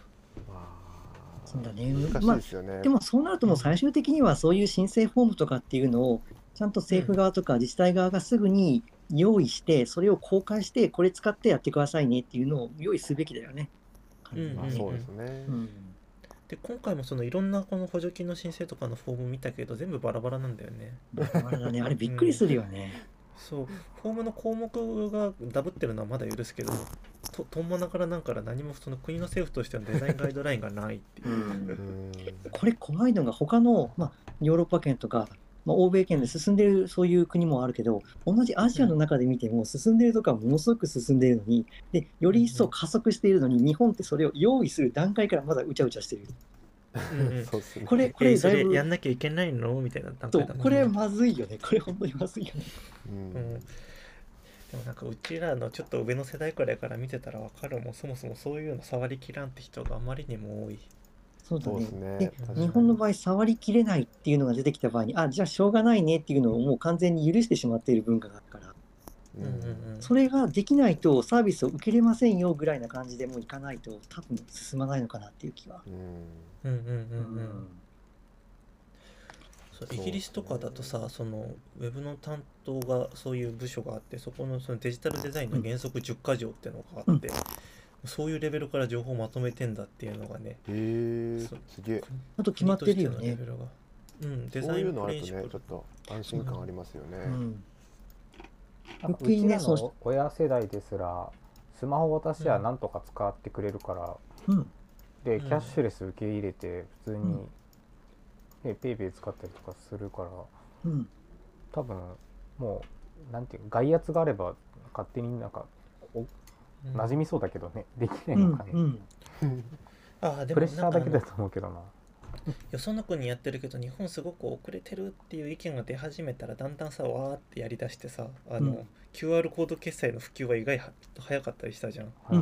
そうだね。 難しいですよね。 でもそうなるともう最終的にはそういう申請フォームとかっていうのをちゃんと政府側とか自治体側がすぐに用意してそれを公開してこれ使ってやってくださいねっていうのを用意すべきだよね。 そうですね。 で今回もそのいろんなこの補助金の申請とかのフォーム見たけど全部バラバラなんだよね。 バラバラだね。あれびっくりするよね。 そうフォームの項目がダブってるのはまだ許すけどとんまなからなんから何もその国の政府としてのデザインガイドラインがないっていうこれ怖いのが他の、ヨーロッパ圏とか、欧米圏で進んでるそういう国もあるけど同じアジアの中で見ても進んでるとかものすごく進んでいるのにでより一層加速しているのに日本ってそれを用意する段階からまだうちゃうちゃしてる。これそれやんなきゃいけないのみたいな段階だもんね。 これまずいよね。これ本当にまずいよね。 でもなんかうちらのちょっと上の世代くらいから見てたら分かるもん。そもそもそういうの触りきらんって人があまりにも多い。 そうだね。で日本の場合触りきれないっていうのが出てきた場合にじゃあしょうがないねっていうのをもう完全に許してしまっている文化があるからそれができないとサービスを受けれませんよぐらいな感じでもういかないと多分進まないのかなっていう気は。 イギリスとかだとさそのウェブの担当がそういう部署があってそこのそのデジタルデザインの原則10か条っていうのがあって、そういうレベルから情報をまとめてんだっていうのがね。 すげえ。 あと決まってるよね。 デザインプリンシプル。ちょっと安心感ありますよね。 うちらの親世代ですらスマホ渡しはなんとか使ってくれるから、でキャッシュレス受け入れて普通に、ペイペイ使ったりとかするから、多分もうなんていう外圧があれば勝手になんか馴染みそうだけどね、できないのかね。プレッシャーだけだと思うけどな。 よその国やってるけど日本すごく遅れてるっていう意見が出始めたらだんだんさわーってやりだしてさQR コード決済の普及は意外と早かったりしたじゃん。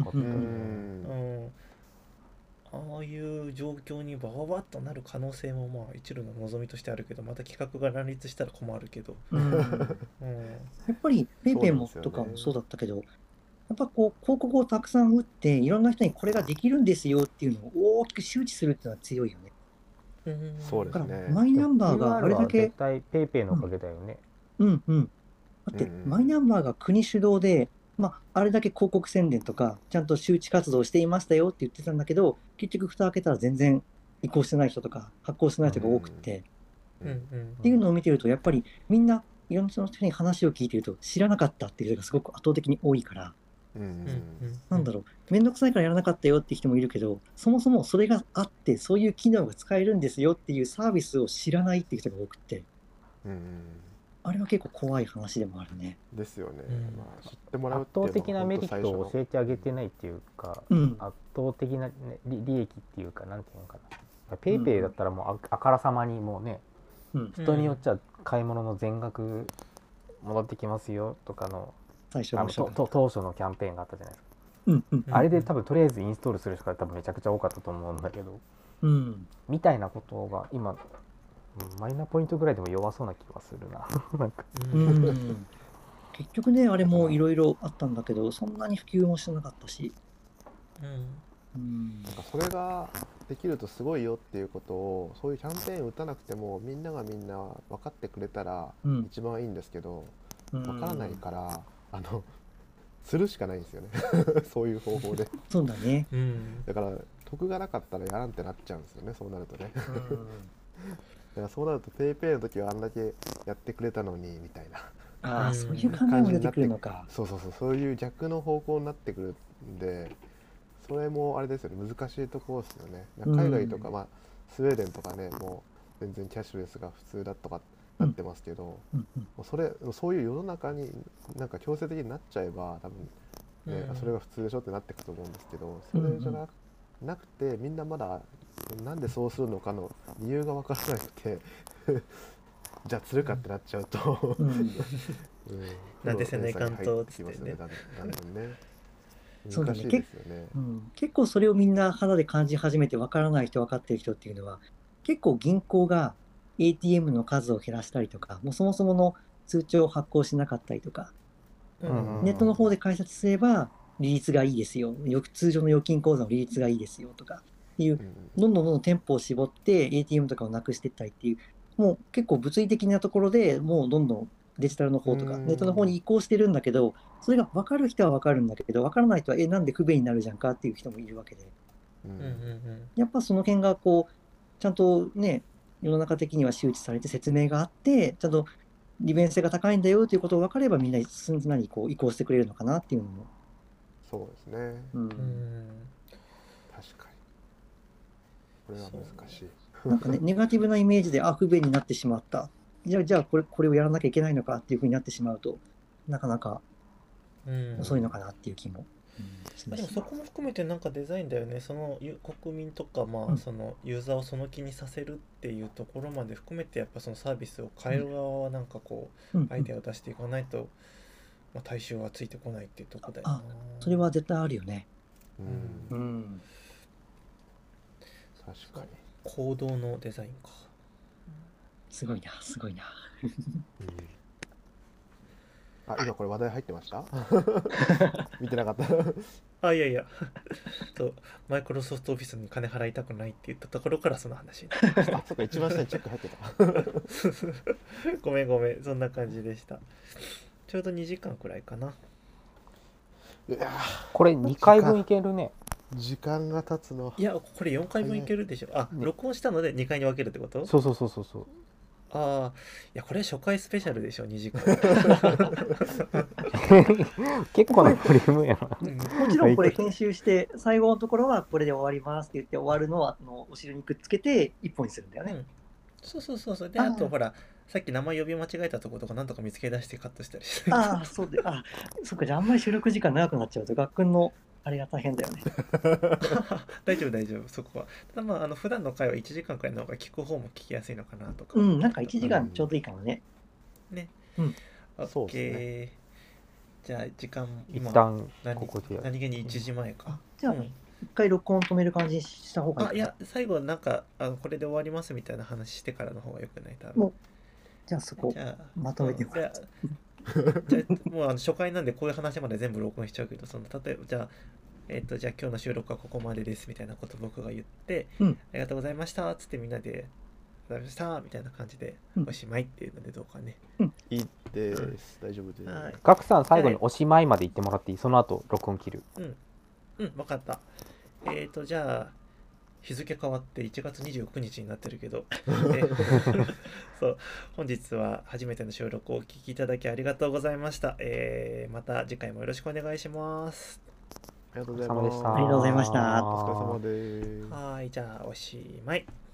ああいう状況にバババッとなる可能性も一縷の望みとしてあるけどまた企画が乱立したら困るけどやっぱりペイペイもとかもそうだったけどやっぱこう広告をたくさん打っていろんな人にこれができるんですよっていうのを大きく周知するっていうのは強いよね。 そうですね。 マイナンバーがあれだけ絶対ペイペイのおかげだよね。 だってマイナンバーが国主導であれだけ広告宣伝とかちゃんと周知活動していましたよって言ってたんだけど結局蓋開けたら全然移行してない人とか発行してない人が多くってっていうのを見てるとやっぱりみんないろんな人に話を聞いてると知らなかったっていう人がすごく圧倒的に多いから、なんだろう、めんどくさいからやらなかったよって人もいるけど、そもそもそれがあってそういう機能が使えるんですよっていうサービスを知らないっていう人が多くて、あれは結構怖い話でもあるね。 ですよね。まあ、知ってもらう圧倒的なメリットを教えてあげてないっていうか、圧倒的な、ね、利益っていうか、なんていうのかな。ペイペイだったらもうあからさまにもうね、人によっちゃ買い物の全額戻ってきますよとかの当初のキャンペーンがあったじゃないですか。あれで多分とりあえずインストールする人が多分めちゃくちゃ多かったと思うんだけど、みたいなことが今マイナポイントぐらいでも弱そうな気がするな。なんか結局ね、あれもいろいろあったんだけど、そんなに普及もしてなかったし、 なんかそれができるとすごいよっていうことを、そういうキャンペーン打たなくてもみんながみんな分かってくれたら一番いいんですけど、分からないからするしかないんですよね。そういう方法で。 そうだね。 だから得がなかったらやらんってなっちゃうんですよね、そうなるとね。だからそうなると PayPay の時はあんだけやってくれたのにみたいな、 そういう考えも出てくるのか。 そういう逆の方向になってくるんで、それもあれですよね、難しいところですよね。海外とか、まあスウェーデンとかね、もう全然キャッシュレスが普通だとかなってますけど、そういう世の中になんか強制的になっちゃえば多分ね、それが普通でしょってなってくと思うんですけど、それじゃなくて、みんなまだなんでそうするのかの理由が分からなくてじゃあ釣るかってなっちゃうとなんでせないかんとってね。 そうだね。結構それをみんな肌で感じ始めて、分からない人分かってる人っていうのは、結構銀行が ATM の数を減らしたりとか、もうそもそもの通帳を発行しなかったりとか、ネットの方で解説すれば利率がいいですよ、通常の預金口座の利率がいいですよとかいう、どんどん店舗を絞って ATM とかをなくしていったりっていう、もう結構物理的なところでもうどんどんデジタルの方とかネットの方に移行してるんだけど、それが分かる人は分かるんだけど、分からない人はなんで不便になるじゃんかっていう人もいるわけで、やっぱその辺がこうちゃんとね、世の中的には周知されて説明があって、ちゃんと利便性が高いんだよということが分かれば、みんなすんなりこう移行してくれるのかなっていうのも。 そうですね。確かにこれは難しい。 なんかね、ネガティブなイメージで不便になってしまった、じゃあこれをやらなきゃいけないのかっていうふうになってしまうと、なかなか遅いのかなっていう気もでもそこも含めてなんかデザインだよね。その国民とか、まあそのユーザーをその気にさせるっていうところまで含めて、やっぱそのサービスを変える側はなんかこうアイデアを出していかないと、まあ、大衆はついてこないっていうところだよな。 それは絶対あるよね。 確かに。 行動のデザインか。 すごいな、すごいな。 今これ話題入ってました？見てなかった。 いやマイクロソフトオフィスに金払いたくないって言ったところからその話。 そっか、一番下にチェック入ってた。ごめん、そんな感じでした。ちょうど2時間くらいかな。 これ2回分いけるね。 時間が経つの。 いや、これ4回分いけるでしょ。録音したので2回に分けるってこと？ そう。 いや、これ初回スペシャルでしょ、2時間。 結構なボリュームやな。 もちろんこれ編集して最後のところはこれで終わりますって言って終わるのは後ろにくっつけて1本にするんだよね。 そうで、あとほらさっき名前呼び間違えたところとかなんとか見つけ出してカットしたりして。 そうで、そっか、じゃああんまり収録時間長くなっちゃうと学君のあれが大変だよね。 大丈夫、そこは。ただ普段の回は1時間くらいの方が聞く方も聞きやすいのかなとか。 なんか1時間ちょうどいいかもね。 そうですね。じゃあ時間今一旦ここで何気に1時前か。 じゃあ一回録音止める感じにした方がいいかな。 いや、最後なんかこれで終わりますみたいな話してからの方がよくない？多分。 じゃあそこまとめてもらって。 じゃあもう初回なんでこういう話まで全部録音しちゃうけど、例えばじゃあ今日の収録はここまでですみたいなこと僕が言って、ありがとうございましたっつってみんなでありがとうございましたみたいな感じでおしまいっていうのでどうかね。 いいです。大丈夫です。 ガクさん最後におしまいまで言ってもらっていい？その後録音切る。 分かった。じゃあ日付変わって1月29日になってるけどそう本日は初めての収録をお聞きいただきありがとうございました。また次回もよろしくお願いします。 ありがとうございました。 ありがとうございました。 お疲れ様です。 はい、じゃあおしまい。